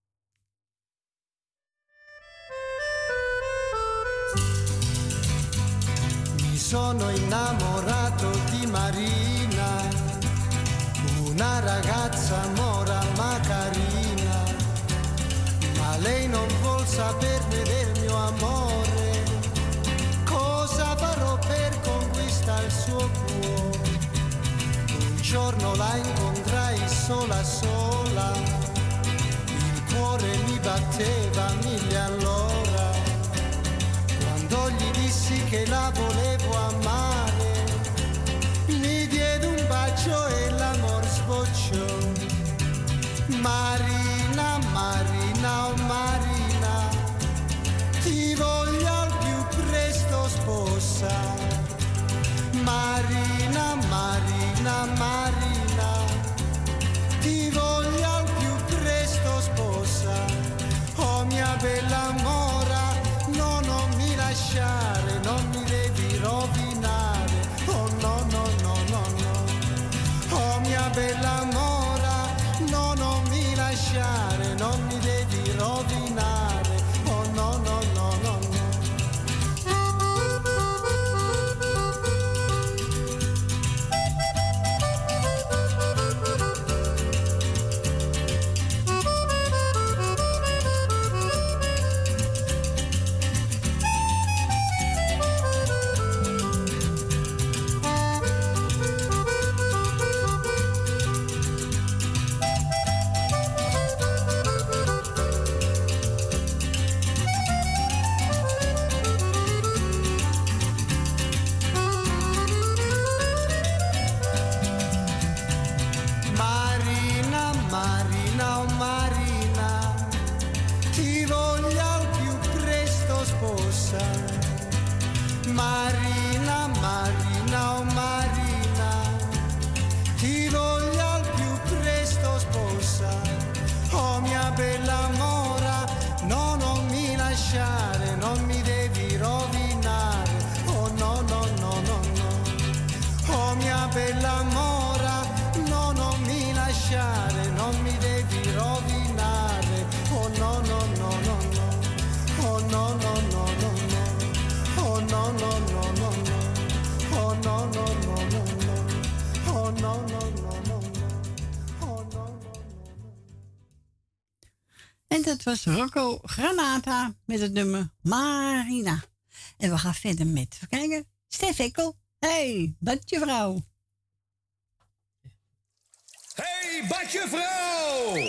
Mi sono innamorato di Marina, una ragazza mora ma carina, ma lei non vuol saperne del mio amore. Cosa farò per conquistare il suo cuore? Un giorno la incontrai sola sola, il cuore mi batteva mille all'ora. Quando gli dissi che la volevo amare, mi diede un bacio e l'amor sbocciò. Marina, Marina, oh Marina, ti voglio al più presto sposare. Marina, Marina, Marina, ti voglio al più presto sposare. Oh mia bella mora, no, non mi lasciare, non mi devi rovinare. Oh no, no, no, no, no. Oh mia bella mora, no, non mi lasciare, non mi devi rovinare. Oh no, no, no, no, no. Marina, Marina, oh Marina, ti voglio al più presto sposare. Marina, Marina, oh Marina, ti voglio al più presto sposare. Oh mia bella mora, no, non mi lasciare, non mi devi rovinare. Oh no, no, no, no, no. Oh mia bella mora, no, non mi lasciare, non mi devi rovinare. Oh no, no, no, no, no. Oh no, no, no, no, no. Oh no, no, no, no, no. Oh no, no, no, no, no. Oh no, no, no, no, no. Oh no, no. En dat was Rocco Granata met het nummer Marina. En we gaan verder met, even kijken, Stef Ekkel. Hey, dat je vrouw. Hey, Badje Vrouw!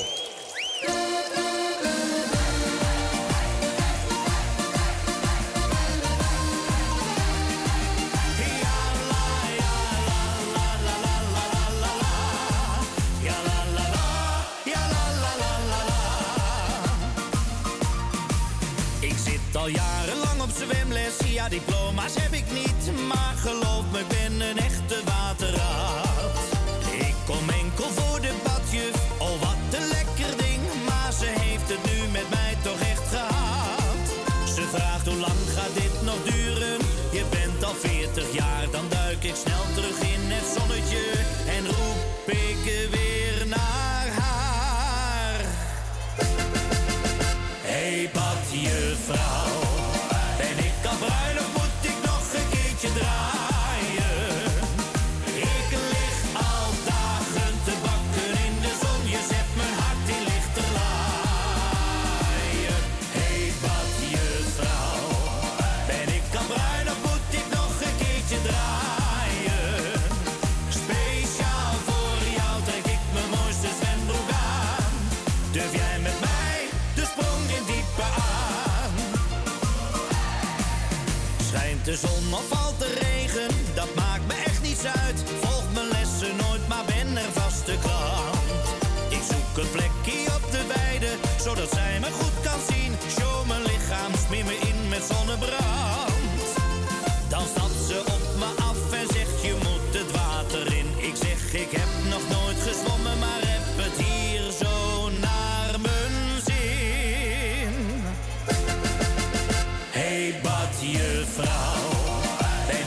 Ik zit al jarenlang op zwemles, ja diploma's heb ik niet, maar geloof me, ik ben een echte waterraad. Ik kom enkel voor de badjuf, oh wat een lekker ding, maar ze heeft het nu met mij toch echt gehad. Ze vraagt hoe lang gaat dit nog duren, je bent al veertig jaar, dan duik ik snel terug in het zonnetje en roep ik weer naar haar. Hey badjevrouw, ben ik al bruin of moet ik nog een keertje draaien? Ik lig al dagen te bakken in de zon, je zet mijn hart in lichte laaien. Hey badjevrouw, ben ik al bruin of moet ik nog een keertje draaien? Speciaal voor jou trek ik mijn mooiste zwembroek aan. Durf jij met mij de sprong in diepe aan? Schijnt de zon of valt de regen, dat maakt me echt niets uit. Volg mijn lessen nooit, maar ben er vaste klant. Ik zoek een plekje op de weide, zodat zij me goed kan zien. Show mijn lichaam, smeer me in met zonnebrand. Dan stapt ze op me af en zegt je moet het water in. Ik zeg ik heb nog nooit gezwommen, maar heb het hier zo naar mijn zin. Hey badjevrouw, ben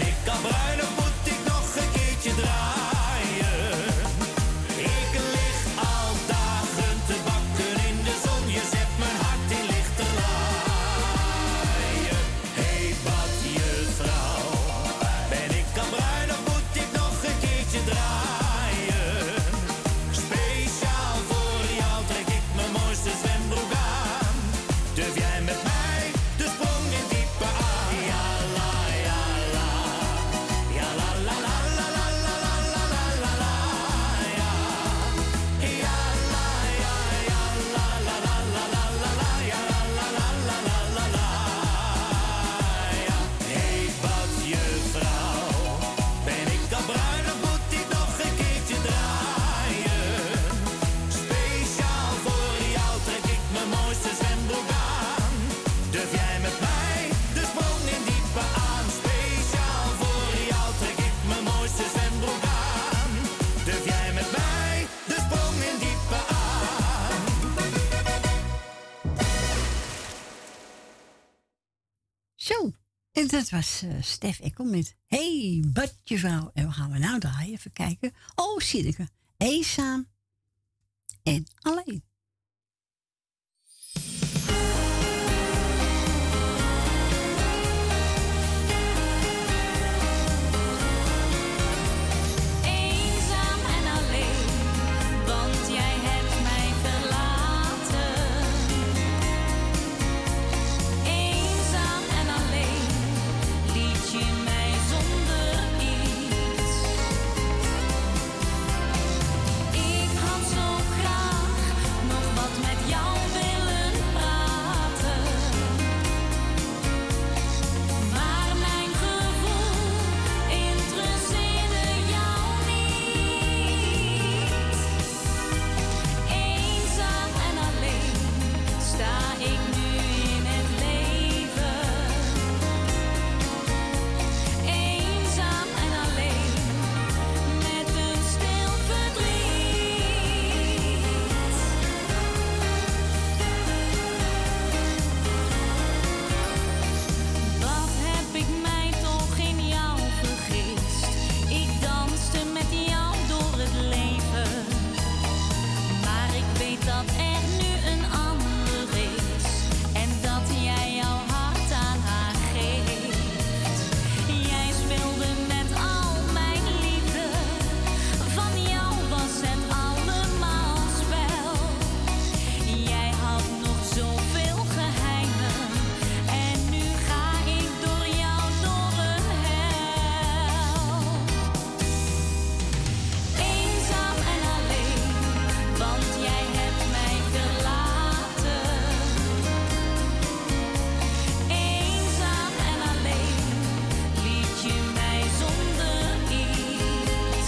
Zo, en dat was uh, Stef Ekkel met Hey, Badje Vrouw. En we gaan we nou draaien, even kijken. Oh, Sinneke, eenzaam en alleen. Eenzaam en alleen, want jij hebt mij verlaten. Eenzaam en alleen, liet je mij zonder iets. Ik had zo graag nog wat met jou willen praten. Maar mijn gevoel interesseerde jou niet. Eenzaam en alleen sta ik nu in het leven. Eenzaam en alleen met een stil verdriet. Wat heb ik mij toch in jou vergist? Ik danste met jou door het leven. Maar ik weet dat er nu een ander is. En dat jij jouw hart aan haar geeft. Jij speelde met al mijn liefde. Van jou was het allemaal spel. Jij had nog zoveel geheimen. En nu ga ik door jou door een hel. Eenzaam en alleen, want jij hebt mij verlaten. Eenzaam en alleen, liet je mij zonder iets.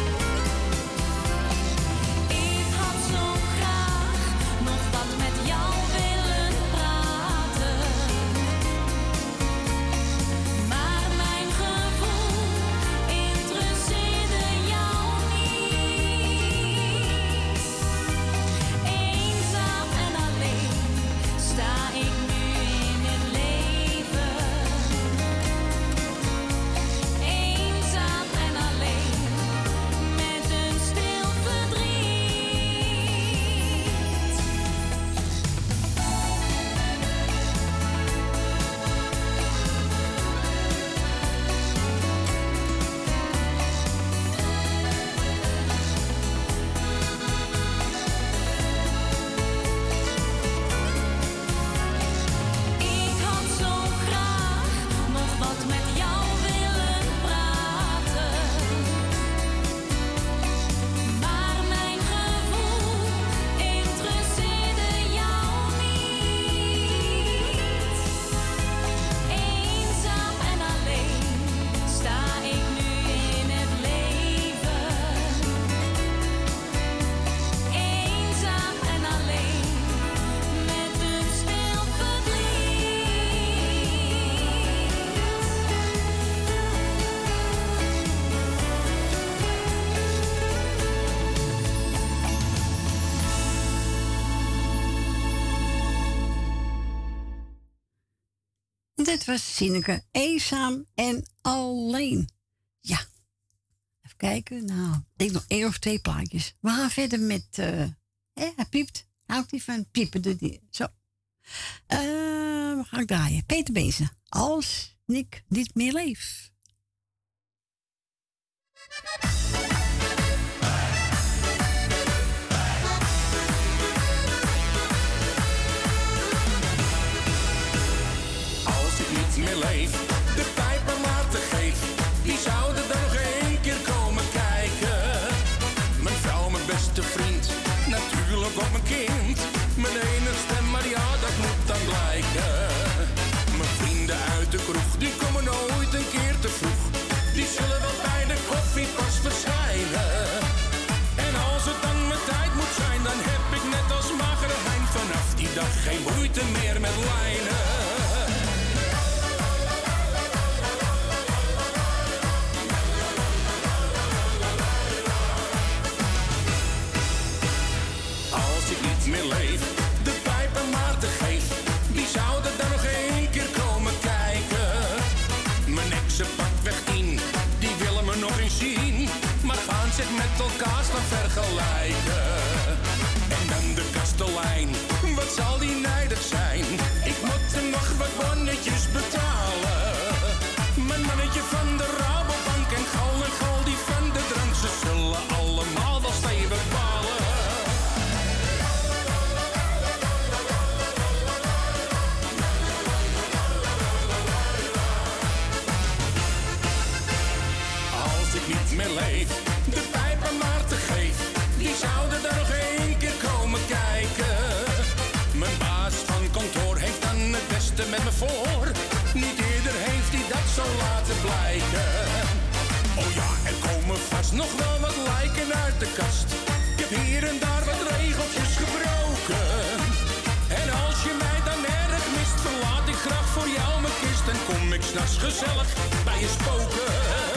Ik had zo graag nog wat met jou willen praten. Maar mijn gevoel interesseerde jou niet. Eenzaam en alleen sta ik nu in het leven. Eenzaam en alleen met een stil verdriet. Ik had zo graag nog wat met jou willen praten. Maar mijn gevoel interesseerde jou niet. Eenzaam en alleen sta ik nu in het leven. Eenzaam en alleen met een stil verdriet. Dit was Sinneke, eenzaam en alleen. Ja, even kijken. Nou, ik denk nog één of twee plaatjes. We gaan verder met, eh, hè, hij piept. Houdt hij van piepen? De die, zo. Eh, we gaan draaien. Peter Bezen, als ik niet meer leef. Als ik niet meer leef, de tijd me maar te geef, wie zou er dan nog één keer komen kijken? Mijn vrouw, mijn beste vriend, natuurlijk ook mijn kind. Mijn enigste, maar ja, dat moet dan blijken. Mijn vrienden uit de kroeg, die komen nooit een keer te vroeg. Die zullen wel bij de koffie pas verschijnen. En als het dan mijn tijd moet zijn, dan heb ik net als magere Hein vanaf die dag geen moeite meer met lijnen. Als ik niet meer leef, de pijpen maar te geef, wie zou er dan nog één keer komen kijken? met elkaar staan vergelijken. En dan de kastelein, wat zal die nijdig zijn? Ik moet hem nog wat bonnetjes betalen. Mijn mannetje van de Rabobank en Gal en Gal die van de drank, ze zullen allemaal wel stevig balen. Als ik niet meer leef, de pijp aan Maarten geef, die zouden er nog één keer komen kijken. Mijn baas van kantoor heeft dan het beste met me voor. Niet eerder heeft hij dat zo laten blijken. Oh ja, er komen vast nog wel wat lijken uit de kast. Ik heb hier en daar wat regeltjes gebroken. En als je mij dan erg mist, verlaat ik graag voor jou mijn kist. En kom ik s'nachts gezellig bij je spoken.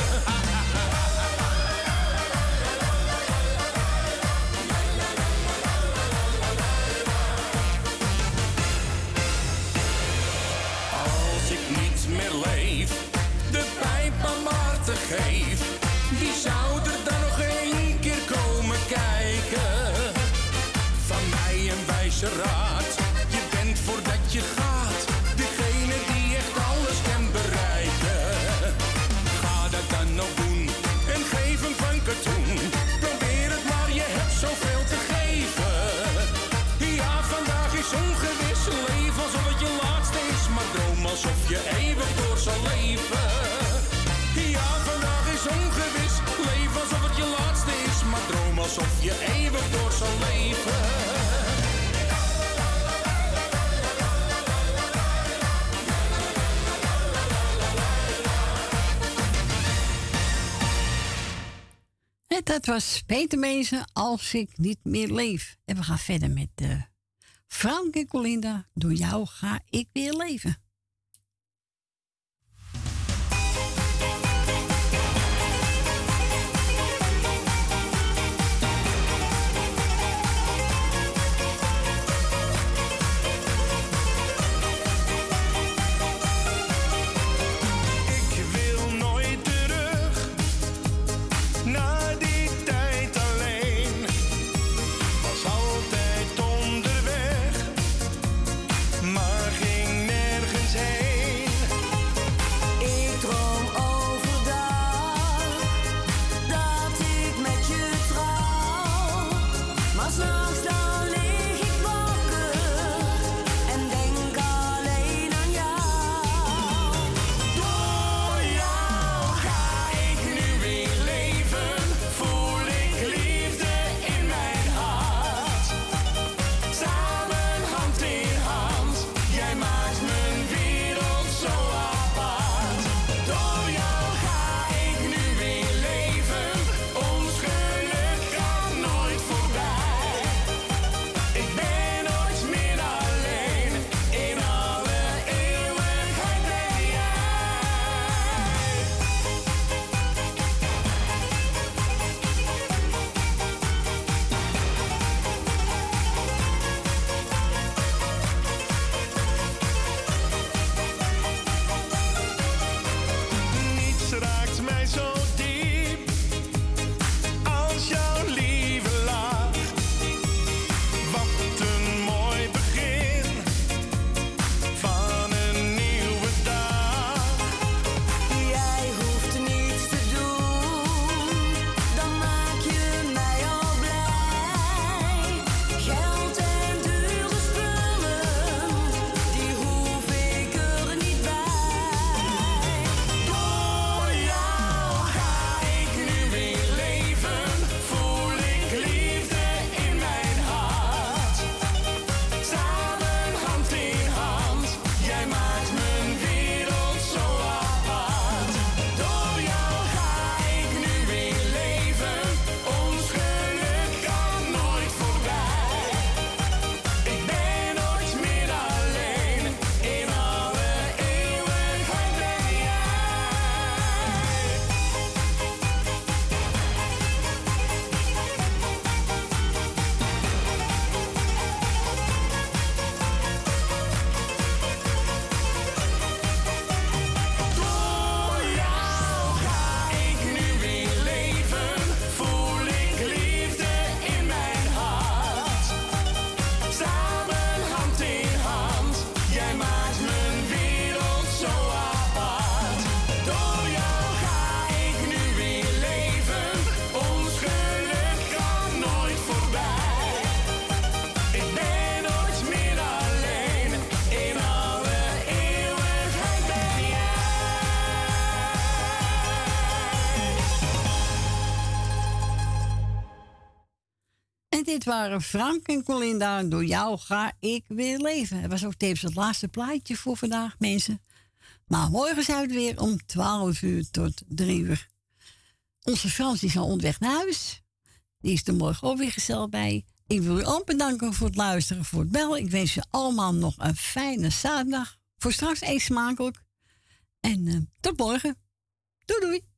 Als ik niet meer leef, de pijp aan Maarten geef, wie zou er dan nog één keer komen kijken? Van mij een wijze raad, je bent voordat je gaat degene die echt alles kan bereiken. Ga dat dan nog doen en geef hem van katoen. Probeer het maar, je hebt zoveel te geven. Ja, vandaag is ongewis, leef alsof het je laatste is, maar droom alsof je eeuwig door zal leven. Ja, vandaag is ongewis, leef alsof het je laatste is, maar droom alsof je eeuwig door zal leven. En dat was Peter Mezen, Als ik niet meer leef. En we gaan verder met uh, Frank en Colinda. Door jou ga ik weer leven. Ik wil nooit terug naar die tijd alleen. Was altijd onderweg, maar ging nergens dit waren Frank en Colinda. Door jou ga ik weer leven. Het was ook tevens het laatste plaatje voor vandaag, mensen. Maar morgen zijn we weer om twaalf uur tot drie uur. Onze Frans die is al onderweg naar huis. Die is er morgen ook weer gezellig bij. Ik wil u ook bedanken voor het luisteren, voor het bellen. Ik wens je allemaal nog een fijne zaterdag. Voor straks eet smakelijk. En uh, tot morgen. Doei doei.